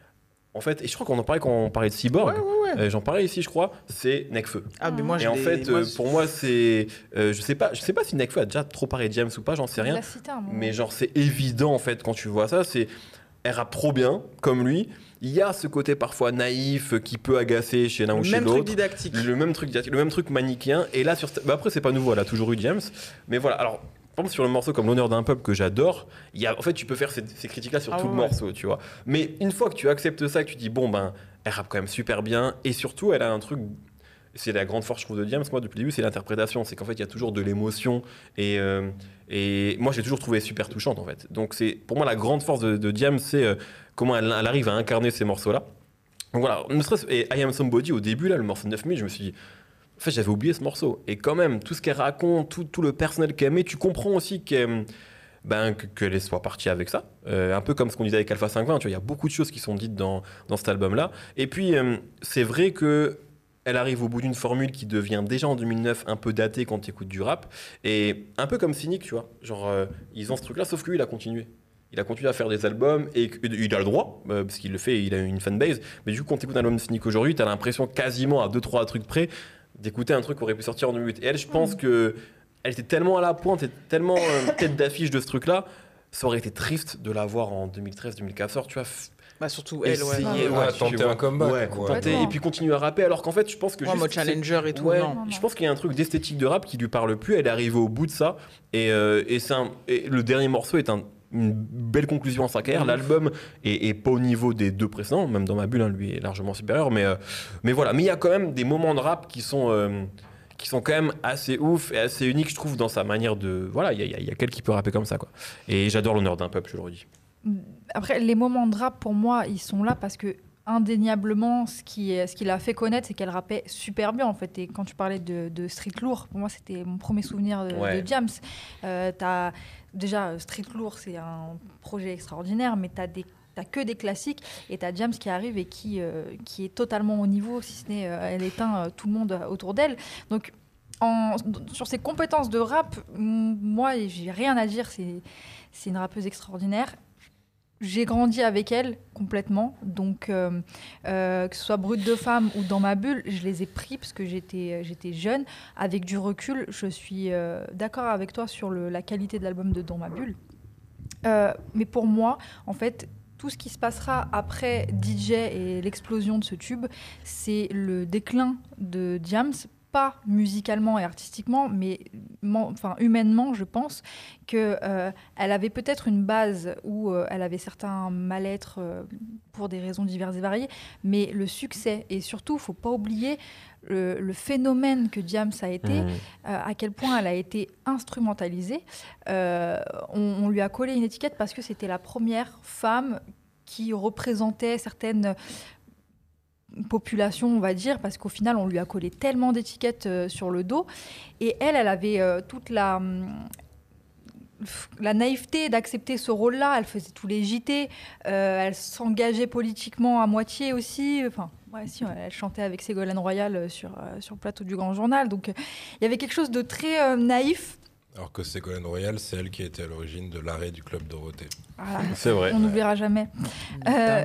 En fait, et je crois qu'on en parlait quand on parlait de Cyborg, Ouais, ouais, ouais. euh, j'en parlais ici, je crois, c'est Nekfeu. Ah, mais moi, je Et en l'ai- fait, moi, euh, je- pour moi, c'est. euh, je sais pas, je sais pas si Nekfeu a déjà trop parlé de Diams ou pas, j'en sais Il rien. l'a cité à un moment. Mais genre, c'est évident en fait quand tu vois ça. C'est elle rappe trop bien, comme lui. Il y a ce côté parfois naïf euh, qui peut agacer chez l'un ou Le chez même truc l'autre. didactique. Le même truc, le même truc manichéen. Et là, sur, bah après, c'est pas nouveau. Elle a toujours eu James. Mais voilà. Alors, par exemple, sur le morceau comme L'honneur d'un peuple que j'adore, il y a, en fait, tu peux faire ces, ces critiques-là sur Ah tout le ouais. morceau, tu vois. Mais une fois que tu acceptes ça, que tu dis bon ben, elle rappe quand même super bien. Et surtout, elle a un truc. C'est la grande force, je trouve, de Diams, moi, depuis le début, c'est l'interprétation. C'est qu'en fait, il y a toujours de l'émotion. Et, euh, et moi, je l'ai toujours trouvé super touchante, en fait. Donc, c'est pour moi, la grande force de, de Diams, c'est euh, comment elle, elle arrive à incarner ces morceaux-là. Donc voilà, ne serait-ce- et I Am Somebody, au début, là, le morceau de neuf minutes, je me suis dit, en fait, j'avais oublié ce morceau. Et quand même, tout ce qu'elle raconte, tout, tout le personnel qu'elle met, tu comprends aussi qu'elle ben, que- qu'elle soit partie avec ça. Euh, un peu comme ce qu'on disait avec Alpha cinq vingt, tu vois, il y a beaucoup de choses qui sont dites dans, dans cet album-là. Et puis, euh, c'est vrai que elle arrive au bout d'une formule qui devient déjà en deux mille neuf un peu datée quand tu écoutes du rap. Et un peu comme Cynic, tu vois. Genre, euh, ils ont ce truc-là, sauf que lui, il a continué. Il a continué à faire des albums et il a le droit, euh, parce qu'il le fait, il a une fanbase. Mais du coup, quand tu écoutes un album de Cynic aujourd'hui, tu as l'impression quasiment à deux trois trucs près d'écouter un truc qui aurait pu sortir en deux minutes. Et elle, je pense que elle était tellement à la pointe, elle était tellement euh, tête d'affiche de ce truc-là, ça aurait été triste de la voir en deux mille treize deux mille quatorze, tu vois. Bah, surtout elle, ouais. Essayer, Non, ouais, Ah, tu tenter vois. un comeback, Ouais, quoi. tenter, et puis continuer à rapper, alors qu'en fait, je pense que Moi, juste, mode c'est- challenger et tout, Ouais, non. non. je pense qu'il y a un truc d'esthétique de rap qui lui parle plus. Elle est arrivée au bout de ça, et, euh, et, c'est un- et le dernier morceau est un- une belle conclusion à sa carrière. Ouf. L'album est, est pas au niveau des deux précédents, même dans ma bulle, hein, lui est largement supérieur. Mais, euh, mais voilà, mais il y a quand même des moments de rap qui sont euh, qui sont quand même assez ouf et assez uniques, je trouve, dans sa manière de. Voilà, il y a, il y a- il y a quelqu'un qui peut rapper comme ça, quoi. Et j'adore L'honneur d'un peuple, je le redis. Après, les moments de rap, pour moi, ils sont là parce que indéniablement, ce qui, est- ce qui l'a fait connaître, c'est qu'elle rappait super bien, en fait. Et quand tu parlais de, de Street Lourd, pour moi, c'était mon premier souvenir de, Ouais. de Diams. Euh, t'as- déjà, Street Lourd, c'est un projet extraordinaire, mais tu as des T'as que des classiques et t'as Diams qui arrive et qui, euh, qui est totalement au niveau, si ce n'est euh, elle éteint euh, tout le monde autour d'elle. Donc, en, sur ses compétences de rap, m- moi, j'ai rien à dire. C'est, c'est une rappeuse extraordinaire. J'ai grandi avec elle complètement. Donc, euh, euh, que ce soit Brut de femme ou Dans ma bulle, je les ai pris parce que j'étais, j'étais jeune. Avec du recul, je suis euh, d'accord avec toi sur le, la qualité de l'album de Dans ma bulle. Euh, mais pour moi, en fait, tout ce qui se passera après D J et l'explosion de ce tube, c'est le déclin de Diams, pas musicalement et artistiquement, mais enfin, humainement, je pense qu'elle euh, avait peut-être une base où euh, elle avait certains mal-être euh, pour des raisons diverses et variées, mais le succès, et surtout, il ne faut pas oublier le, le phénomène que Diams a été, mmh. euh, à quel point elle a été instrumentalisée. Euh, on, on lui a collé une étiquette parce que c'était la première femme qui représentait certaines population, on va dire, parce qu'au final, on lui a collé tellement d'étiquettes euh, sur le dos. Et elle, elle avait euh, toute la, hum, la naïveté d'accepter ce rôle-là. Elle faisait tous les J T. Euh, elle s'engageait politiquement à moitié aussi. Enfin, ouais, si, elle chantait avec Ségolène Royal sur, euh, sur le plateau du Grand Journal. Donc, il euh, y avait quelque chose de très euh, naïf. Alors que Ségolène Royal, c'est elle qui a été à l'origine de l'arrêt du Club Dorothée. Voilà. C'est vrai. On n'oubliera jamais. Euh,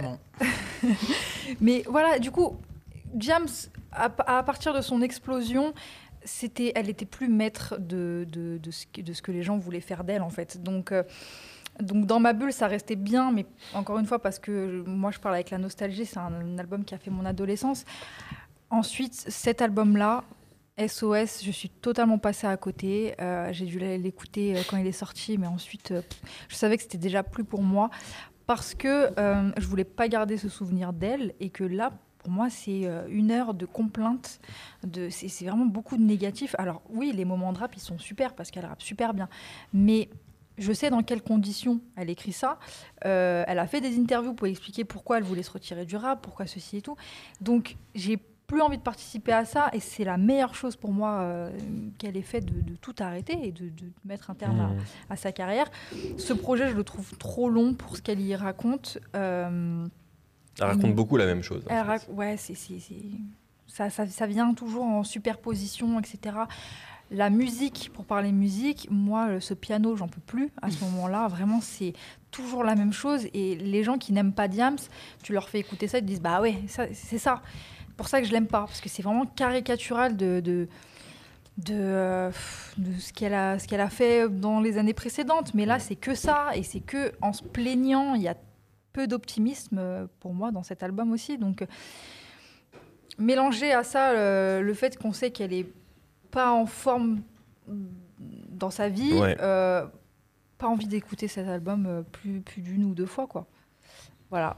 mais voilà, du coup, Diams, à, à partir de son explosion, c'était, elle était plus maître de, de, de, ce, de ce que les gens voulaient faire d'elle, en fait. Donc, euh, donc, dans ma bulle, ça restait bien, mais encore une fois, parce que moi, je parle avec la nostalgie, c'est un, un album qui a fait mon adolescence. Ensuite, cet album-là, S O S, je suis totalement passée à côté. Euh, j'ai dû l'écouter quand il est sorti, mais ensuite, euh, je savais que c'était déjà plus pour moi parce que euh, je voulais pas garder ce souvenir d'elle et que là, pour moi, c'est euh, une heure de complaintes. De, c'est, c'est vraiment beaucoup de négatifs. Alors oui, les moments de rap, ils sont super parce qu'elle rappe super bien, mais je sais dans quelles conditions elle écrit ça. Euh, elle a fait des interviews pour expliquer pourquoi elle voulait se retirer du rap, pourquoi ceci et tout. Donc, j'ai plus envie de participer à ça et c'est la meilleure chose pour moi euh, qu'elle ait fait de, de tout arrêter et de, de mettre un terme mmh. à, à sa carrière. Ce projet, je le trouve trop long pour ce qu'elle y raconte. Euh, elle raconte beaucoup la même chose. Elle rac- ouais, c'est, c'est, c'est... Ça, ça, ça vient toujours en superposition, et cetera. La musique, pour parler musique, moi, ce piano, j'en peux plus à ce moment-là. Vraiment, c'est toujours la même chose. Et les gens qui n'aiment pas Diams, tu leur fais écouter ça, ils te disent « Bah ouais, ça, c'est ça ». C'est pour ça que je l'aime pas, parce que c'est vraiment caricatural de, de, de, euh, de ce, qu'elle a, ce qu'elle a fait dans les années précédentes. Mais là, c'est que ça, et c'est que en se plaignant, il y a peu d'optimisme pour moi dans cet album aussi. Donc, mélanger à ça euh, le fait qu'on sait qu'elle est pas en forme dans sa vie, ouais. euh, pas envie d'écouter cet album plus, plus d'une ou deux fois, quoi. Voilà.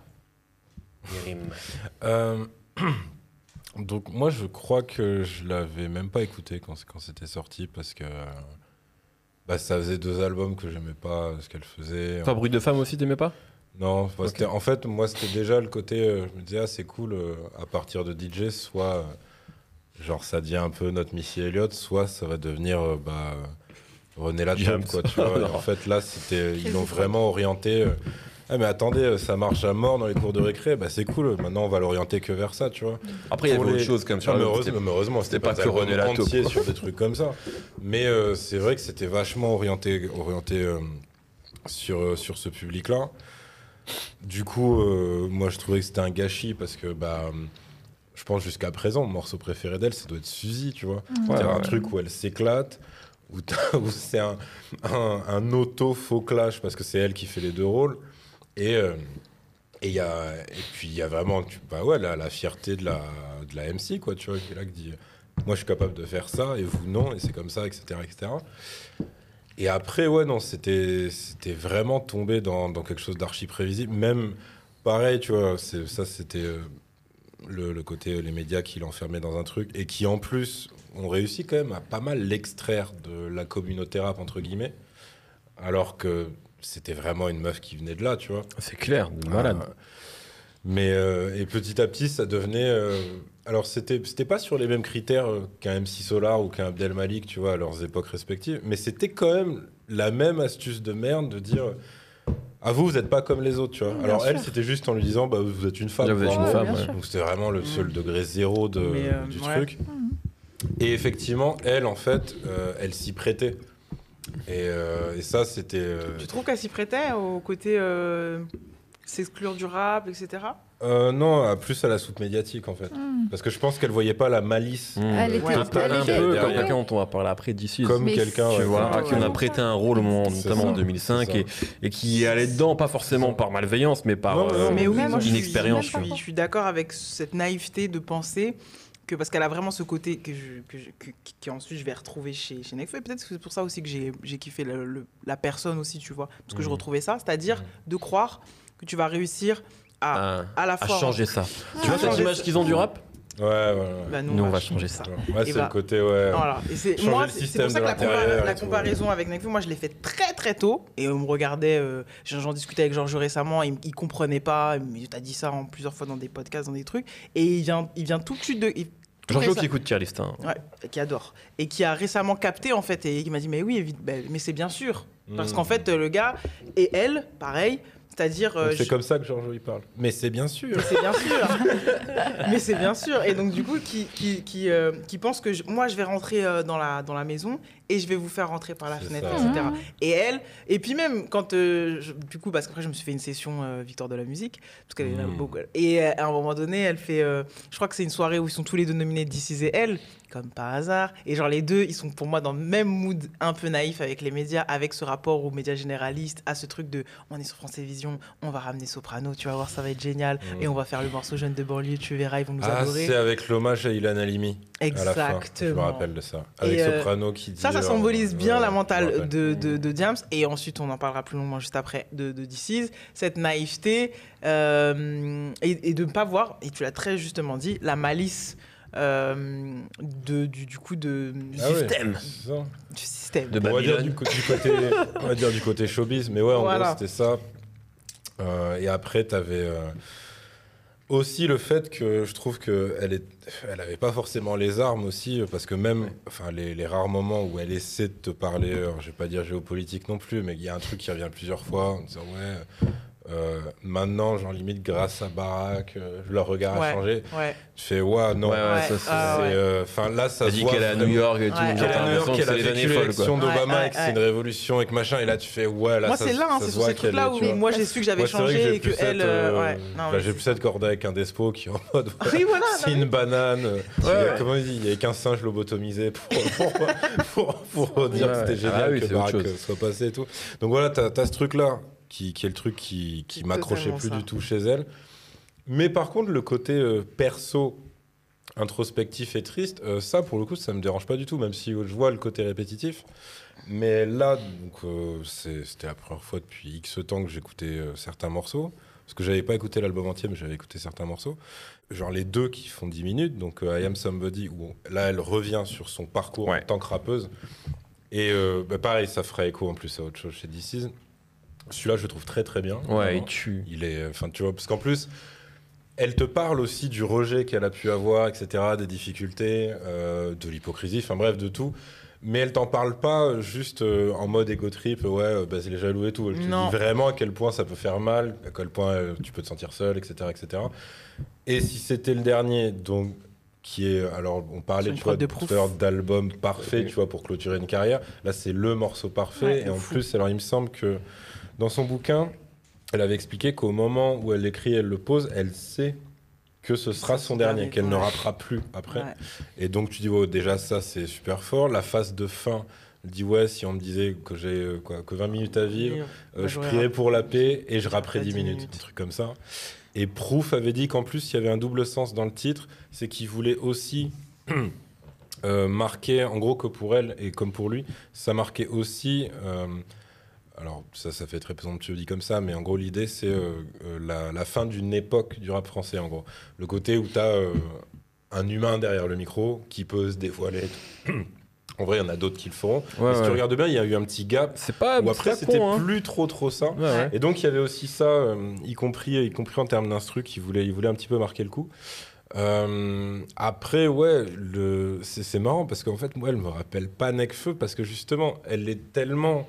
Euh... Donc moi je crois que je l'avais même pas écouté quand, quand c'était sorti parce que bah, ça faisait deux albums que j'aimais pas ce qu'elle faisait. Pas Bruit de femme aussi t'aimais pas? Non, bah, okay. En fait moi c'était déjà le côté, euh, je me disais ah c'est cool euh, à partir de D J, soit euh, genre ça devient un peu notre Missy Elliott, soit ça va devenir euh, bah, René Latour quoi tu vois. En fait là c'était, ils l'ont vraiment orienté... Euh, Ah mais attendez, ça marche à mort dans les cours de récré, bah c'est cool, maintenant on va l'orienter que vers ça, tu vois. Après il y avait les... autre chose comme ça. Ah, heureusement, heureusement c'était pas, pas que René Latour entier sur des trucs comme ça. Mais euh, c'est vrai que c'était vachement orienté, orienté euh, sur, sur ce public-là. Du coup, euh, moi je trouvais que c'était un gâchis parce que bah, je pense jusqu'à présent, mon morceau préféré d'elle, ça doit être Suzy, tu vois. Mmh. Ouais, c'est ouais, un ouais. truc où elle s'éclate, où, où c'est un, un, un auto-faux clash parce que c'est elle qui fait les deux rôles. Et, euh, et, y a, et puis il y a vraiment tu, bah ouais, la, la fierté de la, de la M C, quoi, tu vois, qui est là, qui dit moi je suis capable de faire ça et vous non, et c'est comme ça, et cetera. et cetera. Et après, ouais, non, c'était, c'était vraiment tombé dans, dans quelque chose d'archi prévisible. Même pareil, tu vois, c'est, ça c'était euh, le, le côté, les médias qui l'enfermaient dans un truc et qui en plus ont réussi quand même à pas mal l'extraire de la communauté rap, entre guillemets, alors que. C'était vraiment une meuf qui venait de là, tu vois. C'est clair, de malade. Euh, mais euh, et petit à petit, ça devenait. Euh, alors c'était c'était pas sur les mêmes critères qu'un M C Solar ou qu'un Abdel Malik, tu vois, à leurs époques respectives. Mais c'était quand même la même astuce de merde de dire. Ah vous, vous êtes pas comme les autres, tu vois. Bien Alors sûr. Elle, c'était juste en lui disant, bah vous êtes une femme. Là, vous êtes une ouais, femme. Ouais. Donc c'était vraiment le seul mmh. degré zéro de, euh, du ouais. truc. Mmh. Et effectivement, elle, en fait, euh, elle s'y prêtait. Et, euh, et ça, c'était... Euh... Tu trouves qu'elle s'y prêtait au côté euh, s'exclure du rap, et cetera. Euh, non, euh, plus à la soupe médiatique en fait. Mm. Parce que je pense qu'elle voyait pas la malice. Mmh. Elle était- Ouais, un peu, elle un était- peu derrière. comme quelqu'un dont on va parler après d'ici. Comme Mais quelqu'un, Tu ouais, vois, ouais, à qui on a ouais. prêté un rôle au moment, C'est notamment ça. en deux mille cinq, C'est et, et qui allait dedans, pas forcément par malveillance, mais par Non, non, euh, non, Mais oui, même moi je suis, inexpérience. je tu vois. suis, je suis d'accord avec cette naïveté de penser que parce qu'elle a vraiment ce côté que je, que je- que- qui, qui ensuite je vais retrouver chez, chez Nekfeu. Et peut-être que c'est pour ça aussi que j'ai, j'ai kiffé le- le- la personne aussi, tu vois. Parce que je Mhm. retrouvais ça, c'est-à-dire de croire que tu vas réussir à, à, à la à fois... changer ça. Ah, Tu vois cette changer image ça. qu'ils ont du rap Ouais, ouais, ouais. Bah, Nous, on va changer ça. Ouais, Et c'est bah, le côté, ouais. Voilà. Et c'est, Changer moi, le c'est, c'est système pour ça de que la, compara- l'intérieur la et tout, comparaison avec Nekfeu, moi, je l'ai fait très très tôt. Et on me regardait, euh, j'en j'en discutais avec Georges récemment, il, il comprenait pas, mais t'as dit ça en plusieurs fois dans des podcasts, dans des trucs. Et il vient, il vient tout de suite de... il- tout Giorgio récem- qui écoute Tier List. Hein. Ouais, qui adore. Et qui a récemment capté, en fait, et qui m'a dit, mais oui, évi- ben, mais c'est bien sûr. Parce Mm. qu'en fait, le gars, et elle, pareil, c'est-à-dire... euh, Donc, c'est je- comme ça que Giorgio il parle. Mais c'est bien sûr. mais c'est bien sûr. Mais c'est bien sûr. Et donc, du coup, qui, qui, qui, euh, qui pense que je- moi, je vais rentrer euh, dans, la, dans la maison et je vais vous faire rentrer par la C'est fenêtre, ça. et cetera. Et elle, et puis même quand, euh, je- du coup, parce qu'après, je me suis fait une session euh, Victoire de la musique, parce qu'elle est là Mm. beaucoup. Et euh, à un moment donné, elle fait, euh, je crois que c'est une soirée où ils sont tous les deux nominés This Is et elle, comme par hasard. Et genre, les deux, ils sont pour moi dans le même mood un peu naïf avec les médias, avec ce rapport aux médias généralistes, à ce truc de on est sur France Télévisions, on va ramener Soprano, tu vas voir, ça va être génial. Mm. Et on va faire le morceau Jeune de banlieue, tu verras, ils vont nous Ah, adorer. c'est avec l'hommage à Ilan Halimi. À la fin. Je me Exactement. rappelle de ça. Avec Et, euh, Soprano qui dit. Ça, ça euh, symbolise bien ouais, la je me mentale rappelle. de, de, de Diams. Et ensuite, on en parlera plus longuement juste après de, de This Is. Cette naïveté euh, et, et de ne pas voir, et tu l'as très justement dit, la malice euh, de, du, du coup de, du, Ah ouais, Système. c'est ça. du système. De On va dire Babylone. du, co- du côté, on va dire du côté showbiz, mais ouais, en Voilà. gros, c'était ça. Euh, et après, t'avais euh, aussi le fait que je trouve qu'elle est, elle avait pas forcément les armes aussi, parce que même, enfin, les, les rares moments où elle essaie de te parler, alors, je vais pas dire géopolitique non plus, mais il y a un truc qui revient plusieurs fois en disant ouais. Euh, maintenant, genre limite grâce à Barack, euh, leur regard Ouais. a changé. Ouais. Tu fais ouais, non. Ouais, ouais, Ouais. ça, c'est- Ah, C'est, ouais. euh, Enfin là, ça Elle se dit voit qu'elle est à vraiment. New York et tout. Ouais. mais Qu'elle est t'as à New York, l'impression que qu'elle a c'est les vécu années folles, l'élection quoi. d'Obama Ouais, et que c'est ouais. une révolution et que machin. Et là, tu fais ouais, là, Moi, ça, c'est là, hein, ça c'est se sur voit ces qu'elle trucs-là est, où tu vois. moi j'ai su que j'avais Moi, c'est vrai changé j'ai et que plus elle. être, euh, euh, ouais. Non, bah, mais j'ai c'est- plus être cordé avec un despo qui est en mode voilà, Oui, voilà. c'est non, une banane. Il y a- ouais. Comment il dit, il y avait qu'un singe lobotomisé pour, pour, pour, pour dire Ouais, que c'était ouais. génial Ah oui, que c'est autre Barack chose. soit passé et tout. Donc voilà, t'as as ce truc-là qui, qui est le truc qui, qui C'est m'accrochait totalement plus ça. du tout chez elle. Mais par contre, le côté euh, perso, introspectif et triste, euh, ça pour le coup, ça me dérange pas du tout, même si euh, je vois le côté répétitif. Mais là, donc, euh, c'est- c'était la première fois depuis X temps que j'écoutais euh, certains morceaux. Parce que j'avais pas écouté l'album entier, mais j'avais écouté certains morceaux. Genre les deux qui font dix minutes, donc euh, I Am Somebody, où là elle revient sur son parcours Ouais. en tant que rappeuse. Et euh, bah, pareil, ça ferait écho en plus à autre chose chez This Is. Celui-là, je le trouve très très bien. Ouais, vraiment. il tue. Il est, enfin, tu vois, parce qu'en plus, elle te parle aussi du rejet qu'elle a pu avoir, et cetera, des difficultés, euh, de l'hypocrisie, enfin bref, de tout. Mais elle t'en parle pas juste euh, en mode ego trip, ouais, euh, bah, c'est les jaloux et tout. Elle te Non. dit vraiment à quel point ça peut faire mal, à quel point euh, tu peux te sentir seul, et cetera, et cetera. Et si c'était le dernier, donc qui est, alors on parlait, C'est une tu vois, preuve de tout proof. à l'heure d'album parfait, tu vois, pour clôturer une carrière. Là, c'est le morceau parfait. Ouais, et en fou. plus, alors il me semble que dans son bouquin, elle avait expliqué qu'au moment où elle l'écrit, elle le pose, elle sait que ce sera C'est son son dernier, dernier, qu'elle ne ouais. rappera plus après. Ouais. Et donc tu dis, oh, déjà ça c'est super fort. La phase de fin, elle dit, ouais, si on me disait que j'ai euh, quoi, que vingt minutes à vivre, Oui, euh, moi, je j'aurais prierais rap- pour la paix et je rapperais Pas dix dix minutes, minutes. un truc comme ça. Et Proof avait dit qu'en plus il y avait un double sens dans le titre, c'est qu'il voulait aussi euh, marquer, en gros que pour elle et comme pour lui, ça marquait aussi... euh, alors ça, ça fait très présomptueux dit comme ça, mais en gros l'idée c'est euh, euh, la, la fin d'une époque du rap français en gros. Le côté où tu as un humain derrière le micro qui peut se dévoiler. En vrai, il y en a d'autres qui le feront. Ouais, Mais si tu ouais. regardes bien, il y a eu un petit gap C'est pas. où après c'est pas c'était con, hein. plus trop trop ça. Ouais, ouais. Et donc il y avait aussi ça, euh, y compris y compris en termes d'instru, qui voulait, il voulait un petit peu marquer le coup. Euh, après, ouais, le, c'est, c'est marrant parce qu'en fait, moi, elle me rappelle pas Nekfeu parce que justement, elle est tellement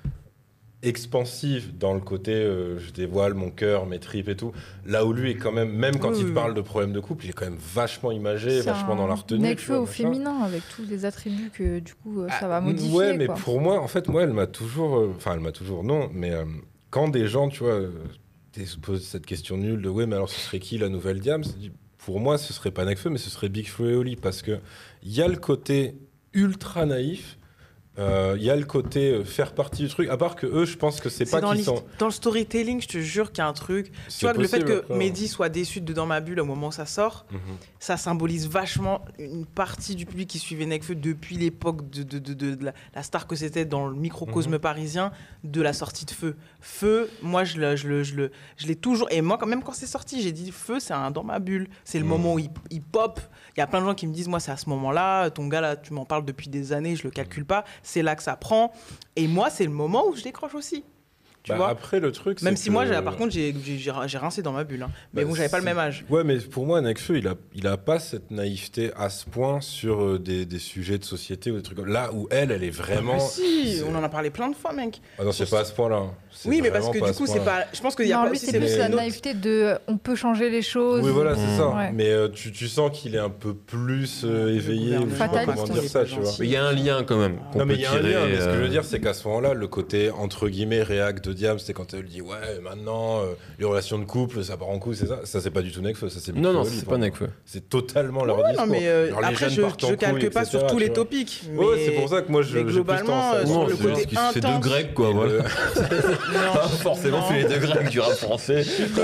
expansive dans le côté euh, je dévoile mon cœur, mes tripes et tout. Là où lui est quand même, même quand Oui, il te oui. parle de problèmes de couple, il est quand même vachement imagé, C'est vachement un dans la retenue. tu Nekfeu vois, au machin. féminin avec tous les attributs que du coup euh, ça va Ah, modifier. Ouais, mais quoi. pour moi, en fait, moi, elle m'a toujours. euh, Enfin, elle m'a toujours. Non, mais euh, quand des gens, tu vois, euh, se pose cette question nulle de ouais, mais alors ce serait qui la nouvelle Diams? Pour moi, ce serait pas Nekfeu, mais ce serait Big Flo et Oli, parce que il y a le côté ultra naïf. Il euh, y a le côté euh, faire partie du truc, à part que eux, je pense que c'est, c'est pas qu'ils sont... Dans le storytelling, je te jure qu'il y a un truc... C'est tu vois, possible, le fait que après, Mehdi soit déçu de Dans ma bulle au moment où ça sort, mm-hmm. ça symbolise vachement une partie du public qui suivait Nekfeu depuis l'époque de, de, de, de, de la, la star que c'était dans le microcosme mm-hmm. parisien, de la sortie de Feu. Feu, moi, je, le, je, le, je, le, je l'ai toujours... Et moi, quand même, quand c'est sorti, j'ai dit Feu, c'est un Dans ma bulle. C'est le mm. moment où il, il pop. Il y a plein de gens qui me disent, moi, c'est à ce moment-là, ton gars, là, tu m'en parles depuis des années, je le calcule pas. C'est là que ça prend. Et moi, c'est le moment où je décroche aussi. Tu bah vois après, le truc, même c'est si que... moi, j'ai, par contre, j'ai, j'ai, j'ai rincé Dans ma bulle. Hein. Mais bah, bon, j'avais pas le même âge. Ouais, mais pour moi, Nekfeu, il a, il a pas cette naïveté à ce point sur euh, des, des sujets de société ou des trucs comme là où elle, elle est vraiment. Ah, si, c'est... on en a parlé plein de fois, mec. Ah non, c'est pas à ce point-là. C'est oui, mais parce que du coup, c'est pas. Je pense qu'il y a non, pas lui, aussi. c'est C'est plus la naïveté de. On peut changer les choses. Oui, voilà, c'est mmh. ça. Ouais. Mais euh, tu, tu sens qu'il est un peu plus euh, éveillé. Je sais pas comment dire ça, tu vois. Mais il y a un lien quand même. Non, mais il y a un lien. Mais ce que je veux dire, c'est qu'à ce moment-là, le côté entre guillemets réac de Diams, c'est quand elle dit ouais, maintenant. Euh, les relations de couple, ça part en couille, c'est ça. Ça, c'est pas du tout Nekfeu. Ça, c'est non, non, c'est pas Nekfeu. C'est totalement leur ouais, discours. Non, mais euh, genre, après, je, je calque pas sur tous les topics. Mais... Ouais, c'est pour ça que moi, je. Mais globalement, je sur non, le côté intense. C'est deux Grecs, quoi. Voilà. Pas forcément, c'est les deux Grecs du rap français.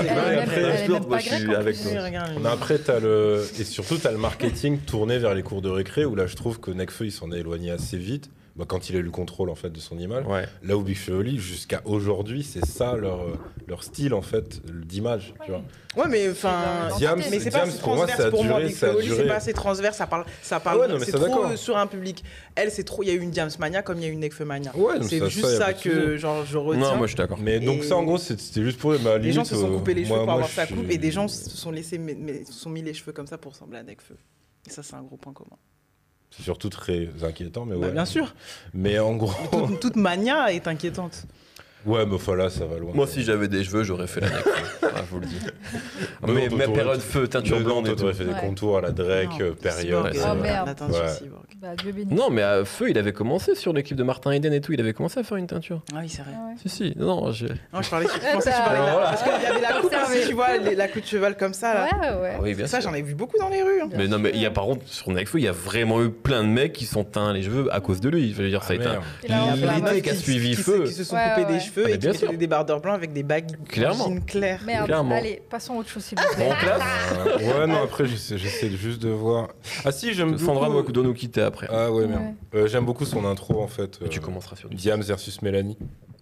Après, t'as le et surtout t'as le marketing tourné vers les cours de récré où là, je trouve que Nekfeu, il s'en est éloigné assez vite. Bah, quand il a eu le contrôle en fait de son image, ouais. Là où Big Flo et Oli jusqu'à aujourd'hui, c'est ça leur leur style en fait d'image, ouais. tu vois. Ouais, mais enfin, Diams, mais c'est Diams, pas assez pour moi, transverse ça a pour moi. duré, Big Flo et Oli, duré. c'est pas assez transverse. Ça parle, ça parle. Ouais, non, c'est ça, trop d'accord. sur un public. Elle, c'est trop. Il y a eu une Diams mania comme il y a eu une Nekfeu mania. Ouais, c'est ça, juste ça, ça que genre je retiens. Non, moi je suis d'accord. Mais donc et... ça, en gros, c'était juste pour bah, les limite, gens se sont coupés les cheveux moi, pour moi, avoir sa suis... coupe et des gens se sont laissés, mais, mais, se sont mis les cheveux comme ça pour ressembler à Nekfeu. Et ça, c'est un gros point commun. C'est surtout très inquiétant, mais ouais. Bah, bien sûr. Mais en gros. Toute, toute mania est inquiétante. Ouais, mais enfin là, ça va loin. Moi, si j'avais des cheveux, j'aurais fait la Nekfeu. Ah, je vous le dis. Non, mais non, ma période feu, teinture blonde. Tu aurais fait des contours à la Drake, non, période. Oh merde. La teinture ouais. cyborg. Bah, Dieu bénisse. Non, mais à Feu, il avait commencé sur l'équipe de Martin Eden et tout. Il avait commencé à faire une teinture. Ah oui, c'est vrai. Ah ouais. Si, si. Non, j'ai. Non, je parlais. Je pensais que tu parlais de la... Parce qu'il y avait la coupe aussi, tu vois, les- la queue de cheval comme ça là. Ouais, ouais. Oui, bien Ça, sûr. j'en ai vu beaucoup dans les rues. hein. Mais non, mais il y a par contre, sur Nekfeu, il y a vraiment eu plein de mecs qui sont teints les cheveux à cause de lui. Je veux dire, ça a été un. Il a Il y a un plein peu de la mecs qui a qui, suivi qui, Feu. qui se sont Ouais, coupés ouais. des cheveux Ah, mais et qui bien mettaient sûr. des débardeurs blancs avec des bagues Clairement. jeans clairs. Merde, Clairement. allez, passons à autre chose s'il vous plaît. Bon, classe. Euh, ouais, non, après, j'essaie, j'essaie juste de voir. Ah, si, j'aime Sandra beaucoup. doit nous quitter après. Ah, ouais, merde. Ouais. Euh, j'aime beaucoup son intro, en fait. Et tu euh, commenceras sur du. Diams versus Mélanie.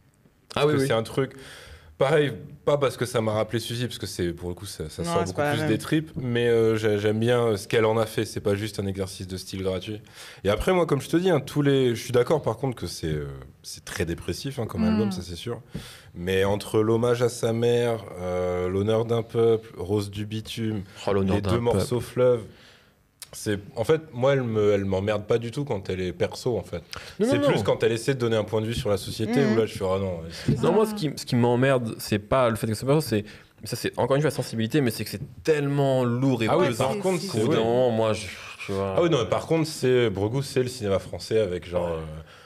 Ah oui, Parce que oui. c'est un truc. Pareil, pas parce que ça m'a rappelé Suzy, parce que c'est pour le coup ça, ça Non, sort c'est beaucoup pas la plus même. des tripes, mais euh, j'ai- j'aime bien ce qu'elle en a fait. C'est pas juste un exercice de style gratuit. Et après, moi, comme je te dis, hein, tous les, je suis d'accord par contre que c'est euh, c'est très dépressif hein, comme Mm. album, ça c'est sûr. Mais entre l'hommage à sa mère, euh, l'honneur d'un peuple, Rose du bitume, Oh, l'honneur les d'un deux peuple. morceaux fleuve. C'est en fait moi elle me elle m'emmerde pas du tout quand elle est perso en fait. Non, C'est non, plus non. quand elle essaie de donner un point de vue sur la société Mhm. où là je suis ah non. c'est- Non, moi, ce qui, ce qui m'emmerde, c'est pas le fait que ce soit c'est. Ça, c'est encore une fois la sensibilité, mais c'est que c'est tellement lourd et Ah oui, pesant par c'est- contre, c'est- qu'au c'est bout d'un ouais. moment, moi, je. Tu vois. Ah oui, non, mais par contre, c'est Bregou, c'est le cinéma français avec genre euh,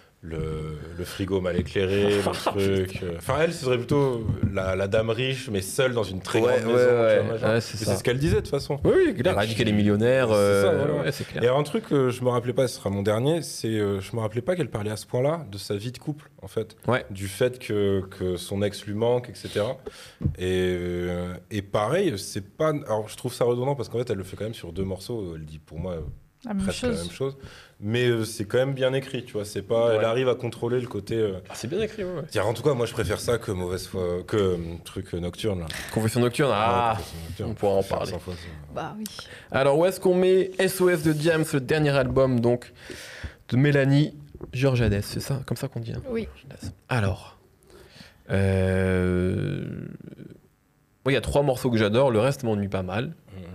le, le frigo mal éclairé, le truc. euh. Enfin, elle, ce serait plutôt la, la dame riche, mais seule dans une très Ouais, grande ouais, maison. tu ouais. vois, machin. Ouais, Et c'est c'est ça. ce qu'elle disait de toute façon. Oui, oui, clair. Elle a dit qu'elle est millionnaire. C'est ça, euh, voilà. ouais, c'est Et clair. alors, un truc que je me rappelais pas, ce sera mon dernier, c'est euh, je me rappelais pas qu'elle parlait à ce point-là de sa vie de couple, en fait. Ouais. Du fait que, que son ex lui manque, et cetera. Et, euh, et pareil, c'est pas. Alors, je trouve ça redondant parce qu'en fait, elle le fait quand même sur deux morceaux. Elle dit pour moi. La même presque la chose. même chose, mais euh, c'est quand même bien écrit, tu vois. C'est pas, Ouais. elle arrive à contrôler le côté. euh, Ah, c'est bien écrit, ouais. ouais. Tiens, en tout cas, moi, je préfère ça que mauvaise foi, que euh, truc euh, nocturne là. Confession nocturne, ah. Ouais, Confession Nocturne. on pourra en Faire parler. cent fois, ça. Bah oui. Alors, où est-ce qu'on met S O S de Diams, le dernier album, donc, de Mélanie Georgiades, c'est ça, comme ça qu'on dit. Hein. Oui. Alors, euh... moi, il y a trois morceaux que j'adore, le reste m'ennuie pas mal. Mhm.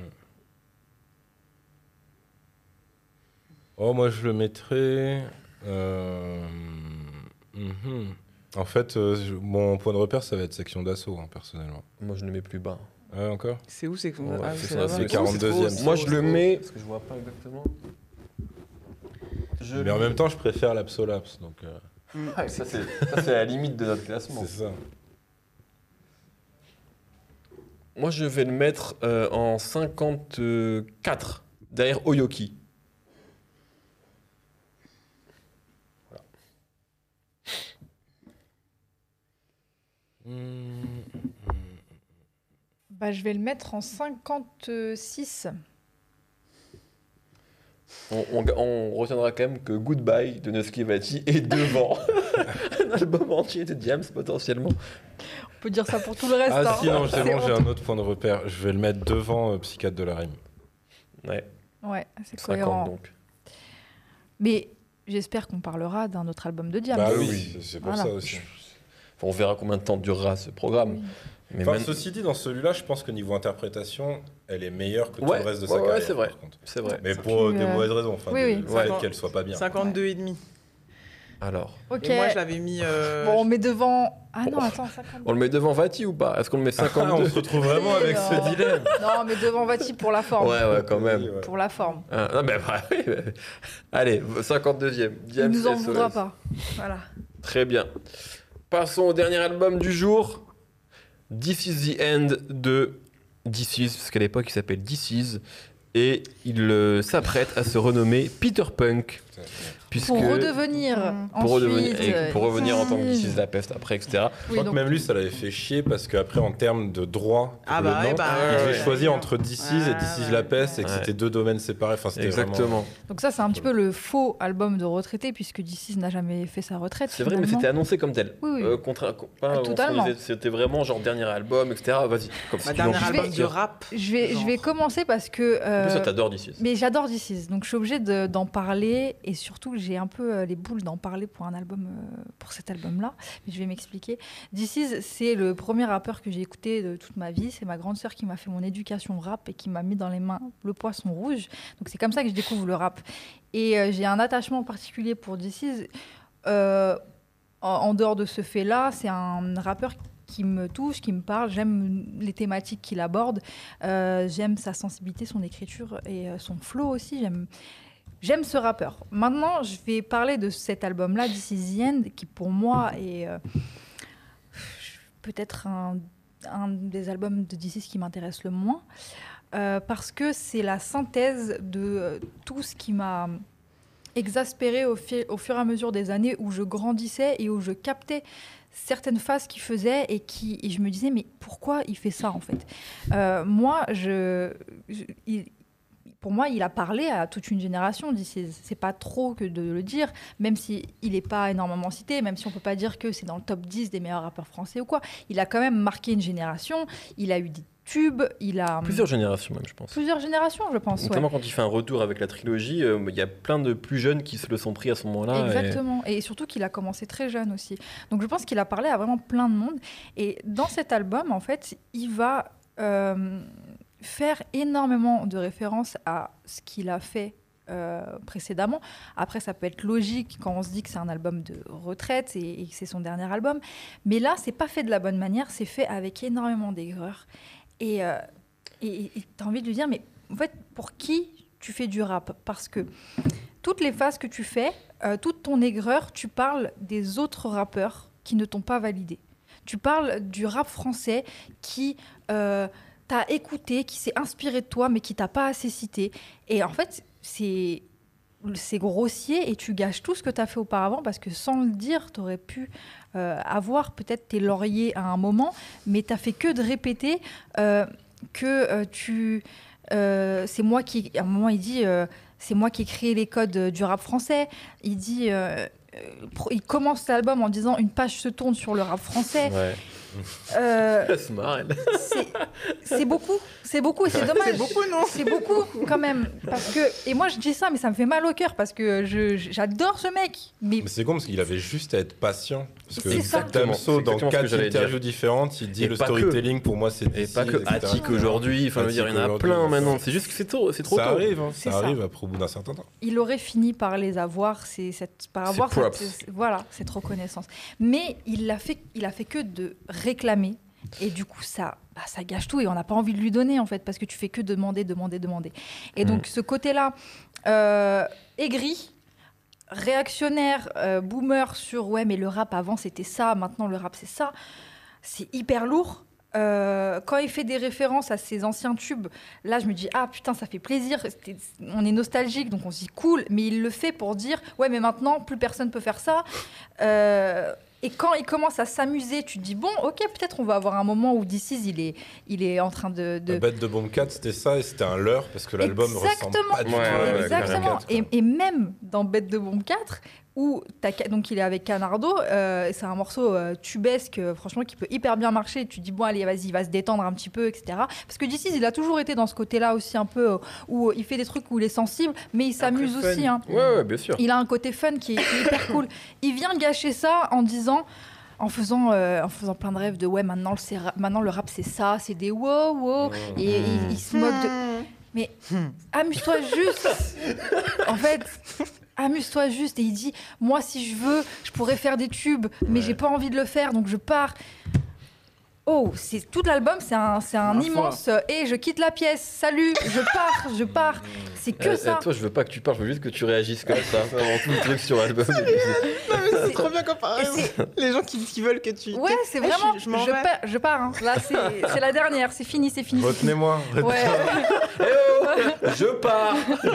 Oh, moi, je le mettrais. euh, mhm. En fait, euh, je- mon point de repère, ça va être Section d'Assaut, hein, personnellement. Moi, je le mets plus bas. Ouais, encore. C'est où c'est que Ouais, ah, c'est c'est ça, là-bas. c'est Mais quarante-deuxième. trop, Moi, trop, je le trop. mets. Parce que je vois pas exactement. Je Mais en même temps, je préfère l'Absolaps, donc euh, Ah, ça, c'est ça, c'est à la limite de notre classement. c'est ça. Moi, je vais le mettre euh, en cinquante-quatre, derrière Oyoki. Voilà. Mmh. Bah, je vais le mettre en cinquante-six. On, on, on retiendra quand même que Goodbye de Nusky Vati est devant un album entier de Diams potentiellement. On peut dire ça pour tout le reste. Ah hein. si, non, c'est C'est bon, j'ai honteux. un autre point de repère. Je vais le mettre devant euh, Psychiatre de la Rime. Ouais, Ouais, c'est cinquante cohérent. donc. Mais j'espère qu'on parlera d'un autre album de Diams. Bah oui. oui, c'est- c'est pour Voilà. ça aussi. Enfin, on verra combien de temps durera ce programme. Oui. Mais Enfin, man- ceci dit, dans celui-là, je pense que niveau interprétation, elle est meilleure que Ouais, tout le reste de ouais, sa ouais, carrière. c'est vrai. par contre. c'est vrai. Mais C'est pour euh, plus, des euh, mauvaises raisons. Enfin, oui, des- oui. le fait Cinquante- qu'elle soit pas bien. cinquante-deux et demi. Alors, Ok. Et moi, je l'avais mis. euh, Bon, on met devant. Ah non, Oh. attends, cinquante. on le met devant Vati ou pas? Est-ce qu'on le met Ah, on cinquante-deux? se retrouve vraiment Oui, avec non. ce dilemme. Non, mais devant Vati pour la forme. Ouais, ouais, quand même. Oui, ouais. Pour la forme. Ah, non, mais bah, oui, mais- Allez, cinquante-deuxième. Il Diams nous en S O S. voudra pas. Voilà. Très bien. Passons au dernier album du jour. This is the End de This Is, parce qu'à l'époque il s'appelle This Is, et il euh, s'apprête à se renommer Peter Punk. Puisque Pour redevenir. Mmh. pour redevenir, ensuite, et pour revenir en tant que This This Is la peste après, et cetera. Je Oui, crois donc- que même lui, ça l'avait fait chier parce qu'après, en termes de droit, pour Ah le bah ouais, nom, bah il ouais, devait ouais. choisir entre This Is et Ouais, This Is ouais. la peste et que Ouais. c'était deux domaines séparés. Enfin, c'était vraiment- Exactement. Donc ça, c'est un petit peu le faux album de retraité, puisque D C n'a jamais fait sa retraite. C'est vrai, mais finalement. c'était annoncé comme tel. Oui, oui. Euh, contra- co- pas, Ah, on totalement. s'en disait, c'était vraiment genre dernier album, et cetera. Vas-y, comme Ma si tu dernier l'en- Je vais- album de rap. Je vais, je Genre. vais commencer parce que... En euh, plus, toi, t'adores This Is. mais j'adore This Is, donc je suis obligée de- d'en parler, et surtout j'ai un peu euh, les boules d'en parler pour un album, euh, pour cet album-là, mais je vais m'expliquer. This Is, c'est le premier rappeur que j'ai écouté de toute ma vie, c'est ma grande sœur qui m'a fait mon éducation rap et qui m'a mis dans les mains le poisson rouge, donc c'est comme ça que je découvre le rap. Et euh, j'ai un attachement particulier pour This Is. Euh, en, en dehors de ce fait-là, c'est un rappeur qui me touche, qui me parle. J'aime les thématiques qu'il aborde. Euh, j'aime sa sensibilité, son écriture et euh, son flow aussi. J'aime, j'aime ce rappeur. Maintenant, je vais parler de cet album-là, This Is the End, qui pour moi est euh, peut-être un, un des albums de This Is qui m'intéresse le moins. Euh, parce que c'est la synthèse de euh, tout ce qui m'a exaspérée au, fi- au fur et à mesure des années où je grandissais et où je captais certaines phases qu'il faisait et, qui, et je me disais mais pourquoi il fait ça en fait. Euh, moi, je, je- il- pour moi, il a parlé à toute une génération. C'est, c'est pas trop que de le dire, même s'il n'est pas énormément cité, même si on peut pas dire que c'est dans le top dix des meilleurs rappeurs français ou quoi. Il a quand même marqué une génération, il a eu des tubes, il a... Plusieurs générations même, je pense. Plusieurs générations, je pense. ouais. Notamment quand il fait un retour avec la trilogie, euh, il y a plein de plus jeunes qui se le sont pris à ce moment-là. Exactement. Et... surtout qu'il a commencé très jeune aussi. Donc je pense qu'il a parlé à vraiment plein de monde. Et dans cet album, en fait, il va euh, faire énormément de références à ce qu'il a fait euh, précédemment. Après, ça peut être logique quand on se dit que c'est un album de retraite et, et que c'est son dernier album. Mais là, c'est pas fait de la bonne manière. C'est fait avec énormément d'aigreur. Et euh, et tu as envie de lui dire, mais en fait, pour qui tu fais du rap? Parce que toutes les phases que tu fais, euh, toute ton aigreur, tu parles des autres rappeurs qui ne t'ont pas validé. Tu parles du rap français qui euh, t'a écouté, qui s'est inspiré de toi, mais qui t'a pas assez cité. Et en fait, c'est... c'est grossier et tu gâches tout ce que tu as fait auparavant parce que sans le dire, tu aurais pu euh, avoir peut-être tes lauriers à un moment, mais tu n'as fait que de répéter euh, que euh, tu... Euh, c'est moi qui... À un moment, il dit euh, c'est moi qui ai créé les codes du rap français. Il dit... Euh, euh, il commence l'album en disant une page se tourne sur le rap français. Ouais. Euh, Elle se marre, elle. c'est, c'est beaucoup, c'est beaucoup et c'est dommage. C'est beaucoup, non? C'est beaucoup quand même. Parce que, et moi je dis ça, mais ça me fait mal au cœur parce que je, j'adore ce mec. Mais Mais c'est con parce qu'il avait juste à être patient. Parce que C'est ça. Damso, C'est dans exactement ce que quatre j'allais dire. interviews différentes, il dit Et le pas que. storytelling pour moi c'est Et This pas Is, que et cetera. Attic aujourd'hui, enfin, je veux dire, il y en a Attic plein aujourd'hui, maintenant. ça- C'est juste que c'est trop, c'est trop Ça tôt. arrive, hein, C'est ça ça. arrive après au bout d'un certain temps. il aurait fini par les avoir, c'est cette, par C'est avoir cette, props. c'est- voilà, cette reconnaissance. Mais il l'a fait, il a fait que de réclamer. Et du coup, ça, bah, ça gâche tout et on n'a pas envie de lui donner en fait parce que tu fais que demander, demander, demander. Et donc ce côté-là, euh, aigri, réactionnaire, euh, boomer sur ouais mais le rap avant c'était ça, maintenant le rap c'est ça, c'est hyper lourd. Euh, quand il fait des références à ses anciens tubes, là je me dis ah putain ça fait plaisir, C'était- on est nostalgique donc on se dit cool, mais il le fait pour dire ouais mais maintenant plus personne peut faire ça. Euh, et quand il commence à s'amuser, tu te dis bon ok peut-être on va avoir un moment où D C il est, il est en train de... de... La Bête de Bombe quatre, c'était ça, et c'était un leurre, parce que l'album Exactement. ressemble pas du tout Ouais, à ouais, Bête de Bombe Exactement. quatre, Et, quoi. et même dans Bête de Bombe quatre, où t'as, donc il est avec Canardo, euh, c'est un morceau euh, tubesque, euh, franchement, qui peut hyper bien marcher. Tu te dis, bon, allez, vas-y, il va se détendre un petit peu, et cetera. Parce que D C, il a toujours été dans ce côté-là aussi, un peu, euh, où il fait des trucs où il est sensible, mais il s'amuse peu aussi. fun. Hein. Ouais, ouais, bien sûr. Il a un côté fun qui est, qui est hyper cool. Il vient gâcher ça en disant. En faisant, euh, en faisant plein de rêves de ouais, maintenant le, c'est ra- maintenant, le rap, c'est ça, c'est des wow, wow. Et il, il se moque de. Mais amuse-toi juste. En fait, amuse-toi juste. Et il dit moi, si je veux, je pourrais faire des tubes, mais Ouais. j'ai pas envie de le faire, donc je pars. Oh, c'est tout l'album, c'est un, c'est un Ma foi. immense. Et je quitte la pièce. Salut, je pars, je pars. C'est que Euh, ça. euh, toi, je veux pas que tu parles, je veux juste que tu réagisses comme ça pendant tout le truc sur l'album. Non, mais c'est C'est- trop bien Et comparaison. c'est- Les gens qui, qui veulent que tu. Ouais, c'est Eh, je- vraiment. je Je, m'en vais. pars, je pars. Hein. Là, c'est, c'est la dernière. C'est fini, c'est fini. c'est fini. Retenez-moi. Ouais. Eh oh, je pars.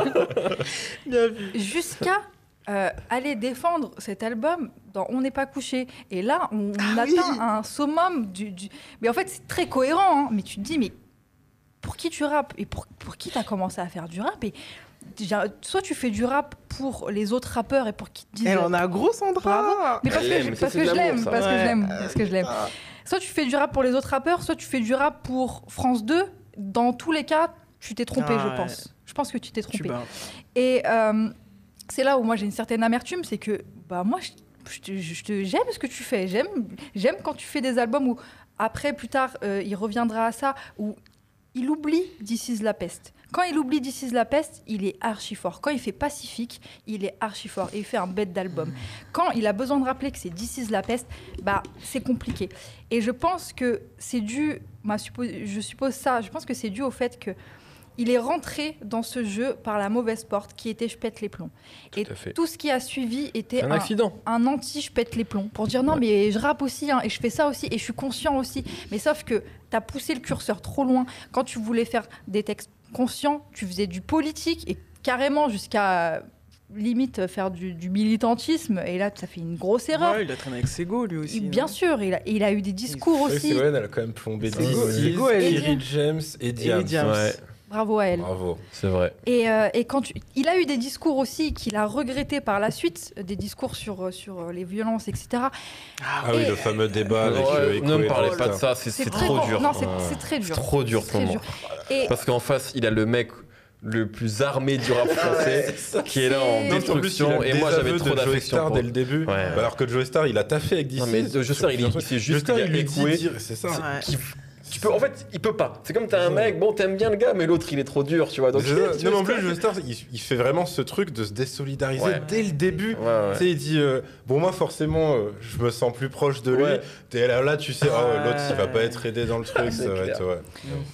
Bien vu. Jusqu'à euh, aller défendre cet album dans On n'est pas couché. Et là, on, on Ah atteint oui. un summum du, du- Mais en fait, c'est très cohérent. Hein. Mais tu te dis, mais pour qui tu rappes et pour, pour qui t'as commencé à faire du rap et déjà, soit tu fais du rap pour les autres rappeurs et pour qu'ils te disent. Elle en a gros, Sandra. Bravo. Mais parce Elle que, l'aime, je, ça, parce c'est que de je l'amour, l'aime, ça. parce que je Ouais. l'aime, parce que je l'aime. Ah. Soit tu fais du rap pour les autres rappeurs, soit tu fais du rap pour France deux. Dans tous les cas, tu t'es trompé, Ah je ouais. pense. Je pense que tu t'es Tu trompé. bats. Et euh, c'est là où moi j'ai une certaine amertume, c'est que bah moi je, je te- je te- j'aime ce que tu fais, j'aime j'aime quand tu fais des albums où après plus tard euh, il reviendra à ça où il oublie This is la peste. Quand il oublie This is la peste, il est archi fort. Quand il fait Pacifique, il est archi fort et il fait un bête d'album. Quand il a besoin de rappeler que c'est This is la peste, bah c'est compliqué. Et je pense que c'est dû, ma suppo- je suppose ça, je pense que c'est dû au fait que il est rentré dans ce jeu par la mauvaise porte qui était je pète les plombs. Et à fait. tout ce qui a suivi était C'est un accident. un anti je pète les plombs pour dire non Ouais. mais je rappe aussi hein, et je fais ça aussi et je suis conscient aussi, mais sauf que t'as poussé le curseur trop loin. Quand tu voulais faire des textes conscients, tu faisais du politique et carrément jusqu'à euh, limite faire du, du militantisme et là ça fait une grosse erreur. Ouais, il a traîné avec Sego lui aussi. Et non bien sûr, il a, il a eu des discours C'est vrai que aussi. Ségolène, elle a quand même plombé C'est des go- Ziz, c'est go, elle. Cyril James et Diams. Diams. Ouais, Bravo à elle. Bravo. c'est vrai. Et, euh, et quand tu- il a eu des discours aussi qu'il a regretté par la suite, des discours sur, sur les violences, et cetera. Ah oui, Et- le fameux débat avec Ouais, le Echo ne me et parlez tout pas de ça. ça, c'est C'est c'est très- trop dur. Non, c'est Ouais. c'est très dur. C'est trop dur C'est ce très moment. dur. Et Parce qu'en face, il a le mec le plus armé du rap français qui est là en C'est- Non, en plus, il destruction. a Et des moi, j'avais aveux trop de Joey d'affection Starr pour dès le début. Ouais. Bah, alors que Joey Starr, il a taffé avec D C. Non, mais Joey Starr, il- il- c'est juste Joey Starr, qu'il a il lui dit écoué. dire- c'est ça. Ouais. qui- Tu peux, en fait, il peut pas. C'est comme t'as un mec, bon, t'aimes bien le gars, mais l'autre, il est trop dur, tu vois. Donc, C'est ça. tu Non, mais en vois, plus, Joey Starr, il, il fait vraiment ce truc de se désolidariser Ouais. dès le début. Ouais, ouais. Tu sais, il dit euh, bon, moi, forcément, euh, je me sens plus proche de lui. Ouais. T'es là, là, tu sais, oh, Ouais. l'autre, il va pas être aidé dans le truc. C'est ça va clair. être, ouais.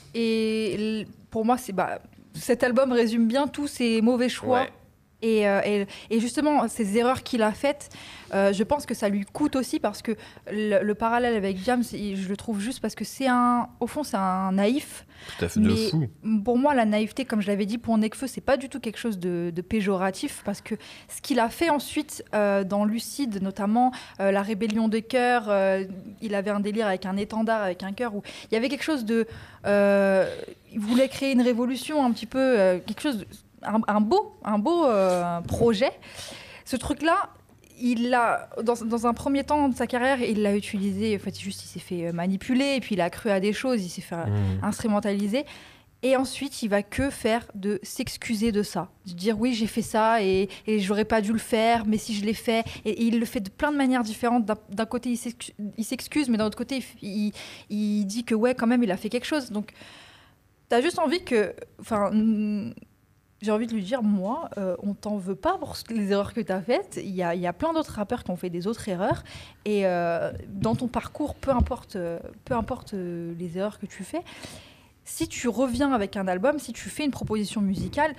Et l- pour moi, c'est bah, cet album résume bien tous ses mauvais choix. Ouais. Et, euh, et, et justement, ces erreurs qu'il a faites, euh, je pense que ça lui coûte aussi parce que le, le parallèle avec Diams, il- je le trouve juste parce que c'est un, au fond, c'est un naïf. Tout à fait de Mais fou. pour moi, la naïveté, comme je l'avais dit pour Nekfeu, c'est pas du tout quelque chose de, de péjoratif parce que ce qu'il a fait ensuite euh, dans Lucide, notamment euh, la rébellion des cœurs, euh, il avait un délire avec un étendard, avec un cœur où il y avait quelque chose de, euh, il voulait créer une révolution un petit peu, euh, quelque chose, de- un, un beau, un beau euh, projet. Ce truc-là. Il l'a, dans, dans un premier temps de sa carrière, il l'a utilisé. En fait, juste, il s'est fait manipuler, et puis il a cru à des choses, il s'est fait Mmh. instrumentaliser. Et ensuite, il va que faire de s'excuser de ça. De dire oui, j'ai fait ça et, et j'aurais pas dû le faire, mais si je l'ai fait. Et, et il le fait de plein de manières différentes. D'un, d'un côté, il s'excuse, il s'excuse, mais d'un autre côté, il, il dit que ouais, quand même, il a fait quelque chose. Donc, t'as juste envie que. Enfin. mm, J'ai envie de lui dire, moi, euh, on t'en veut pas pour ce- les erreurs que tu as faites. Il y a, il y a plein d'autres rappeurs qui ont fait des autres erreurs. Et euh, dans ton parcours, peu importe, euh, peu importe euh, les erreurs que tu fais, si tu reviens avec un album, si tu fais une proposition musicale,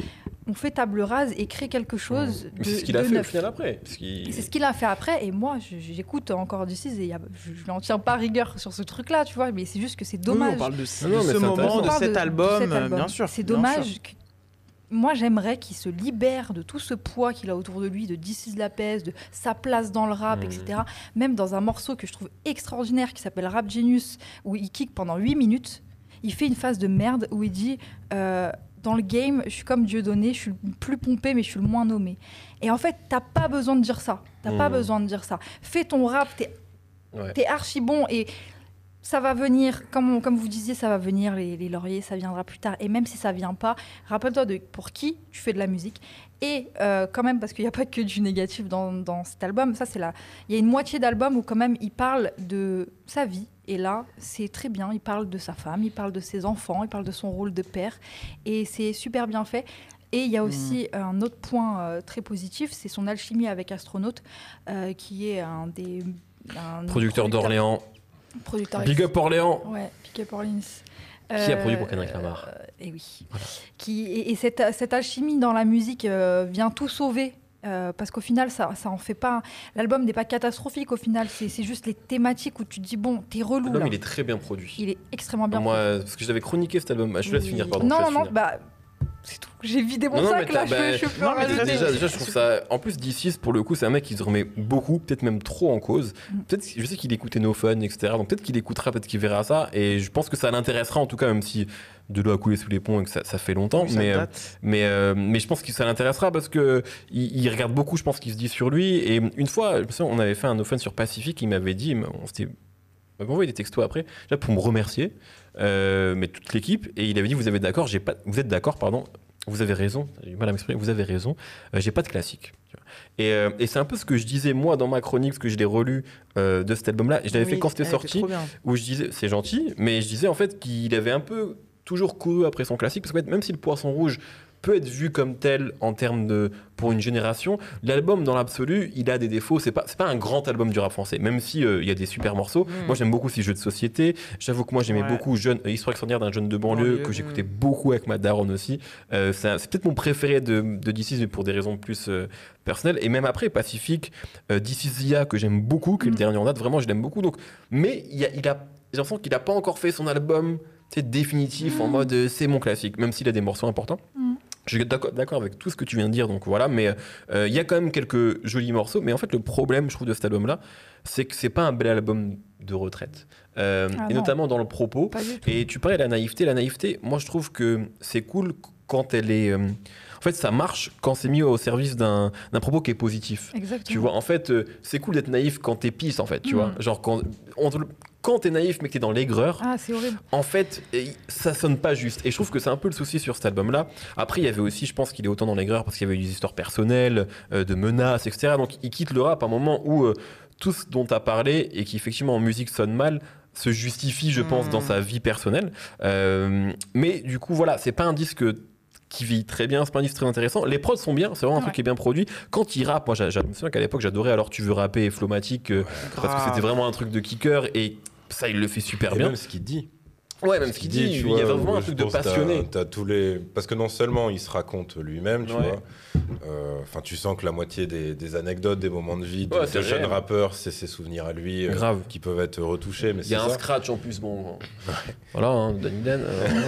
on fait table rase et crée quelque chose Mais de, c'est ce qu'il a de fait au neuf. final après. Parce qu'il- C'est ce qu'il a fait après, et moi, je- j'écoute encore du six et y a- je je n'en tiens pas rigueur sur ce truc-là, tu vois, mais c'est juste que c'est Oui, dommage. on parle de, ce- Non, non, de mais ce c'est moment, intéressant. de On parle cet de- de album, cet euh, album. bien sûr. C'est bien dommage sûr. que... Moi, j'aimerais qu'il se libère de tout ce poids qu'il a autour de lui, de This is la peste, de sa place dans le rap, Mmh. et cetera. Même dans un morceau que je trouve extraordinaire qui s'appelle Rap Genius, où il kick pendant huit minutes, il fait une phase de merde où il dit euh, dans le game, je suis comme Dieudonné, je suis le plus pompé, mais je suis le moins nommé. Et en fait, t'as pas besoin de dire ça. T'as pas Mmh. besoin de dire ça. Fais ton rap, t'es Ouais. t'es archi bon et ça va venir, comme, on- comme vous disiez, ça va venir, les, les lauriers, ça viendra plus tard. Et même si ça vient pas, rappelle-toi de pour qui tu fais de la musique. Et euh, quand même, parce qu'il n'y a pas que du négatif dans, dans cet album, ça c'est là. Il y a une moitié d'album où quand même il parle de sa vie. Et là, c'est très bien. Il parle de sa femme, il parle de ses enfants, il parle de son rôle de père. Et c'est super bien fait. Et il y a aussi mmh. un autre point euh, très positif, c'est son alchimie avec Astronaute, euh, qui est un des... Un Producteur d'Orléans. Producteur Big up Orléans. Ouais, Big up Orleans. Qui a produit pour Kendrick Lamar. euh, Et oui. Voilà. Qui, et et cette, cette alchimie dans la musique euh, vient tout sauver. Euh, parce qu'au final, ça, ça en fait pas. L'album n'est pas catastrophique au final. C'est, c'est juste les thématiques où tu te dis bon, t'es relou. L'album, là. il est très bien produit. Il est extrêmement bien. Moi, produit. parce que je l'avais chroniqué cet album. Ah, je te laisse Oui. finir, pardon. Non, je te non, laisse non. finir. Bah, c'est tout. J'ai vidé mon Non, non, sac mais là. t'as- bah, je, je peux non, en mais rajouter. Déjà, déjà, je trouve ça. En plus, D six, pour le coup, c'est un mec qui se remet beaucoup, peut-être même trop en cause. Mm. Peut-être, je sais qu'il écoutait No Fun, et cetera. Donc peut-être qu'il écoutera, peut-être qu'il verra ça. Et je pense que ça l'intéressera, en tout cas, même si de l'eau a coulé sous les ponts et que ça, ça fait longtemps. Oui, ça mais, euh, date. mais, euh, mais je pense que ça l'intéressera parce que il, il regarde beaucoup, je pense, ce qu'il se dit sur lui. Et une fois, je me souviens, on avait fait un No Fun sur Pacific, il m'avait dit, on s'était il m'avait envoyé des textos après, déjà pour me remercier, euh, mais toute l'équipe. Et il avait dit, vous avez d'accord, j'ai pas, vous êtes d'accord, pardon. Vous avez raison, j'ai du mal à m'exprimer, vous avez raison, euh, j'ai pas de classique. Tu vois. Et, euh, et c'est un peu ce que je disais moi dans ma chronique, parce que je l'ai relu euh, de cet album-là, et je l'avais Oui, fait quand c'était elle était sorti, trop bien. où je disais, c'est gentil, mais je disais en fait qu'il avait un peu toujours couru après son classique, parce que même si le Poisson Rouge peut être vu comme tel en termes de pour une génération, l'album dans l'absolu il a des défauts, c'est pas c'est pas un grand album du rap français, même si euh, il y a des super morceaux. Mm. Moi j'aime beaucoup ces jeux de société, j'avoue que moi j'aimais Ouais. beaucoup jeune euh, Histoire extraordinaire d'un jeune de banlieue, Banlieue, que j'écoutais mm. beaucoup avec ma daronne aussi. Euh, c'est, un- c'est peut-être mon préféré de, de D six, mais pour des raisons plus euh, personnelles. Et même après Pacifique, euh, D six Zia que j'aime beaucoup, qui est le Mm. dernier en date, vraiment je l'aime beaucoup. Donc mais il y a, il a j'ai l'impression qu'il a pas encore fait son album c'est définitif en Mm. mode euh, c'est mon classique, même s'il a des morceaux importants. Mm. Je suis d'accord, d'accord avec tout ce que tu viens de dire, donc voilà, mais euh, il y a quand même quelques jolis morceaux. Mais en fait, le problème, je trouve, de cet album-là, c'est que c'est pas un bel album de retraite. Euh, Ah et non. notamment dans le propos. Pas du tout. Et tu parlais de la naïveté. La naïveté, moi, je trouve que c'est cool quand elle est. euh, En fait, ça marche quand c'est mis au service d'un, d'un propos qui est positif. Exactement. Tu vois, en fait, euh, c'est cool d'être naïf quand t'es pisse, en fait, tu Mm. vois. Genre, quand, on te le- quand t'es naïf mais que t'es dans l'aigreur, Ah, c'est horrible. en fait, eh, ça sonne pas juste. Et je trouve que c'est un peu le souci sur cet album-là. Après, il y avait aussi, je pense qu'il est autant dans l'aigreur parce qu'il y avait des histoires personnelles, euh, de menaces, et cetera. Donc, il quitte le rap à un moment où euh, tout ce dont tu as parlé et qui, effectivement, en musique sonne mal, se justifie, je pense, Mm. dans sa vie personnelle. Euh, mais du coup, voilà, c'est pas un disque qui vit très bien, c'est pas un disque très intéressant. Les prods sont bien, c'est vraiment un Ouais. truc qui est bien produit. Quand il rappe, moi, j'a- j'a- je me souviens qu'à l'époque, j'adorais Alors Tu veux rapper et Flomatique euh, parce que Grave. c'était vraiment un truc de kicker et ça, il le fait super Et bien. même ce qu'il dit. Ouais, même ce qu'il dit, tu il vois, y a vraiment un je truc de pense que t'as- passionné. t'as tous les... Parce que non seulement il se raconte lui-même, tu Ouais. vois. euh, Enfin, tu sens que la moitié des, des anecdotes, des moments de vie de, Ouais, de c'est jeunes réel. rappeurs, c'est ses souvenirs à lui euh, Grave. qui peuvent être retouchés. Mais Il y c'est a un ça. scratch en plus, bon. Voilà, hein, Danny Dan.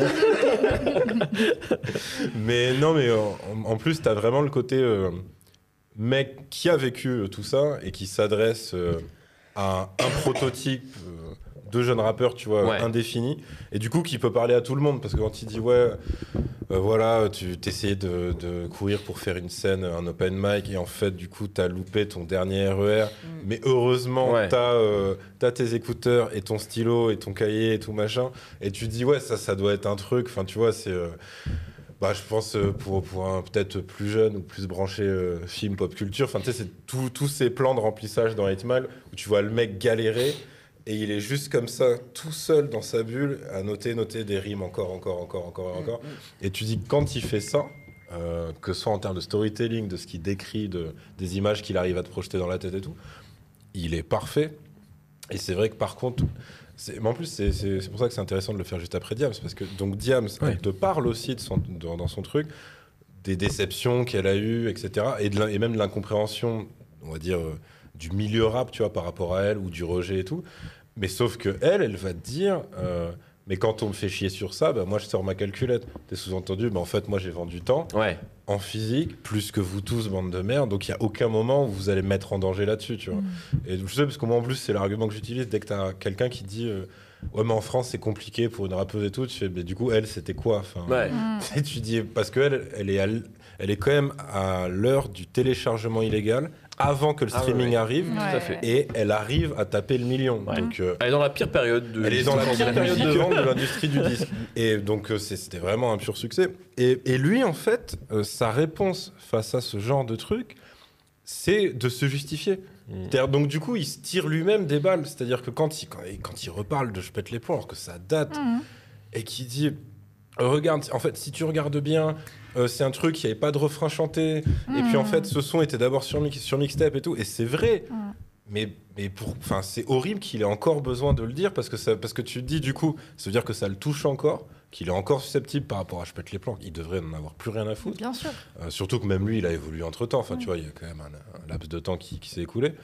euh, Mais non, mais en, en plus, t'as vraiment le côté euh, mec qui a vécu euh, tout ça et qui s'adresse euh, à un, un prototype euh, de jeune rappeur, tu vois, Ouais. indéfini, et du coup qui peut parler à tout le monde, parce que quand il dit ouais, euh, voilà, tu t'essayais de, de courir pour faire une scène, un open mic, et en fait, du coup, t'as loupé ton dernier R E R, mais heureusement, Ouais. t'as euh, t'as tes écouteurs et ton stylo et ton cahier et tout machin, et tu te dis ouais, ça, ça doit être un truc, enfin, tu vois, c'est... euh, bah, je pense euh, pour, pour un peut-être plus jeune ou plus branché euh, film pop culture, enfin, tu sais, c'est tout- tous ces plans de remplissage dans eight Mile où tu vois le mec galérer et il est juste comme ça, tout seul dans sa bulle, à noter, noter des rimes encore, encore, encore, encore, encore. Et tu dis, quand il fait ça, euh, que ce soit en termes de storytelling, de ce qu'il décrit, de, des images qu'il arrive à te projeter dans la tête et tout, il est parfait. Et c'est vrai que par contre, c'est, mais en plus, c'est, c'est, c'est pour ça que c'est intéressant de le faire juste après Diams, parce que donc Diams, Ouais. elle te parle aussi de son, dans, dans son truc des déceptions qu'elle a eues, et cetera. Et, de l'in- et même de l'incompréhension, on va dire, euh, du milieu rap, tu vois, par rapport à elle, ou du rejet et tout. Mais sauf que elle, elle va te dire, euh, mais quand on me fait chier sur ça, bah, moi je sors ma calculette. T'es sous-entendu, bah, en fait, moi j'ai vendu temps Ouais. en physique, plus que vous tous, bande de merde. Donc il n'y a aucun moment où vous allez me mettre en danger là-dessus, tu vois. Mm. Et je sais, parce que moi en plus, c'est l'argument que j'utilise dès que t'as quelqu'un qui dit, euh, ouais, mais en France c'est compliqué pour une rappeuse et tout. Tu fais, mais du coup, elle, c'était quoi enfin, Ouais. Mm. et tu dis, parce qu'elle, elle est, à l- elle est quand même à l'heure du téléchargement illégal, avant que le Ah ouais, streaming ouais. arrive, Tout à fait. et elle arrive à taper le million. Ouais. Donc, euh, Elle est dans la pire période de elle est dans la l'histoire pire de période de musique. vente de l'industrie du disque. Et donc, euh, c'est- c'était vraiment un pur succès. Et, et lui, en fait, euh, sa réponse face à ce genre de truc, c'est de se justifier. Mm. C'est-à-dire, donc, du coup, il se tire lui-même des balles. C'est-à-dire que quand il, quand, quand il reparle de Je pète les plombs, alors que ça date, Mm. et qu'il dit euh, regarde, en fait, si tu regardes bien, euh, c'est un truc, il n'y avait pas de refrain chanté. Et puis, en Mm. fait, ce son était d'abord sur, mix, sur mixtape et tout. Et c'est vrai. Mm. Mais, mais pour, enfin, c'est horrible qu'il ait encore besoin de le dire parce que, ça, parce que tu te dis, du coup, ça veut dire que ça le touche encore, qu'il est encore susceptible par rapport à Je pète les plombs. Il devrait n'en avoir plus rien à foutre. Bien sûr. Euh, surtout que même lui, il a évolué entre temps. Enfin, Ouais. tu vois, il y a quand même un, un laps de temps qui, qui s'est écoulé.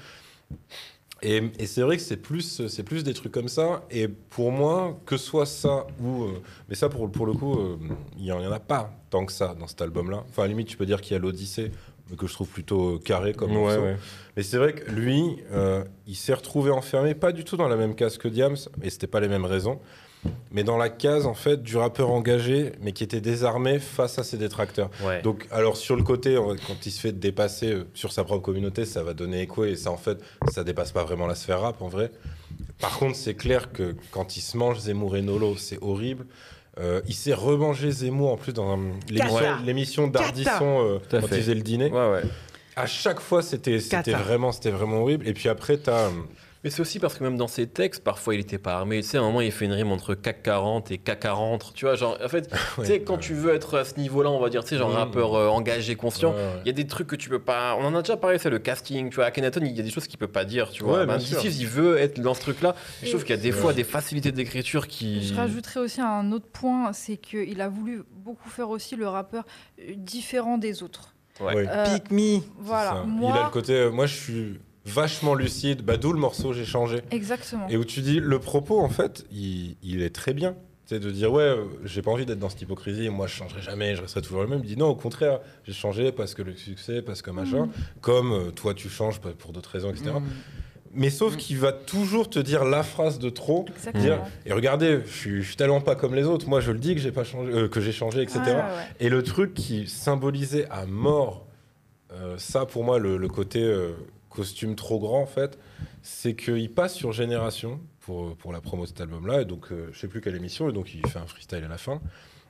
Et, et c'est vrai que c'est plus, c'est plus des trucs comme ça. Et pour moi, que soit ça ou. euh, mais ça, pour, pour le coup, euh, il n'y en, il y en a pas tant que ça dans cet album-là. Enfin, à la limite, tu peux dire qu'il y a l'Odyssée, mais que je trouve plutôt euh, carré comme Ouais, morceau. ouais. Mais c'est vrai que lui, euh, il s'est retrouvé enfermé, pas du tout dans la même case que Diams, et c'était pas les mêmes raisons, mais dans la case en fait du rappeur engagé, mais qui était désarmé face à ses détracteurs. Ouais. Donc, alors sur le côté, on va- quand il se fait dépasser euh, sur sa propre communauté, ça va donner écho, et ça en fait, ça dépasse pas vraiment la sphère rap en vrai. Par contre, c'est clair que quand il se mange Zemmour et Nolo, c'est horrible. Euh, il s'est remangé Zemmour en plus dans un- l'émission, Cata. l'émission d'Ardisson euh, Tout à quand fait. il faisait le dîner. Ouais, ouais. À chaque fois, c'était c'était Cata. vraiment, c'était vraiment horrible. Et puis après, t'as. euh, Mais c'est aussi parce que même dans ses textes, parfois il était pas armé. Tu sais, à un moment, il fait une rime entre C A C quarante et K quarante. Tu vois, genre, en fait, tu sais, quand ouais. tu veux être à ce niveau-là, on va dire, tu sais, genre Mmh. rappeur euh, engagé, conscient, Ouais, ouais. il y a des trucs que tu peux pas. On en a déjà parlé, c'est le casting. Tu vois, Akhenaton, il y a des choses qu'il peut pas dire. Tu vois, Ouais, Ben, bien sûr. D C, il veut être dans ce truc-là. Je trouve qu'il y a des Et- fois des facilités d'écriture qui. Je rajouterais aussi un autre point, c'est qu'il a voulu beaucoup faire aussi le rappeur euh, différent des autres. Ouais. Ouais. Euh, Pick me. voilà, Ça. moi, Il a le côté. euh, moi, je suis vachement lucide. Bah, d'où le morceau J'ai changé. exactement. Et où tu dis, le propos, en fait, il, il est très bien. C'est de dire, ouais, euh, j'ai pas envie d'être dans cette hypocrisie, moi je changerai jamais, je resterai toujours le même. Il dit, non, au contraire, j'ai changé parce que le succès, parce que machin, Mm. comme euh, toi tu changes pas- pour d'autres raisons, et cetera. Mm. Mais sauf Mm. qu'il va toujours te dire la phrase de trop. Exactement. Dire, et regardez, je suis, je suis tellement pas comme les autres, moi je le dis que j'ai pas changé, euh, que j'ai changé, et cetera. Ouais, ouais, ouais. Et le truc qui symbolisait à mort, euh, ça pour moi, le, le côté euh, costume trop grand en fait, c'est qu'il passe sur Génération pour, pour la promo de cet album-là, et donc euh, je sais plus quelle émission, et donc il fait un freestyle à la fin.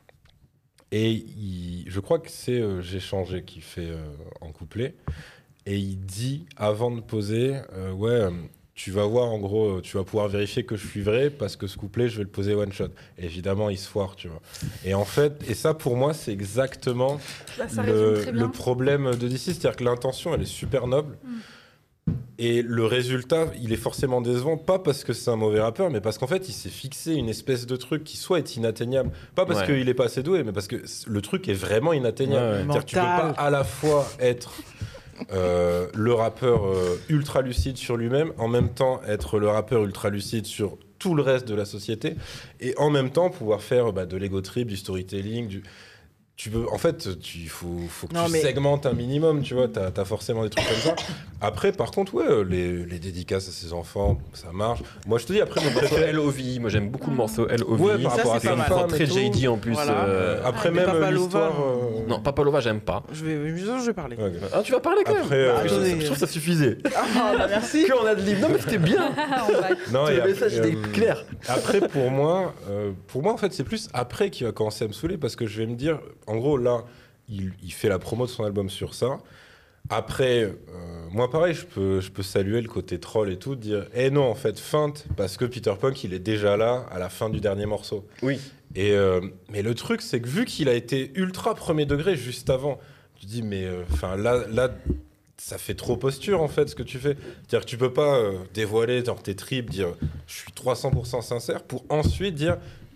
Et il- je crois que c'est euh, J'ai changé qui fait euh, en couplet, et il dit avant de poser, euh, ouais. euh, tu vas voir, en gros, euh, tu vas pouvoir vérifier que je suis vrai parce que ce couplet, je vais le poser one shot. Et évidemment, il se foire, tu vois. Et en fait, et ça pour moi, c'est exactement Bah, ça résume le, très bien. le problème de D C, c'est-à-dire que l'intention, elle est super noble. Et le résultat, il est forcément décevant, pas parce que c'est un mauvais rappeur, mais parce qu'en fait, il s'est fixé une espèce de truc qui soit est inatteignable. Pas parce Ouais. qu'il est pas assez doué, mais parce que le truc est vraiment inatteignable. Ouais, ouais. C'est-à-dire que tu peux Mental. pas à la fois être euh, le rappeur euh, ultra lucide sur lui-même, en même temps être le rappeur ultra lucide sur tout le reste de la société, et en même temps pouvoir faire bah, de l'ego trip, du storytelling, du... Tu veux, en fait, il faut, faut que Non, tu mais- segmentes un minimum, tu vois, t'as as forcément des trucs comme ça. Après, par contre, ouais, euh, les, les dédicaces à ses enfants, ça marche. Moi, je te dis, après, mon Le morceau préféré... L O V I, moi j'aime beaucoup le morceau L O V I. Ouais, par Ça, rapport à c'est sa pas mal. femme très et tout. J D en plus. Voilà. euh, Après, Ah, mais même Papa euh, Lova, l'histoire... euh, Non, Papa Lova, j'aime pas. Je vais, je vais parler. ouais. Ah, tu vas parler quand même. Après, euh, Bah, je, attendez. je trouve que ça suffisait. Ah, bah, merci. Que on a de livres. Non, mais c'était bien. On va- Non, et Le après, message était euh, clair. Après, pour moi, euh, pour moi, en fait, c'est plus après qu'il va commencer à me saouler parce que je vais me dire, en gros, là, il, il fait la promo de son album sur ça. Après, euh, moi, pareil, je peux, je peux saluer le côté troll et tout, dire, eh non, en fait, feinte, parce que Peter Punk, il est déjà là à la fin du dernier morceau. Oui. Et euh, mais le truc, c'est que vu qu'il a été ultra premier degré juste avant, tu dis, mais enfin là, là, ça fait trop posture en fait ce que tu fais. C'est-à-dire que tu peux pas euh, dévoiler dans tes tripes, dire je suis trois cents pour cent sincère pour ensuite dire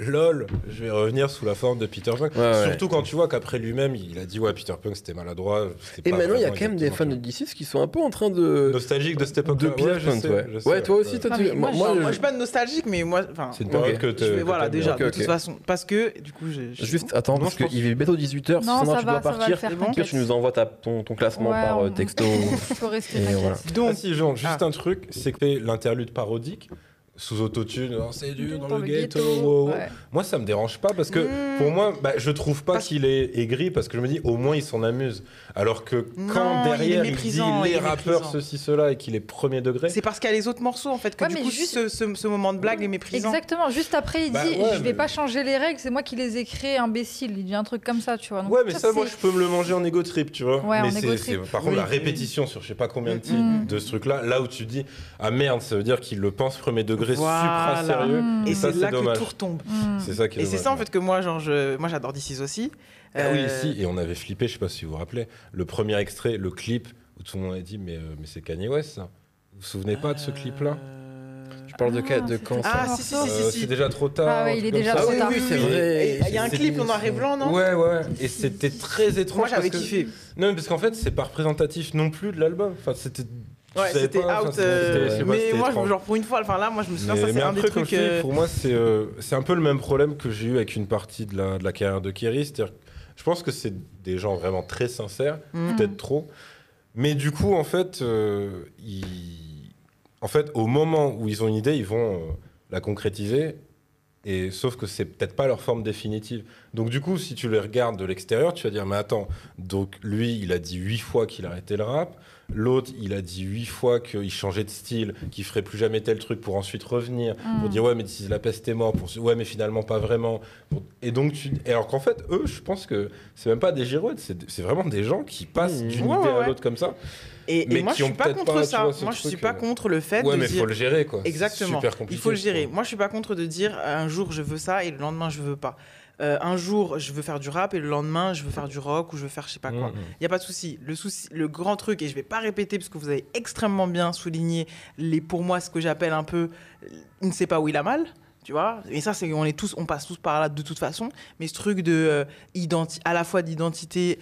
lol, je vais revenir sous la forme de Peter Punk. Ouais, ouais. Surtout quand tu vois qu'après lui-même, il a dit ouais, Peter Punk c'était maladroit. Et maintenant, il y a quand même des fans de D C qui sont un peu en train de. Nostalgiques de cette époque. De Peter Punk, ouais. Ouais, toi aussi, toi, Ah, tu. mais moi, Moi, je- moi, je suis pas nostalgique, mais moi. Enfin, C'est une Ok. période que je tu. vais- voilà, déjà, Ok, de ok. toute façon. Parce que, du coup, je. je- Juste, attends, Non, parce je pense- qu'il est bientôt dix-huit heures, Non, sinon ça tu va, dois ça va partir. le faire, Que t'inquiète. tu nous envoies ta- ton, ton classement Ouais, par euh, on- texto. Je peux rester, Et t'inquiète. voilà. Donc, Ah si, Jean, juste Ah. un truc, c'est que l'interlude parodique sous autotune, oh, c'est dur dans, Dans le le ghetto. ghetto, wow, wow. ouais. Moi, ça me dérange pas parce que Mmh. pour moi, bah, je trouve pas Parce- qu'il est aigri parce que je me dis au moins il s'en amuse. Alors que Non, quand il est derrière il, dit méprisant, les il est rappeurs méprisant. ceci cela et qu'il est premier degré. c'est parce qu'il y a les autres morceaux, en fait, que Ouais, du mais coup, juste- ce, ce, ce moment de blague est méprisant. Exactement, juste après, il Bah dit ouais, je vais mais- pas changer les règles, c'est moi qui les ai créées, imbécile. Il dit un truc comme ça, tu vois. Donc, Ouais, mais ça, moi, c'est- je peux me le manger en ego trip, tu vois. Ouais, en mais c'est, ego c'est- trip. par contre, Oui, la oui. répétition sur je sais pas combien de, Mm, titres mm. de ce truc-là, là où tu dis ah merde, ça veut dire qu'il le pense premier degré Voilà. supra sérieux. Mm. Et ça, c'est là que dommage. tout retombe. Hmm. C'est ça qui est Et c'est dommage. ça, en fait, que moi, genre, je... moi j'adore D C aussi. Ah oui, Euh, si, et on avait flippé, je sais pas si vous vous rappelez, le premier extrait, le clip, où tout le monde a dit mais, euh, mais c'est Kanye West, ça. Vous vous souvenez pas de ce clip-là euh, Tu parles de, Ah, ca- de c'était quand Ah, ça si, si, morceau. si, Euh, si. C'est déjà trop tard. Ah ouais, un il truc est comme déjà ça. trop oui, tard. oui, c'est oui. vrai. Et Il y a un C'est clip en noir et l'émission. blanc, non Ouais, ouais, et c'était très étrange. Moi, j'avais parce que- kiffé. Non, mais parce qu'en fait, c'est pas représentatif non plus de l'album. Enfin, c'était. tu Ouais, savais c'était pas, enfin, out. c'était- euh, je sais pas, mais c'était moi, étrange. genre, pour une fois, enfin là, moi, je me souviens, Mais, ça, mais c'est un après, des comme trucs. je dis, euh, pour moi, c'est euh, c'est un peu le même problème que j'ai eu avec une partie de la, de la carrière de Kerry. C'est-à-dire, que je pense que c'est des gens vraiment très sincères, Mhm. peut-être trop. Mais du coup, en fait, euh, ils... en fait, au moment où ils ont une idée, ils vont euh, la concrétiser. Et sauf que c'est peut-être pas leur forme définitive. Donc du coup, si tu les regardes de l'extérieur, tu vas dire mais attends, donc lui, il a dit huit fois qu'il arrêtait le rap. L'autre, il a dit huit fois qu'il changeait de style, qu'il ferait plus jamais tel truc pour ensuite revenir, pour Mm. dire ouais mais si la peste est mort, pour ouais mais finalement pas vraiment. Pour- Et donc tu, et alors qu'en fait eux, je pense que c'est même pas des girouettes, c'est c'est vraiment des gens qui passent Mmh. d'une Ouais, idée ouais, à ouais. l'autre comme ça. Et, et mais moi, qui je suis ont pas peut-être contre pas, tu ça. vois, ce Moi, je suis truc, pas euh, contre le fait Ouais de mais dire. faut le gérer quoi. C'est Exactement. super compliqué. Il faut le je gérer. trouve. Moi, je suis pas contre de dire un jour je veux ça et le lendemain je veux pas. Euh, un jour je veux faire du rap et le lendemain je veux faire du rock ou je veux faire je sais pas quoi. Mhm. Il y a pas de souci. Le souci, le grand truc et je vais pas répéter parce que vous avez extrêmement bien souligné les pour moi ce que j'appelle un peu il ne sait pas où il a mal. Tu vois, et ça c'est on est tous on passe tous par là de toute façon. Mais ce truc de euh, identi- à la fois d'identité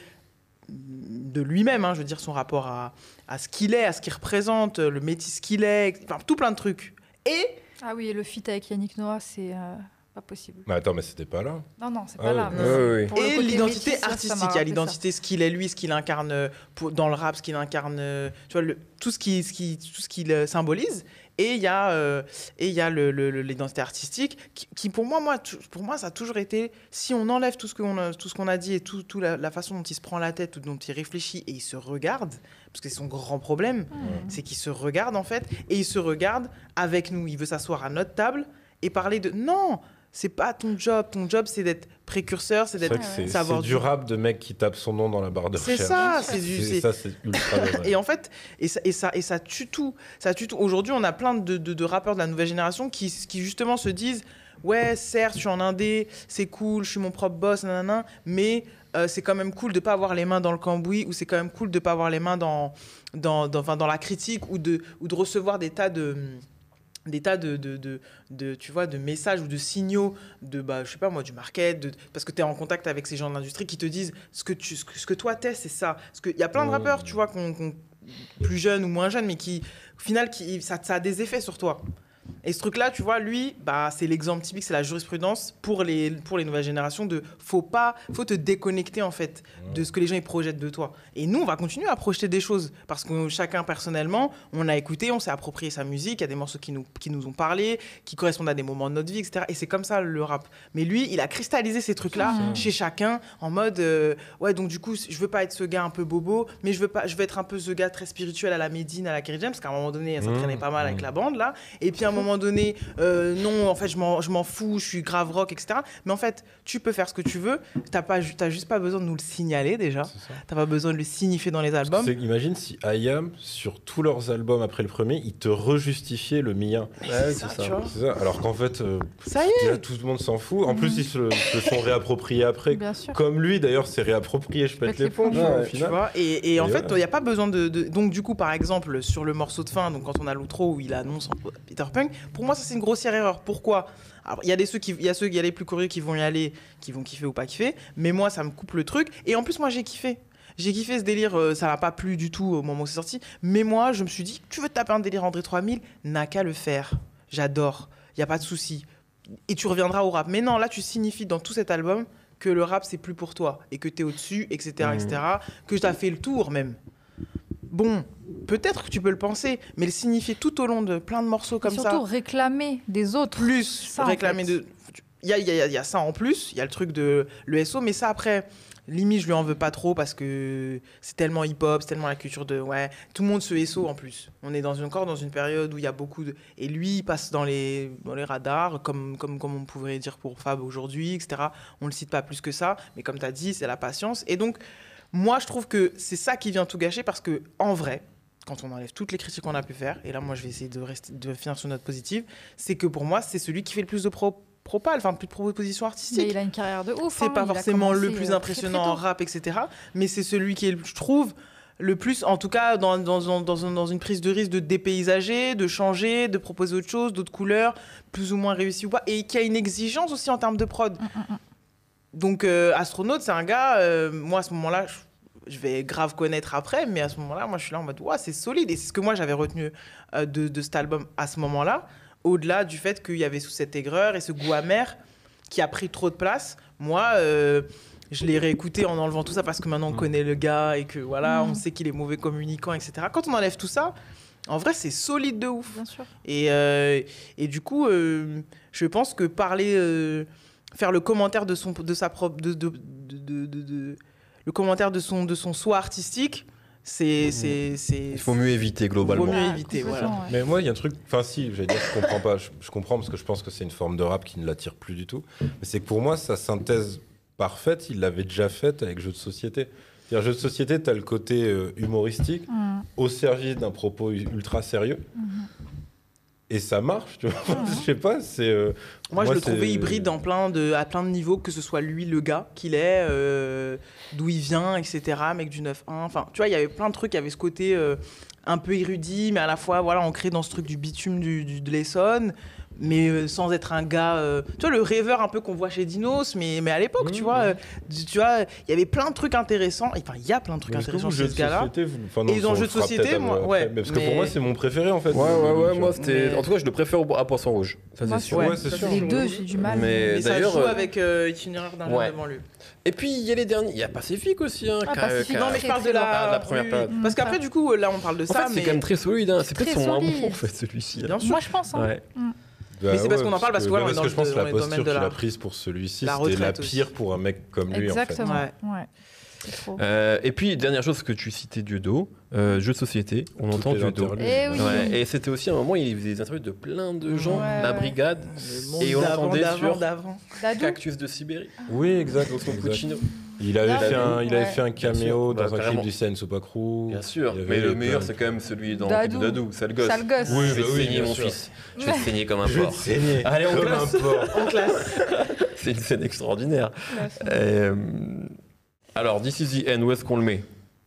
de lui-même, hein, je veux dire son rapport à, à ce qu'il est, à ce qu'il représente, le métis qu'il est, enfin tout plein de trucs. Et Ah oui, et le feat avec Yannick Noah, c'est euh, pas possible. Mais attends mais c'était pas là. Non, non, c'est Ah pas oui. là. mais Ouais, ouais, ouais. pour le et côté l'identité métis, ça, ça m'a artistique, il y a rappelé l'identité, ce qu'il est lui, ce qu'il incarne euh, pour, dans le rap, ce qu'il incarne, euh, tu vois, le, tout ce qui, ce qui, tout ce qu'il euh, symbolise. Et il y a, euh, et il y a le, le- le- l'identité artistique qui, qui, pour moi, moi, tou- pour moi, ça a toujours été, si on enlève tout ce qu'on a, tout ce qu'on a dit et tout, tout la, la façon dont il se prend la tête, ou dont il réfléchit et il se regarde, parce que c'est son grand problème, ça. Mm. c'est qu'il se regarde en fait, et il se regarde avec nous. Il veut s'asseoir à notre table et parler de non, c'est pas ton job. Ton job, c'est d'être précurseur, c'est C'est d'être vrai que c'est, savoir c'est du- du rap de mec qui tape son nom dans la barre de C'est recherche. ça, c'est du. C'est- c'est- ça c'est ultra dommage. Et en fait, et ça, et ça, et ça tue tout. Ça tue tout. Aujourd'hui, on a plein de, de, de rappeurs de la nouvelle génération qui, qui justement se disent ouais, certes, je suis en indé, c'est cool, je suis mon propre boss, nanana, mais euh, c'est quand même cool de pas avoir les mains dans le cambouis, ou c'est quand même cool de pas avoir les mains dans, dans, dans, enfin, dans la critique, ou de, ou de recevoir des tas de des tas de, de, de, de, tu vois, de messages ou de signaux de, bah, je sais pas moi, du market, de, parce que tu es en contact avec ces gens de l'industrie qui te disent ce que, tu, ce que, ce que toi t'es, c'est ça. Parce qu'il y a plein de Mmh. rappeurs, tu vois, qu'on, qu'on- plus jeunes ou moins jeunes, mais qui, au final, qui, ça, ça a des effets sur toi. Et ce truc-là, tu vois, lui, bah, c'est l'exemple typique, c'est la jurisprudence pour les, pour les nouvelles générations de faut pas, faut te déconnecter en fait de ce que les gens ils projettent de toi. Et nous, on va continuer à projeter des choses parce que chacun personnellement, on a écouté, on s'est approprié sa musique, il y a des morceaux qui nous, qui nous ont parlé, qui correspondent à des moments de notre vie, et cetera. Et c'est comme ça le rap. Mais lui, il a cristallisé ces trucs-là Mmh. chez chacun en mode euh, ouais, donc du coup, je veux pas être ce gars un peu bobo, mais je veux pas, je veux être un peu ce gars très spirituel à la Medine, à la Kerry James, parce qu'à un moment donné, elle s'entraînait Mmh. pas mal avec Mmh. la bande là. Et puis à un moment donné, euh, non, en fait, je m'en, je m'en fous, je suis grave rock, et cetera. Mais en fait, tu peux faire ce que tu veux. T'as pas, ju- t'as juste pas besoin de nous le signaler déjà. C'est ça. T'as pas besoin de le signifier dans les albums. C'est- imagine si I A M, sur tous leurs albums après le premier, ils te rejustifiaient le mien. Ouais, c'est c'est ça, ça. tu vois. C'est ça. Alors qu'en fait, euh, Ça y est. déjà, tout le monde s'en fout. En plus, ils se, se sont réappropriés après. Bien sûr. Comme lui, d'ailleurs, s'est réapproprié. Je pète Pète l'éponge, l'éponge. tu vois, au Ouais, Tu final. vois, et, et en Et fait, il voilà. n'y a pas besoin de, de- Donc, du coup, par exemple, sur le morceau de fin, donc quand on a l'outro où il annonce en- Peter Punk, pour moi, ça, c'est une grossière erreur. Pourquoi ? Alors, il y a des ceux qui, il y a ceux, il y a les plus curieux qui vont y aller, qui vont kiffer ou pas kiffer. Mais moi, ça me coupe le truc. Et en plus, moi, j'ai kiffé. J'ai kiffé ce délire. euh, ça m'a pas plu du tout au moment où c'est sorti. Mais moi, je me suis dit, tu veux te taper un délire André trois mille, n'a qu'à le faire. J'adore. Il y a pas de souci. Et tu reviendras au rap. Mais non, là, tu signifies dans tout cet album que le rap, c'est plus pour toi. Et que t'es au-dessus, et cetera, Mmh. et cetera. Que t'as fait le tour, même. Bon, peut-être que tu peux le penser, mais le signifier tout au long de plein de morceaux comme Et ça. surtout réclamer des autres. Plus Ça, en réclamer fait. de. Il y a, il y a- il y a ça en plus, il y a le truc de l'E S O, mais ça après, limite, je lui en veux pas trop parce que c'est tellement hip-hop, c'est tellement la culture de. Ouais, tout le monde se S O en plus. On est dans une, encore dans une période où il y a beaucoup de. Et lui, il passe dans les, dans les radars, comme, comme, comme on pourrait dire pour Fab aujourd'hui, et cetera. On le cite pas plus que ça, mais comme tu as dit, c'est la patience. Et donc, moi, je trouve que c'est ça qui vient tout gâcher parce que, en vrai, quand on enlève toutes les critiques qu'on a pu faire, et là, moi, je vais essayer de, rester, de finir sur une note positive, c'est que pour moi, c'est celui qui fait le plus de pro, propal, enfin, plus de propositions Mais artistiques. il a une carrière de ouf. C'est hein. pas Il a forcément le commencé, plus euh, impressionnant très, en très tôt. rap, et cetera. Mais c'est celui qui est, je trouve, le plus, en tout cas, dans, dans, dans, dans, un- dans une prise de risque de dépaysager, de changer, de proposer autre chose, d'autres couleurs, plus ou moins réussies ou pas, et qui a une exigence aussi en termes de prod. Mm, mm, mm. Donc, euh, Astronaute, c'est un gars, euh, moi, à ce moment-là, je, je vais grave connaître après, mais à ce moment-là, moi, je suis là en mode, ouais, c'est solide. Et c'est ce que moi, j'avais retenu euh, de, de cet album à ce moment-là, au-delà du fait qu'il y avait sous cette aigreur et ce goût amer qui a pris trop de place. Moi, euh, je l'ai réécouté en enlevant tout ça parce que maintenant, on Mm. connaît le gars et que, voilà, Mm. on sait qu'il est mauvais communicant, et cetera. Quand on enlève tout ça, en vrai, c'est solide de ouf. Bien sûr. Et, euh, et du coup, euh, je pense que parler, euh, faire le commentaire de son, de sa propre, de, de, de, de- de- de- le commentaire de son, de son soi artistique, c'est, c'est, c'est, Il faut mieux éviter globalement. Vaut mieux Ah, éviter, complètement, voilà. ouais. Mais moi, il y a un truc, enfin si, j'allais dire, je comprends pas, je, je comprends parce que je pense que c'est une forme de rap qui ne l'attire plus du tout. Mais c'est que pour moi, sa synthèse parfaite, il l'avait déjà faite avec Jeux de société. C'est-à-dire, Jeux de société, tu as le côté euh, humoristique Mm, au service d'un propos u- ultra sérieux. mhm. Et ça marche, tu vois. Mhm. Je sais pas, c'est. euh, Moi, je le c'est- trouvais hybride en plein de, à plein de niveaux, que ce soit lui, le gars qu'il est, euh, d'où il vient, et cetera, mec du neuf un. Enfin, tu vois, il y avait plein de trucs, il y avait ce côté euh, un peu érudit, mais à la fois, voilà, ancré dans ce truc du bitume du, du- de l'Essonne, mais euh, sans être un gars... euh, tu vois, le rêveur un peu qu'on voit chez Dinos, mais, mais à l'époque, Mhm. tu vois, euh, tu, tu vois, il y avait plein de trucs intéressants. Enfin, il y a plein de trucs Mais est-ce que intéressants vous, chez Jeux ce de gars-là. société, vous- enfin, Et non, dans on Jeux le de fera société, peut-être moi, après, ouais, mais parce que mais- pour moi, c'est mon préféré, en fait. Ouais, ouais, ouais, moi, c'était. Mais- En tout cas, je le préfère au- à Poisson Rouge. Ça, c'est Moi, sûr. Ouais, Ouais, c'est ça, sûr. Les deux, j'ai du mal. Mais- Mais ça d'ailleurs, joue euh, avec euh, Itinéraire d'un ouais. homme devant lui. Et puis, il y a les derniers. Il y a Pacifique aussi. Hein, Ah, qu'a- Pacifique, qu'a- Non, mais je parle de très, la, très loin. La première oui, période. Parce qu'après, du coup, là, on parle de En ça, fait, c'est mais quand même très solide. Hein. C'est peut-être Très son solide. amour, en fait, celui-ci. hein. bien sûr. Moi, je pense. Hein. Ouais. Mm. Bah Mais c'est parce ouais, qu'on en parle parce que voilà, on est parce dans que je pense le- que la dans le domaine posture de qu'il la- a prise pour celui-ci, la c'était la retraite aussi. pire pour un mec comme lui, Exactement. Ouais. Ouais. C'est trop. Euh, et puis, dernière chose que tu citais, Dieudo, euh, jeu de société, on Toutes entend les Dieudo. interludes. Eh oui. Ouais, et c'était aussi un moment où il faisait des interviews de plein de gens, Ouais, la ouais. brigade, Le monde Et on d'avant, entendait d'avant, sur- d'avant. Dadou. Cactus de Sibérie, Oui, exact. donc son exact. Puccino. Il avait, Là, fait un, il avait ouais. fait un Bien sûr, caméo bah, dans un carrément. clip du Sen Sopakrou. Bien sûr, Il y avait mais le plein meilleur, de- c'est quand même celui dans Dadou. Dadou, sale gosse. Sale gosse. Oui, Je vais bah oui, saigner bien mon sûr. fils, je vais saigner comme un Je vais te porc. saigner Allez, on comme classe. un porc. En classe. C'est une scène extraordinaire. Classe. Euh, alors, This is the End, où est-ce qu'on le met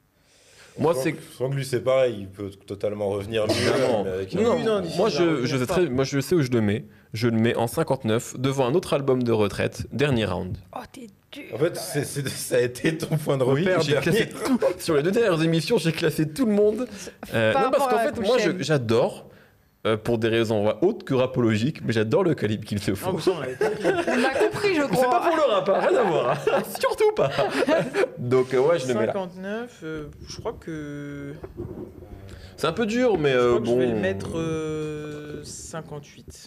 Moi, c'est. Je sens que lui, c'est pareil, il peut totalement revenir mieux. Évidemment. mais avec un- Non, Oui, non, This moi, is the je, End, je sais reviens très, pas. moi, je sais où je le mets. Je le mets en cinquante-neuf, devant un autre album de retraite, Dernier Round. Oh, t'es dur. En fait, c'est- c'est- ça a été ton point de Oui, repère. j'ai dernier. classé tout. Sur les deux dernières émissions, j'ai classé tout le monde. Euh, Par non, parce rapport qu'en à la fait, moi, je- prochaine. j'adore, euh, pour des raisons ouais, autres que rapologiques, mais j'adore le calibre qu'il se Non, faut. mais ça, on l'avait compris. On a compris, je C'est pas crois. pour le rap, hein, rien à voir. hein. Surtout pas. Donc, euh, ouais, je le mets là. cinquante-neuf, euh, je crois que. C'est un peu dur, mais Je euh, crois que bon. je vais le mettre euh, cinquante-huit.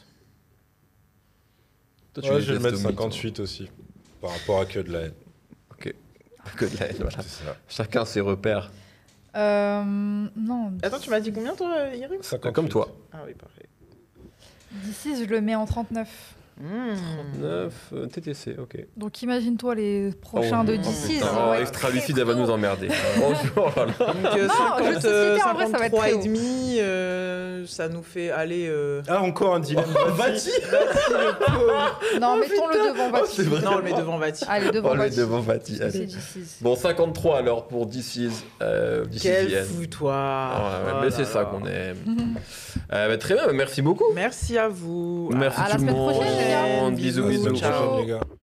Toi, tu Ouais, les je vais le laisses mettre au mythe, cinquante-huit aussi. Par rapport à que de la haine. hein. Que de la haine, voilà. C'est ça. Chacun ses repères. Euh, non. Attends, tu m'as dit combien, toi, Yerim Comme toi. Ah oui, parfait. D'ici, je le mets en trente-neuf. Mmh. trente-neuf euh, T T C, ok. Donc imagine-toi les prochains de Oh, D C. putain, oh, Extra Lucide, elle va nous emmerder. Franchement, là, là. Donc euh, Non, jeu de cinquante, société, en vrai, ça va être cinquante-trois très et haut. demi, euh, ça nous fait aller. Euh... Ah, encore un dilemme. Vati. Non, mettons-le devant Oh, c'est Vati. vrai. Non, on le met devant Vati. Allez, devant On le met Vati. devant Vati. C'est Allez. D C's. Bon, cinquante-trois alors pour D C's. Euh, D C's Quel Yen. foutoir. Ah ouais, Oh mais là c'est ça là. qu'on aime. Euh, bah, très bien, merci beaucoup. Merci à vous. Merci À la tout le semaine monde. prochaine, les gars. Bisous, Bisous, bisous. ciao. les gars.